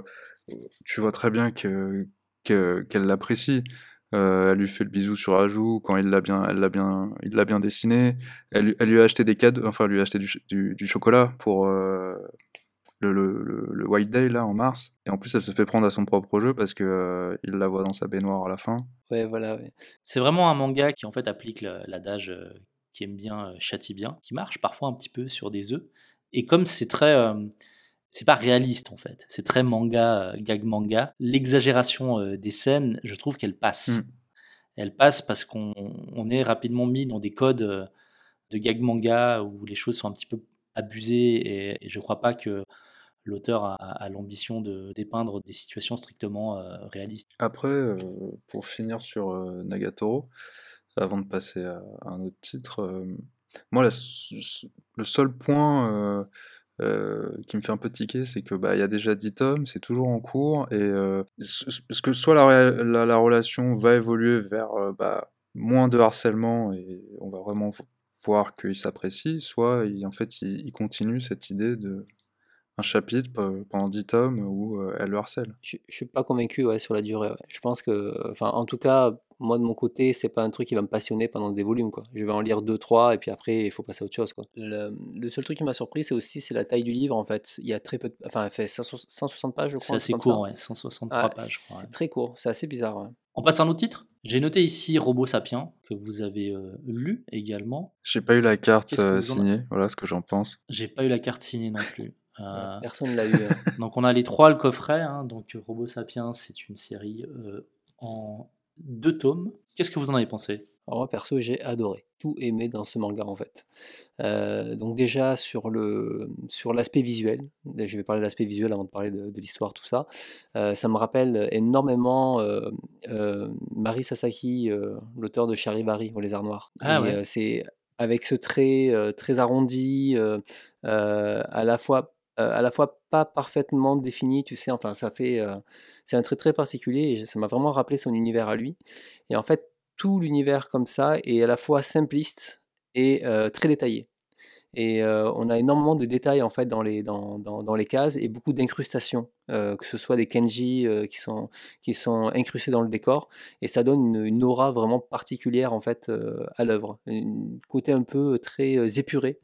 tu vois très bien que, que- qu'elle l'apprécie. Euh, elle lui fait le bisou sur la joue quand il l'a bien, elle l'a bien, il l'a bien dessiné. Elle, lui- elle lui a acheté des cadeaux, enfin, elle lui a acheté du, ch- du, du chocolat pour euh, le, le, le, le White Day là en mars. Et en plus, elle se fait prendre à son propre jeu parce que euh, il la voit dans sa baignoire à la fin. Ouais, voilà. Ouais. C'est vraiment un manga qui en fait applique la- l'adage euh, qui aime bien euh, châtie bien, qui marche parfois un petit peu sur des œufs. Et comme c'est très, euh, c'est pas réaliste en fait, c'est très manga, euh, gag manga. L'exagération euh, des scènes, je trouve qu'elle Mm. passe. Elle passe parce qu'on on est rapidement mis dans des codes euh, de gag manga où les choses sont un petit peu abusées et, et je crois pas que l'auteur a, a l'ambition de dépeindre des situations strictement euh, réalistes. Après, euh, pour finir sur euh, Nagatoro, avant de passer à, à un autre titre, euh, moi, la s- s- le seul point euh, euh, qui me fait un peu tiquer, c'est que bah, il y a déjà dix tomes, c'est toujours en cours, et euh, s- s- parce que soit la, ré- la, la relation va évoluer vers euh, bah, moins de harcèlement, et on va vraiment vo- voir qu'ils s'apprécient, soit il- en fait, il, il continue cette idée de un chapitre pe- pendant dix tomes où euh, elle le harcèle. Je, je suis pas convaincu ouais, sur la durée. Ouais. Je pense que, enfin, en tout cas, moi de mon côté, c'est pas un truc qui va me passionner pendant des volumes, quoi. Je vais en lire deux, trois, et puis après, il faut passer à autre chose, quoi. Le, le seul truc qui m'a surpris, c'est aussi c'est la taille du livre, en fait. Il y a très peu, de, enfin, elle fait cent soixante pages, je C'est crois, un truc assez comme court, ça. ouais, cent soixante-trois Ah, pages, je crois. Ouais. c'est très court, c'est assez bizarre. Ouais. On passe à un autre titre. J'ai noté ici Robo Sapiens, que vous avez euh, lu également. J'ai pas eu la carte Qu'est-ce que euh, vous en- signée, voilà ce que j'en pense. J'ai pas eu la carte signée non plus. Ouais, Euh, personne l'a eu. hein. donc on a les trois, le coffret. hein. donc Robo Sapiens, c'est une série euh, en deux tomes. Qu'est-ce que vous en avez pensé? Alors moi, perso, j'ai adoré. Tout aimé dans ce manga, en fait. Euh, donc déjà, sur le, sur l'aspect visuel, je vais parler de l'aspect visuel avant de parler de, de l'histoire, tout ça. Euh, ça me rappelle énormément euh, euh, Mari Sasaki, euh, l'auteur de Charivari, au Lézard Noir. Ah Et ouais. euh, c'est avec ce trait euh, très arrondi, euh, euh, à la fois, euh, à la fois pas parfaitement défini, tu sais, enfin, ça fait... euh, c'est un trait très particulier et ça m'a vraiment rappelé son univers à lui. Et en fait, tout l'univers comme ça est à la fois simpliste et euh, très détaillé. Et euh, on a énormément de détails en fait dans les, dans, dans, dans les cases et beaucoup d'incrustations, euh, que ce soit des kanji euh, qui, sont, qui sont incrustés dans le décor. Et ça donne une, une aura vraiment particulière en fait euh, à l'œuvre. Un côté un peu très euh, épuré.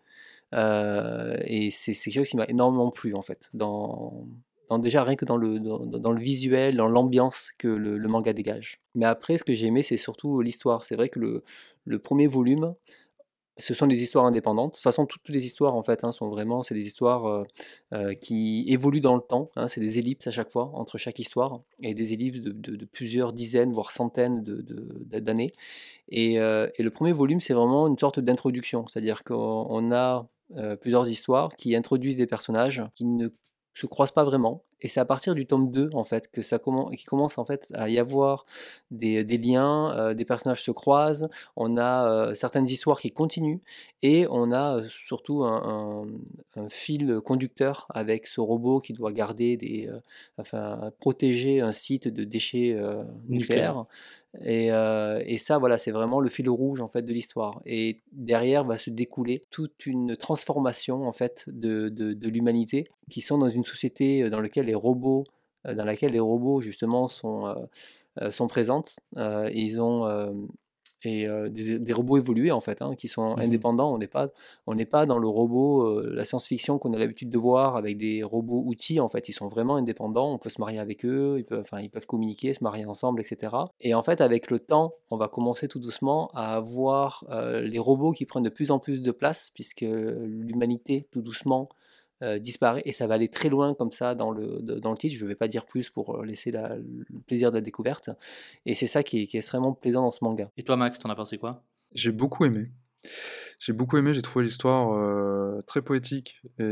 Euh, et c'est c'est quelque chose qui m'a énormément plu en fait. Dans, dans- déjà rien que dans le, dans, dans le visuel, dans l'ambiance que le, le manga dégage. Mais après, ce que j'ai aimé, c'est surtout l'histoire. C'est vrai que le, le premier volume, ce sont des histoires indépendantes. De toute façon, toutes les histoires, en fait, hein, sont vraiment, c'est des histoires euh, euh, qui évoluent dans le temps. hein. C'est des ellipses à chaque fois, entre chaque histoire, et des ellipses de, de- de plusieurs dizaines, voire centaines de- de- d'années. Et, euh, et le premier volume, c'est vraiment une sorte d'introduction. C'est-à-dire qu'on a euh, plusieurs histoires qui introduisent des personnages qui ne se croisent pas vraiment Et c'est à partir du tome deux, en fait, que ça commence, qu'il commence en fait à y avoir des, des liens, euh, des personnages se croisent, on a euh, certaines histoires qui continuent, et on a euh, surtout un, un- un fil conducteur avec ce robot qui doit garder des, euh, enfin, protéger un site de déchets euh, Nucléaire. nucléaires. Et, euh, et ça, voilà, c'est vraiment le fil rouge en fait de l'histoire. Et derrière va se découler toute une transformation en fait de, de, de l'humanité, qui sont dans une société euh, dans laquelle les robots, euh, dans laquelle les robots justement sont euh, euh, sont présentes. Euh, et ils ont euh, et euh, des, des robots évolués en fait, hein, qui sont Mhm. indépendants. On n'est pas on n'est pas dans le robot, euh, la science-fiction qu'on a l'habitude de voir avec des robots outils. En fait, ils sont vraiment indépendants. On peut se marier avec eux, ils peuvent, enfin, ils peuvent communiquer, se marier ensemble, et cetera. Et en fait, avec le temps, on va commencer tout doucement à avoir euh, les robots qui prennent de plus en plus de place, puisque l'humanité, tout doucement, euh, disparaît, et ça va aller très loin comme ça dans le, de- dans le titre. Je ne vais pas dire plus pour euh, laisser la- le plaisir de la découverte. Et c'est ça qui est, qui est extrêmement plaisant dans ce manga. Et toi, Max, t'en as pensé quoi? J'ai beaucoup aimé. J'ai beaucoup aimé, j'ai trouvé l'histoire euh, très poétique et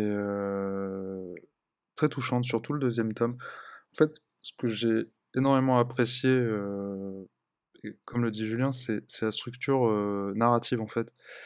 euh, très touchante, surtout le deuxième tome. En fait, ce que j'ai énormément apprécié, euh, et comme le dit Julien, c'est c'est la structure euh, narrative en fait,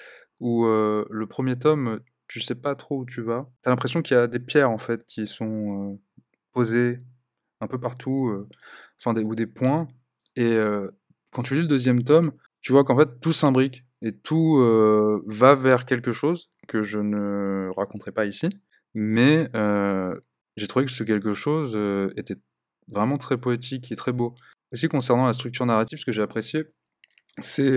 où euh, le premier tome, tu sais pas trop où tu vas. T'as l'impression qu'il y a des pierres en fait qui sont euh, posées un peu partout, euh, enfin des, ou des points. Et euh, quand tu lis le deuxième tome, tu vois qu'en fait tout s'imbrique et tout euh, va vers quelque chose que je ne raconterai pas ici. Mais euh, j'ai trouvé que ce quelque chose euh, était vraiment très poétique et très beau. Aussi concernant la structure narrative, ce que j'ai apprécié, c'est,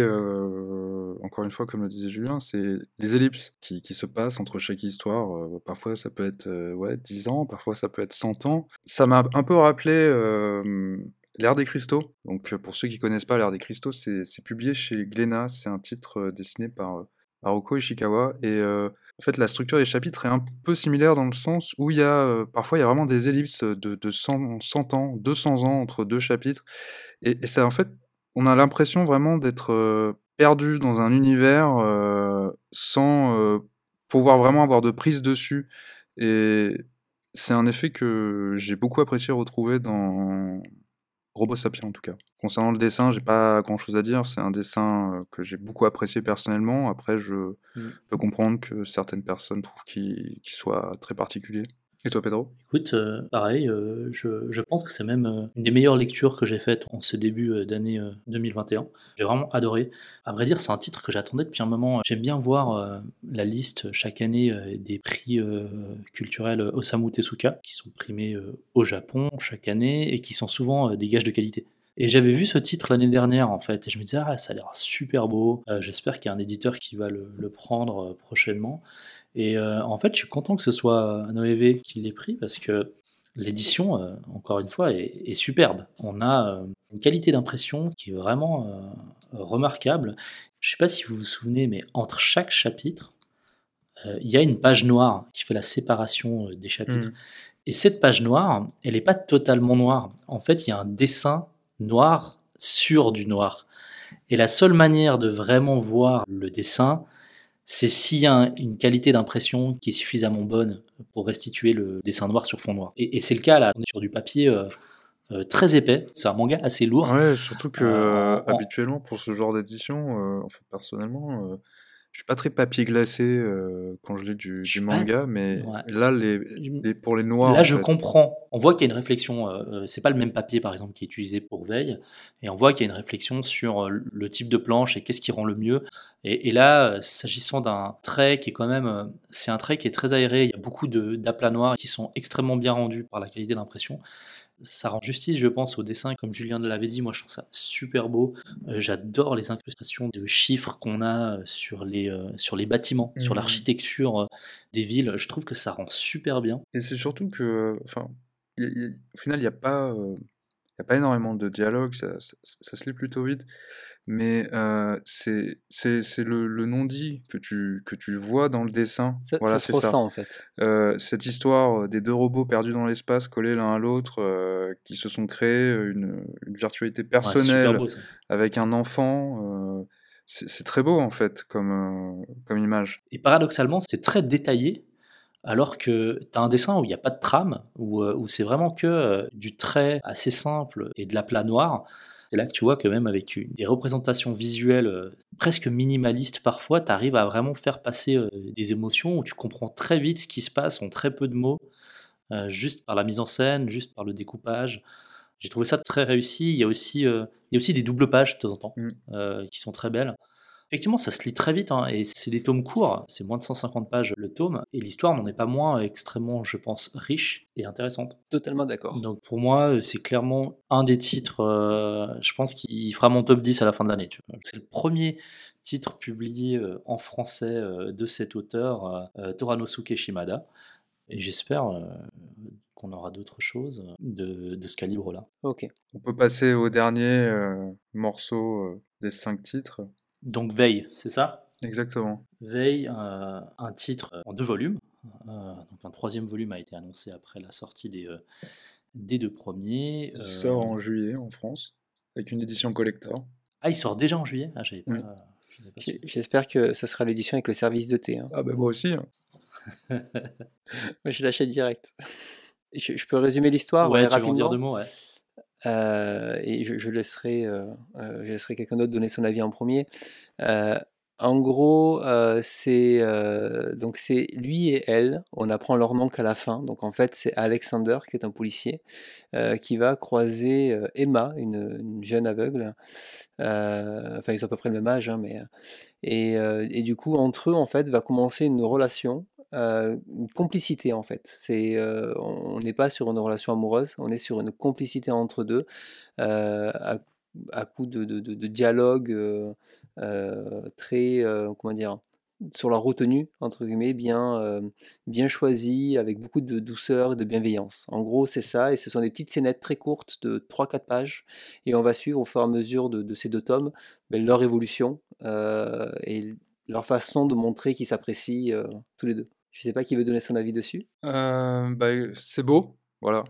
euh, encore une fois, comme le disait Julien, c'est les ellipses qui, qui se passent entre chaque histoire. Euh, parfois, ça peut être euh, ouais, dix ans, parfois, ça peut être cent ans. Ça m'a un peu rappelé euh, L'ère des cristaux. Donc, euh, pour ceux qui connaissent pas L'ère des cristaux, c'est c'est publié chez Glénat. C'est un titre euh, dessiné par euh, Haruko Ishikawa. Et euh, en fait, la structure des chapitres est un peu similaire dans le sens où il y a, euh, parfois, il y a vraiment des ellipses de, de cent, cent ans, deux cents ans entre deux chapitres. Et, et ça, en fait, on a l'impression vraiment d'être euh, perdu dans un univers euh, sans euh, pouvoir vraiment avoir de prise dessus. Et c'est un effet que j'ai beaucoup apprécié retrouver dans Robo Sapien en tout cas. Concernant le dessin, j'ai pas grand chose à dire. C'est un dessin euh, que j'ai beaucoup apprécié personnellement. Après, je Mm. peux comprendre que certaines personnes trouvent qu'il qu'il soit très particulier. Et toi, Pedro? Écoute, euh, pareil, euh, je, je pense que c'est même euh, une des meilleures lectures que j'ai faites en ce début euh, d'année euh, deux mille vingt et un. J'ai vraiment adoré. À vrai dire, c'est un titre que j'attendais depuis un moment. J'aime bien voir euh, la liste chaque année euh, des prix euh, culturels Osamu Tezuka, qui sont primés euh, au Japon chaque année et qui sont souvent euh, des gages de qualité. Et j'avais vu ce titre l'année dernière en fait, et je me disais, ah, ça a l'air super beau. Euh, j'espère qu'il y a un éditeur qui va le, le prendre euh, prochainement. Et euh, en fait, je suis content que ce soit Noévé qui l'ait pris parce que l'édition, euh, encore une fois, est, est superbe. On a euh, une qualité d'impression qui est vraiment euh, remarquable. Je ne sais pas si vous vous souvenez, mais entre chaque chapitre, euh, il y a une page noire qui fait la séparation euh, des chapitres. Hmm. Et cette page noire, elle n'est pas totalement noire. En fait, il y a un dessin noir sur du noir. Et la seule manière de vraiment voir le dessin, c'est s'il y a un- une qualité d'impression qui est suffisamment bonne pour restituer le dessin noir sur fond noir. Et, et c'est le cas là, on est sur du papier euh, euh, très épais, c'est un manga assez lourd. Ouais, surtout que Euh, euh, en, en- habituellement pour ce genre d'édition, euh, en fait personnellement, euh, je suis pas très papier glacé euh, quand je lis du, je du suis pas. manga, mais Ouais. là les, les- pour les noirs Là, en je fait. comprends. On voit qu'il y a une réflexion. euh, euh, c'est pas le même papier, par exemple, qui est utilisé pour veille, et on voit qu'il y a une réflexion sur euh, le type de planche et qu'est-ce qui rend le mieux. Et, et là, euh, s'agissant d'un trait qui est quand même, euh, c'est un trait qui est très aéré. Il y a beaucoup de d'aplats noirs qui sont extrêmement bien rendus par la qualité d'impression. Ça rend justice, je pense, au dessin. Comme Julien l'avait dit, moi je trouve ça super beau. Euh, j'adore les incrustations de chiffres qu'on a euh, sur les, euh, sur les bâtiments, sur Hmm. l'architecture euh, des villes. Je trouve que ça rend super bien. Et c'est surtout que, enfin, y a- y a- au final il n'y a pas, euh, y a pas énormément de dialogue, ça, ça, ça se lit plutôt vite. Mais euh, c'est c'est c'est le, le non-dit que tu que tu vois dans le dessin. Ça, Voilà, ça se c'est ça. ressent en fait. Euh, cette histoire euh, des deux robots perdus dans l'espace, collés l'un à l'autre, euh, qui se sont créés euh, une, une virtualité Ouais, c'est super personnelle beau ça. avec un enfant, euh, c'est c'est très beau en fait comme, euh, comme image. Et paradoxalement, c'est très détaillé. Alors que tu as un dessin où il y a pas de trame, où, heu, où c'est vraiment que, heu, du trait assez simple et de l'aplat noir. C'est là que tu vois que même avec une des représentations visuelles, heu, presque minimalistes parfois, tu arrives à vraiment faire passer, heu, des émotions où tu comprends très vite ce qui se passe en très peu de mots, heu, juste par la mise en scène, juste par le découpage. J'ai trouvé ça très réussi. Il y a aussi, heu, il y a aussi des doubles pages de temps en temps, Mmh. heu, qui sont très belles. Effectivement, ça se lit très vite, hein, et c'est des tomes courts, c'est moins de cent cinquante pages le tome, et l'histoire n'en est pas moins extrêmement, je pense, riche et intéressante. Totalement d'accord. Donc pour moi, heu, c'est clairement un des titres, heu, je pense qu'il fera mon top dix à la fin de l'année, tu vois? C'est le premier titre publié, heu, en français, heu, de cet auteur, heu, Toranosuke Shimada, et j'espère, heu, qu'on aura d'autres choses, heu, de de ce calibre-là. OK. On peut passer au dernier euh, morceau euh, des cinq titres. Donc Veille, c'est ça? Exactement. Veille, heu, un titre en deux volumes. Heu, donc un troisième volume a été annoncé après la sortie des, heu, des deux premiers. Qui Heu sort en juillet en France, avec une édition collector. ah, il sort déjà en juillet? Ah, j'avais Oui. pas j'avais pas J'ai suivi. j'espère que ça sera l'édition avec le service de thé, hein. Ah bah moi aussi, hein. Moi, je l'achète direct. Je je peux résumer l'histoire, ouais, Ouais, tu veux en dire deux rapidement? mots? Ouais. Heu et je je laisserai, heu heu, je laisserai quelqu'un d'autre donner son avis en premier. Er En gros, heu, c'est, heu, donc c'est lui et elle, on apprend leur nom qu'à la fin. Donc en fait, c'est Alexander qui est un policier, heu, qui va croiser, heu, Emma, une, une jeune aveugle. Heu, enfin, ils ont à peu près le même âge, hein, mais, heu et heu et du coup, entre eux, en fait, va commencer une relation, heu, une complicité, en fait. C'est, heu, on on n'est pas sur une relation amoureuse, on est sur une complicité entre deux, heu, à à coup de de de de dialogue, heu heu, très, heu, comment dire? Sur la «retenue» entre guillemets, bien, hem, bien choisi, avec beaucoup de douceur et de bienveillance. En gros, c'est ça, et ce sont des petites scénettes très courtes de trois quatre pages, et on va suivre au fur et à mesure de de ces deux tomes, beh, leur évolution, heu et leur façon de montrer qu'ils s'apprécient, heu, tous les deux. Je sais pas qui veut donner son avis dessus? Euh, bah, c'est beau, voilà.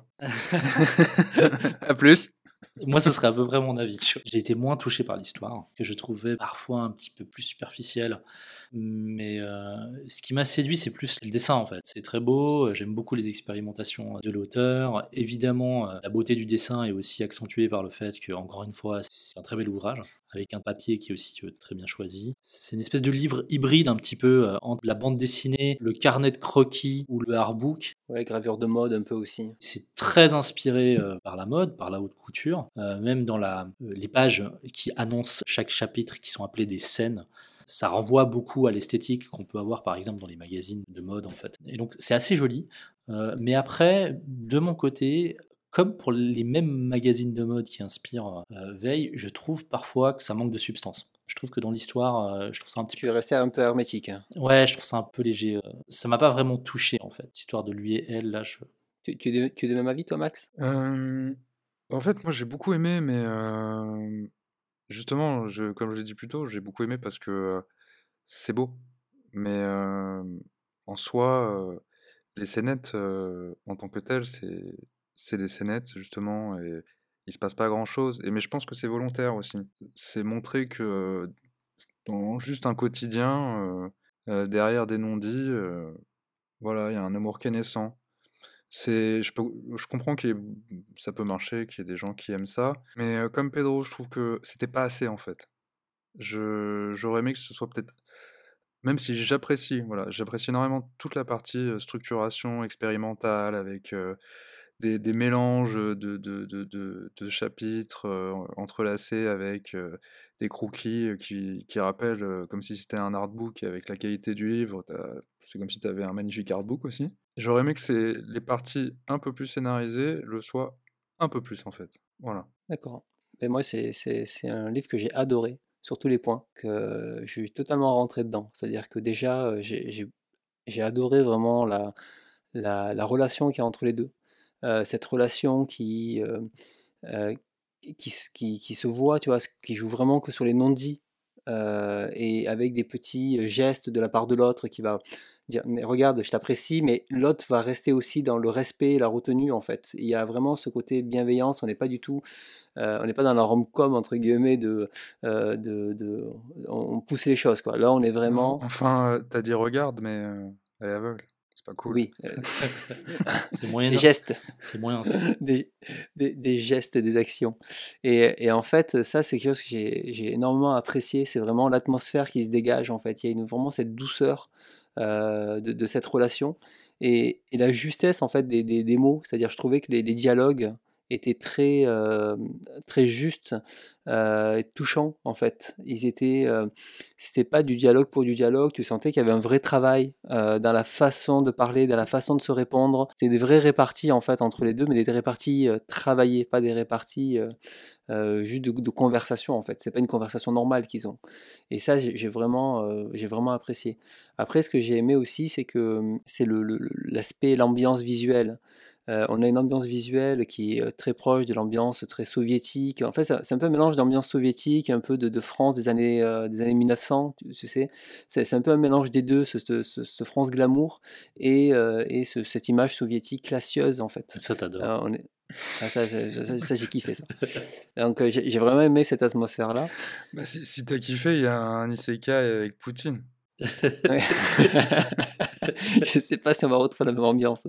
À plus. Moi, ce serait à peu près mon avis, tu vois? J'ai été moins touché par l'histoire, que je trouvais parfois un petit peu plus superficielle. Mais, heu, ce qui m'a séduit, c'est plus le dessin, en fait. C'est très beau, heu, j'aime beaucoup les expérimentations de l'auteur. Évidemment, heu, la beauté du dessin est aussi accentuée par le fait que, encore une fois, c'est un très bel ouvrage, avec un papier qui est aussi, heu, très bien choisi. C'est une espèce de livre hybride un petit peu, heu, entre la bande dessinée, le carnet de croquis ou le artbook. Ouais, gravure de mode un peu aussi. C'est très inspiré, heu, par la mode, par la haute couture, heu, même dans la heu, les pages qui annoncent chaque chapitre, qui sont appelées des scènes, ça renvoie beaucoup à l'esthétique qu'on peut avoir, par exemple, dans les magazines de mode, en fait, et donc c'est assez joli, heu, mais après, de mon côté, comme pour les mêmes magazines de mode qui inspirent, heu, Veil, je trouve parfois que ça manque de substance. Je trouve que dans l'histoire, heu, je trouve ça un petit Tu peu es resté un peu hermétique, hein. ouais, je trouve ça un peu léger, heu, ça m'a pas vraiment touché, en fait, l'histoire de lui et elle, là, je Tu tu es de tu es du même avis, toi, Max? Euh, en fait, moi j'ai beaucoup aimé, mais euh, justement, je, comme je l'ai dit plus tôt, j'ai beaucoup aimé parce que euh, c'est beau. Mais euh, en soi, euh, les scénettes euh, en tant que telles, c'est c'est des scénettes justement, et il se passe pas grand-chose. Et mais je pense que c'est volontaire aussi. C'est montrer que euh, dans juste un quotidien, euh, euh, derrière des non-dits, euh, voilà, il y a un amour qui est naissant. C'est, je peux, je comprends que ça peut marcher, qu'il y ait des gens qui aiment ça, mais euh, comme Pedro, je trouve que c'était pas assez en fait. Je, j'aurais aimé que ce soit peut-être, même si j'apprécie, voilà, j'apprécie énormément toute la partie euh, structuration expérimentale avec euh, des, des mélanges de, de, de, de, de chapitres euh, entrelacés avec euh, des croquis euh, qui, qui rappellent euh, comme si c'était un artbook avec la qualité du livre. t'as- C'est comme si tu avais un magnifique artbook aussi. J'aurais aimé que c'est les parties un peu plus scénarisées le soient un peu plus en fait. Voilà. D'accord. Et moi, c'est c'est c'est un livre que j'ai adoré, sur tous les points, que je suis totalement rentré dedans. C'est-à-dire que déjà, heu, j'ai j'ai j'ai adoré vraiment la la la relation qu'il y a entre les deux. Heu, cette relation qui, heu heu, qui se qui qui se voit, tu vois? Qui joue vraiment que sur les non-dits, heu et avec des petits gestes de la part de l'autre qui va dire: «Mais regarde, je t'apprécie», mais l'autre va rester aussi dans le respect et la retenue, en fait. Il y a vraiment ce côté bienveillance, on n'est pas du tout, heu, on n'est pas dans la «rom-com» entre guillemets de, heu, de de on on pousse les choses, quoi. Là, on est En- vraiment Enfin, euh, t'as dit regarde, mais euh, elle est aveugle. C'est pas cool. Oui, euh, C'est moyen, des gestes. c'est moyen ça. des, des, des gestes et des actions. Et, et en fait, ça, c'est quelque chose que j'ai j'ai énormément apprécié. C'est vraiment l'atmosphère qui se dégage, en fait. Il y a une, vraiment cette douceur euh, de, de cette relation et, et la justesse, en fait, des, des, des mots. C'est-à-dire, je trouvais que les, les dialogues étaient très, euh, très justes euh, et touchants, en fait. Ils étaient, euh, c'était pas du dialogue pour du dialogue. Tu sentais qu'il y avait un vrai travail euh, dans la façon de parler, dans la façon de se répondre. C'était des vraies réparties en fait entre les deux, mais des réparties euh, travaillées, pas des réparties euh, euh, juste de, de conversation en fait. C'est pas une conversation normale qu'ils ont. Et ça, j'ai j'ai vraiment, euh, j'ai vraiment apprécié. Après, ce que j'ai aimé aussi, c'est que hum, c'est le, le- le- l'aspect, l'ambiance visuelle. Euh, on a une ambiance visuelle qui est euh, très proche de l'ambiance très soviétique. En fait, ça- c'est un peu un mélange d'ambiance soviétique, un peu de, de France des années, euh, des années mille neuf cents, tu, tu sais. C'est c'est un peu un mélange des deux, ce, ce- ce- ce France glamour et, euh, et ce- cette image soviétique classieuse, en fait. Ça t'adore. Euh, on est... ah, ça, ça, ça- ça, j'ai kiffé ça. Donc, euh, j'ai j'ai vraiment aimé cette atmosphère-là. Bah, si, si t'as kiffé, il y a un isekai avec Poutine. Ouais. Je sais pas si on va retrouver la même ambiance.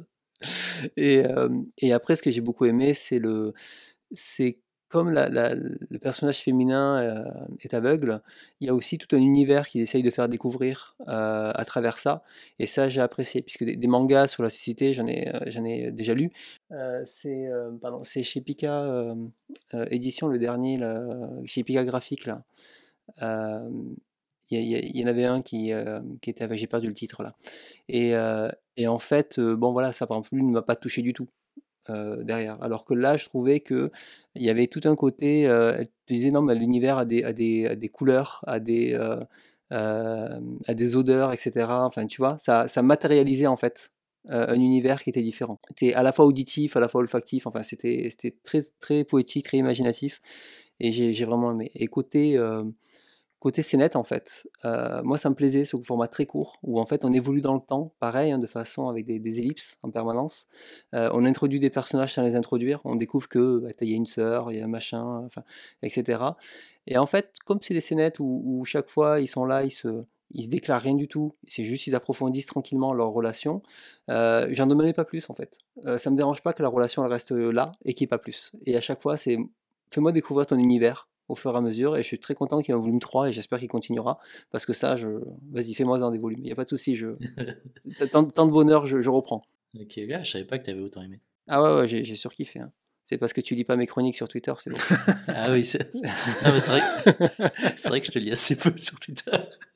Et, euh, et après, ce que j'ai beaucoup aimé, c'est le, c'est comme la- la- le personnage féminin euh, est aveugle, il y a aussi tout un univers qu'il essaye de faire découvrir euh, à travers ça. Et ça, j'ai apprécié, puisque des, des mangas sur la cécité, j'en ai, euh, j'en ai déjà lu. Euh, c'est euh, pardon, c'est chez Pika euh, euh, Édition, le dernier, là, chez Pika Graphique, là. Euh, Il y, a- il y a- il y en avait un qui, euh, qui était avec, j'ai perdu le titre là. Et, euh, et en fait, euh, bon voilà, ça par exemple, lui ne m'a pas touché du tout euh, derrière. Alors que là, je trouvais que il y avait tout un côté, euh, elle te disait non, mais l'univers a des, a des, a des couleurs, a des, euh, euh, a des odeurs, et cetera. Enfin, tu vois, ça, ça matérialisait en fait euh, un univers qui était différent. C'était à la fois auditif, à la fois olfactif. Enfin, c'était, c'était très, très poétique, très imaginatif. Et j'ai, j'ai vraiment aimé. Et côté, euh, Côté scénette, en fait, heu, moi ça me plaisait ce format très court où en fait on évolue dans le temps, pareil, hein, de façon avec des des ellipses en permanence. Heu, on introduit des personnages sans les introduire, on découvre que, bah, il y a une sœur, il y a un machin, enfin et cetera et en fait, comme c'est des scénettes où où chaque fois ils sont là, ils se ils se déclarent rien du tout, c'est juste ils approfondissent tranquillement leur relation, heu, j'en demandais pas plus en fait. Heu, ça me dérange pas que la relation elle reste, là et qu'il y ait pas plus et à chaque fois c'est: «Fais-moi découvrir ton univers» au fur et à mesure et je suis très content qu'il y ait un volume trois et j'espère qu'il continuera parce que ça, je... vas-y, fais-moi dans des volumes, il n'y a pas de souci, je... tant, tant de bonheur, je, je reprends. Ok, là, je savais pas que t'avais autant aimé. Ah ouais, ouais, j'ai, j'ai surkiffé. Hein. C'est parce que tu lis pas mes chroniques sur Twitter, c'est bon. Ah oui, c'est non, mais c'est vrai, c'est vrai que je te lis assez peu sur Twitter.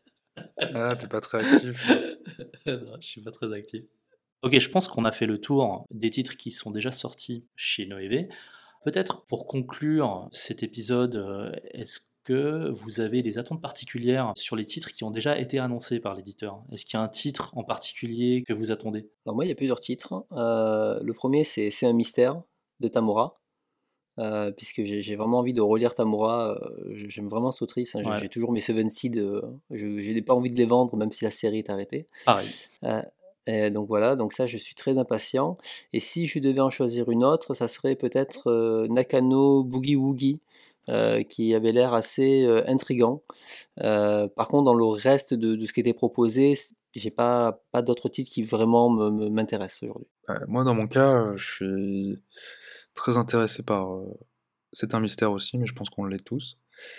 Ah, t'es pas très actif. Non, je suis pas très actif. Ok, je pense qu'on a fait le tour des titres qui sont déjà sortis chez Noévé. Peut-être pour conclure cet épisode, euh, est-ce que vous avez des attentes particulières sur les titres qui ont déjà été annoncés par l'éditeur? Est-ce qu'il y a un titre en particulier que vous attendez? Alors moi, il y a plusieurs titres. Euh, le premier, c'est C'est un mystère de Tamura. Euh, puisque j'ai j'ai vraiment envie de relire Tamura, euh, j'aime vraiment cette autrice, hein, j'ai Ouais, j'ai toujours mes Seven Seed, euh, je j'ai pas envie de les vendre même si la série est arrêtée. pareil. Euh, et donc voilà, donc ça je suis très impatient. Et si je devais en choisir une autre, ça serait peut-être euh, Nakano Boogie Woogie, euh, qui avait l'air assez euh, intrigant. Euh, par contre, dans le reste de, de ce qui était proposé, c- j'ai pas, pas d'autres titres qui vraiment me- me- m'intéressent aujourd'hui. Ouais, moi, dans mon cas, euh, je suis très intéressé par. euh, C'est un mystère aussi, mais je pense qu'on l'est tous.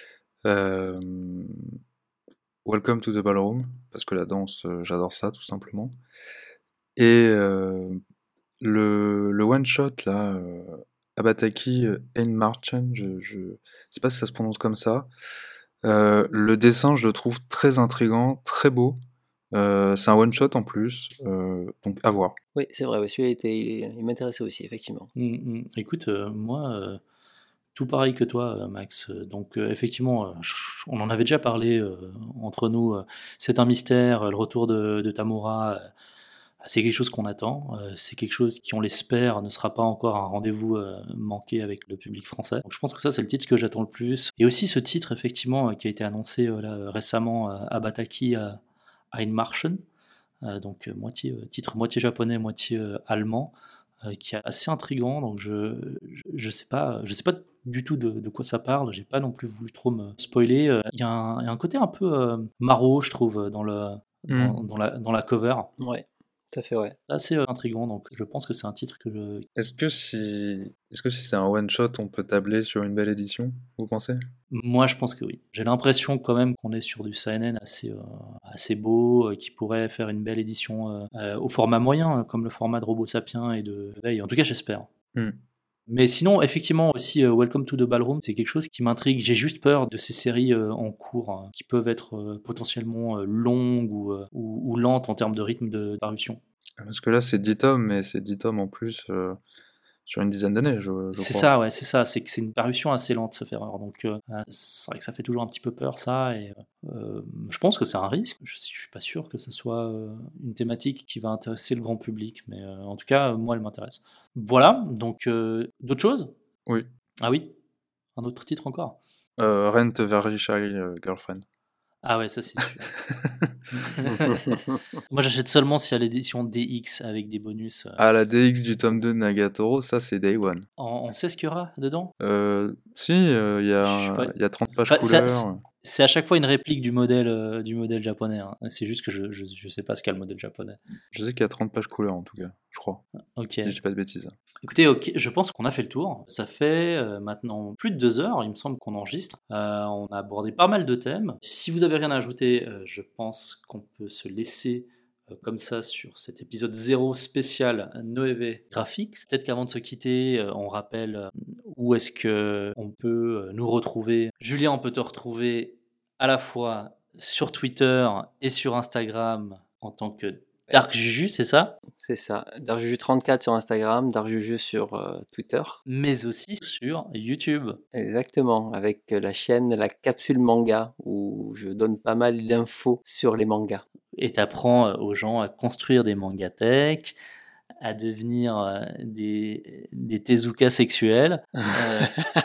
Euh, Welcome to the Ballroom, parce que la danse, euh, j'adore ça, tout simplement. Et euh, le, le one-shot, là, euh, Abataki euh, Ein Marchen, je, je sais pas si ça se prononce comme ça. Euh, le dessin, je le trouve très intriguant, très beau. Euh, c'est un one-shot en plus, euh, donc à voir. Oui, c'est vrai, ouais, celui-là était, il, est- il m'intéressait aussi, effectivement. Mm, mm. Écoute, euh, moi, euh, tout pareil que toi, euh, Max. Euh, Donc, euh, effectivement, euh, je- on en avait déjà parlé euh, entre nous. euh, C'est un mystère, euh, le retour de, de Tamura. euh, C'est quelque chose qu'on attend. euh, C'est quelque chose qui, on l'espère, ne sera pas encore un rendez-vous euh, manqué avec le public français. Donc, je pense que ça, c'est le titre que j'attends le plus. Et aussi ce titre, effectivement, euh, qui a été annoncé euh, là, récemment euh, à Bataki à Einmarschen. Euh, donc, euh, moitié, euh, titre moitié japonais, moitié euh, allemand, euh, qui est assez intriguant. Donc, je, je, je sais pas, je sais pas du tout de, de quoi ça parle. J'ai pas non plus voulu trop me spoiler. Euh, Il y, a un il y a un côté un peu euh, maro, je trouve, dans le Hmm. dans, dans la dans la cover. Ouais, Tout à fait, ouais. C'est assez euh, intriguant, donc je pense que c'est un titre que je... Est-ce que si, est-ce que si c'est un one shot, on peut tabler sur une belle édition, vous pensez? Moi, je pense que oui. J'ai l'impression quand même qu'on est sur du seinen assez, euh, assez beau, euh, qui pourrait faire une belle édition euh, euh, au format moyen, euh, comme le format de Robo Sapiens et de Veille. En tout cas, j'espère. Hmm. Mais sinon, effectivement, aussi, euh, Welcome to the Ballroom, c'est quelque chose qui m'intrigue. J'ai juste peur de ces séries euh, en cours, hein, qui peuvent être euh, potentiellement euh, longues ou, euh, ou, ou lentes en termes de rythme de parution. Parce que là, c'est dix tomes, mais c'est dix tomes en plus euh, sur une dizaine d'années, je, je C'est crois. ça, ouais, c'est ça. C'est que c'est une parution assez lente, ce Ferreur. Donc, euh, c'est vrai que ça fait toujours un petit peu peur, ça. Et euh, je pense que c'est un risque. Je, je suis pas sûr que ce soit euh, une thématique qui va intéresser le grand public, mais euh, en tout cas, moi, elle m'intéresse. Voilà. Donc, euh, d'autres choses? Oui. Ah oui. Un autre titre encore? Euh, Rent a Very Shy euh, Girlfriend. Ah ouais, ça c'est sûr. Moi j'achète seulement s'il y a l'édition D X avec des bonus. euh. Ah, la D X du tome deux de Nagatoro, ça c'est Day One. On, on sait ce qu'il y aura dedans? Euh, si, euh, il y, Je suis pas- a, il y a trente pages Enfin, ça- couleurs. c'est- C'est à chaque fois une réplique du modèle, euh, du modèle japonais, hein. C'est juste que je, je, je sais pas ce qu'a le modèle japonais. Je sais qu'il y a trente pages couleurs en tout cas, je crois. Ok. Si je dis pas de bêtises. Écoutez, ok, je pense qu'on a fait le tour. Ça fait euh, maintenant plus de deux heures, il me semble qu'on enregistre. Euh, on a abordé pas mal de thèmes. Si vous avez rien à ajouter, euh, je pense qu'on peut se laisser euh, comme ça sur cet épisode zéro spécial Noévé Graphics. Peut-être qu'avant de se quitter, euh, on rappelle euh, où est-ce que on peut euh, nous retrouver. Julien, on peut te retrouver à la fois sur Twitter et sur Instagram en tant que Dark Juju, c'est ça? C'est ça. Darjuju trente-quatre sur Instagram, Darjuju sur euh, Twitter. Mais aussi sur YouTube. Exactement, avec euh, la chaîne La Capsule Manga, où je donne pas mal d'infos sur les mangas. Et t'apprends euh, aux gens à construire des mangatech, à devenir euh, des, des Tezuka sexuels, euh,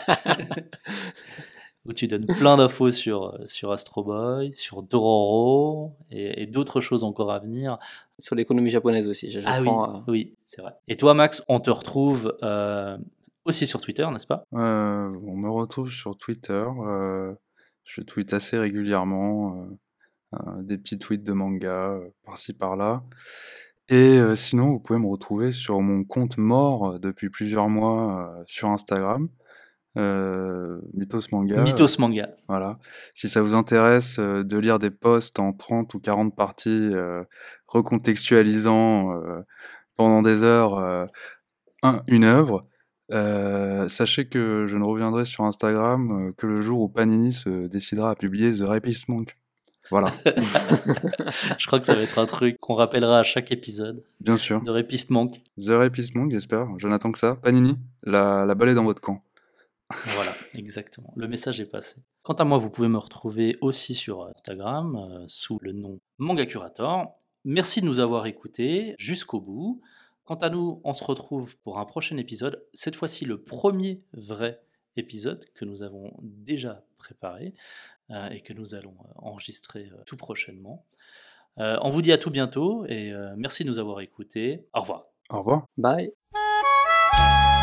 où tu donnes plein d'infos sur, euh, sur Astro Boy, sur Dororo, et, et d'autres choses encore à venir. Sur l'économie japonaise aussi. Ah oui, j'apprends à- oui, c'est vrai. Et toi, Max, on te retrouve euh, aussi sur Twitter, n'est-ce pas? Euh, on me retrouve sur Twitter. euh, je tweete assez régulièrement. euh, euh, des petits tweets de manga euh, par-ci par-là. Et euh, sinon, vous pouvez me retrouver sur mon compte mort euh, depuis plusieurs mois euh, sur Instagram, euh, Mythos Manga. Mythos Manga. Voilà. Si ça vous intéresse euh, de lire des posts en trente ou quarante parties, euh, recontextualisant euh, pendant des heures euh, un- une œuvre, euh, sachez que je ne reviendrai sur Instagram euh, que le jour où Panini se décidera à publier The Rapist Monk. Voilà, Je crois que ça va être un truc qu'on rappellera à chaque épisode bien sûr. de Rapist Monk. The Rapist Monk, j'espère. Je n'attends que ça. Panini, la, la balle est dans votre camp. Voilà, exactement. Le message est passé. Quant à moi, vous pouvez me retrouver aussi sur Instagram euh, sous le nom Manga Curator. Merci de nous avoir écoutés jusqu'au bout. Quant à nous, on se retrouve pour un prochain épisode. Cette fois-ci, le premier vrai épisode que nous avons déjà préparé euh, et que nous allons euh, enregistrer euh, tout prochainement. Euh, on vous dit à tout bientôt et euh, merci de nous avoir écoutés. Au revoir. Au revoir. Bye.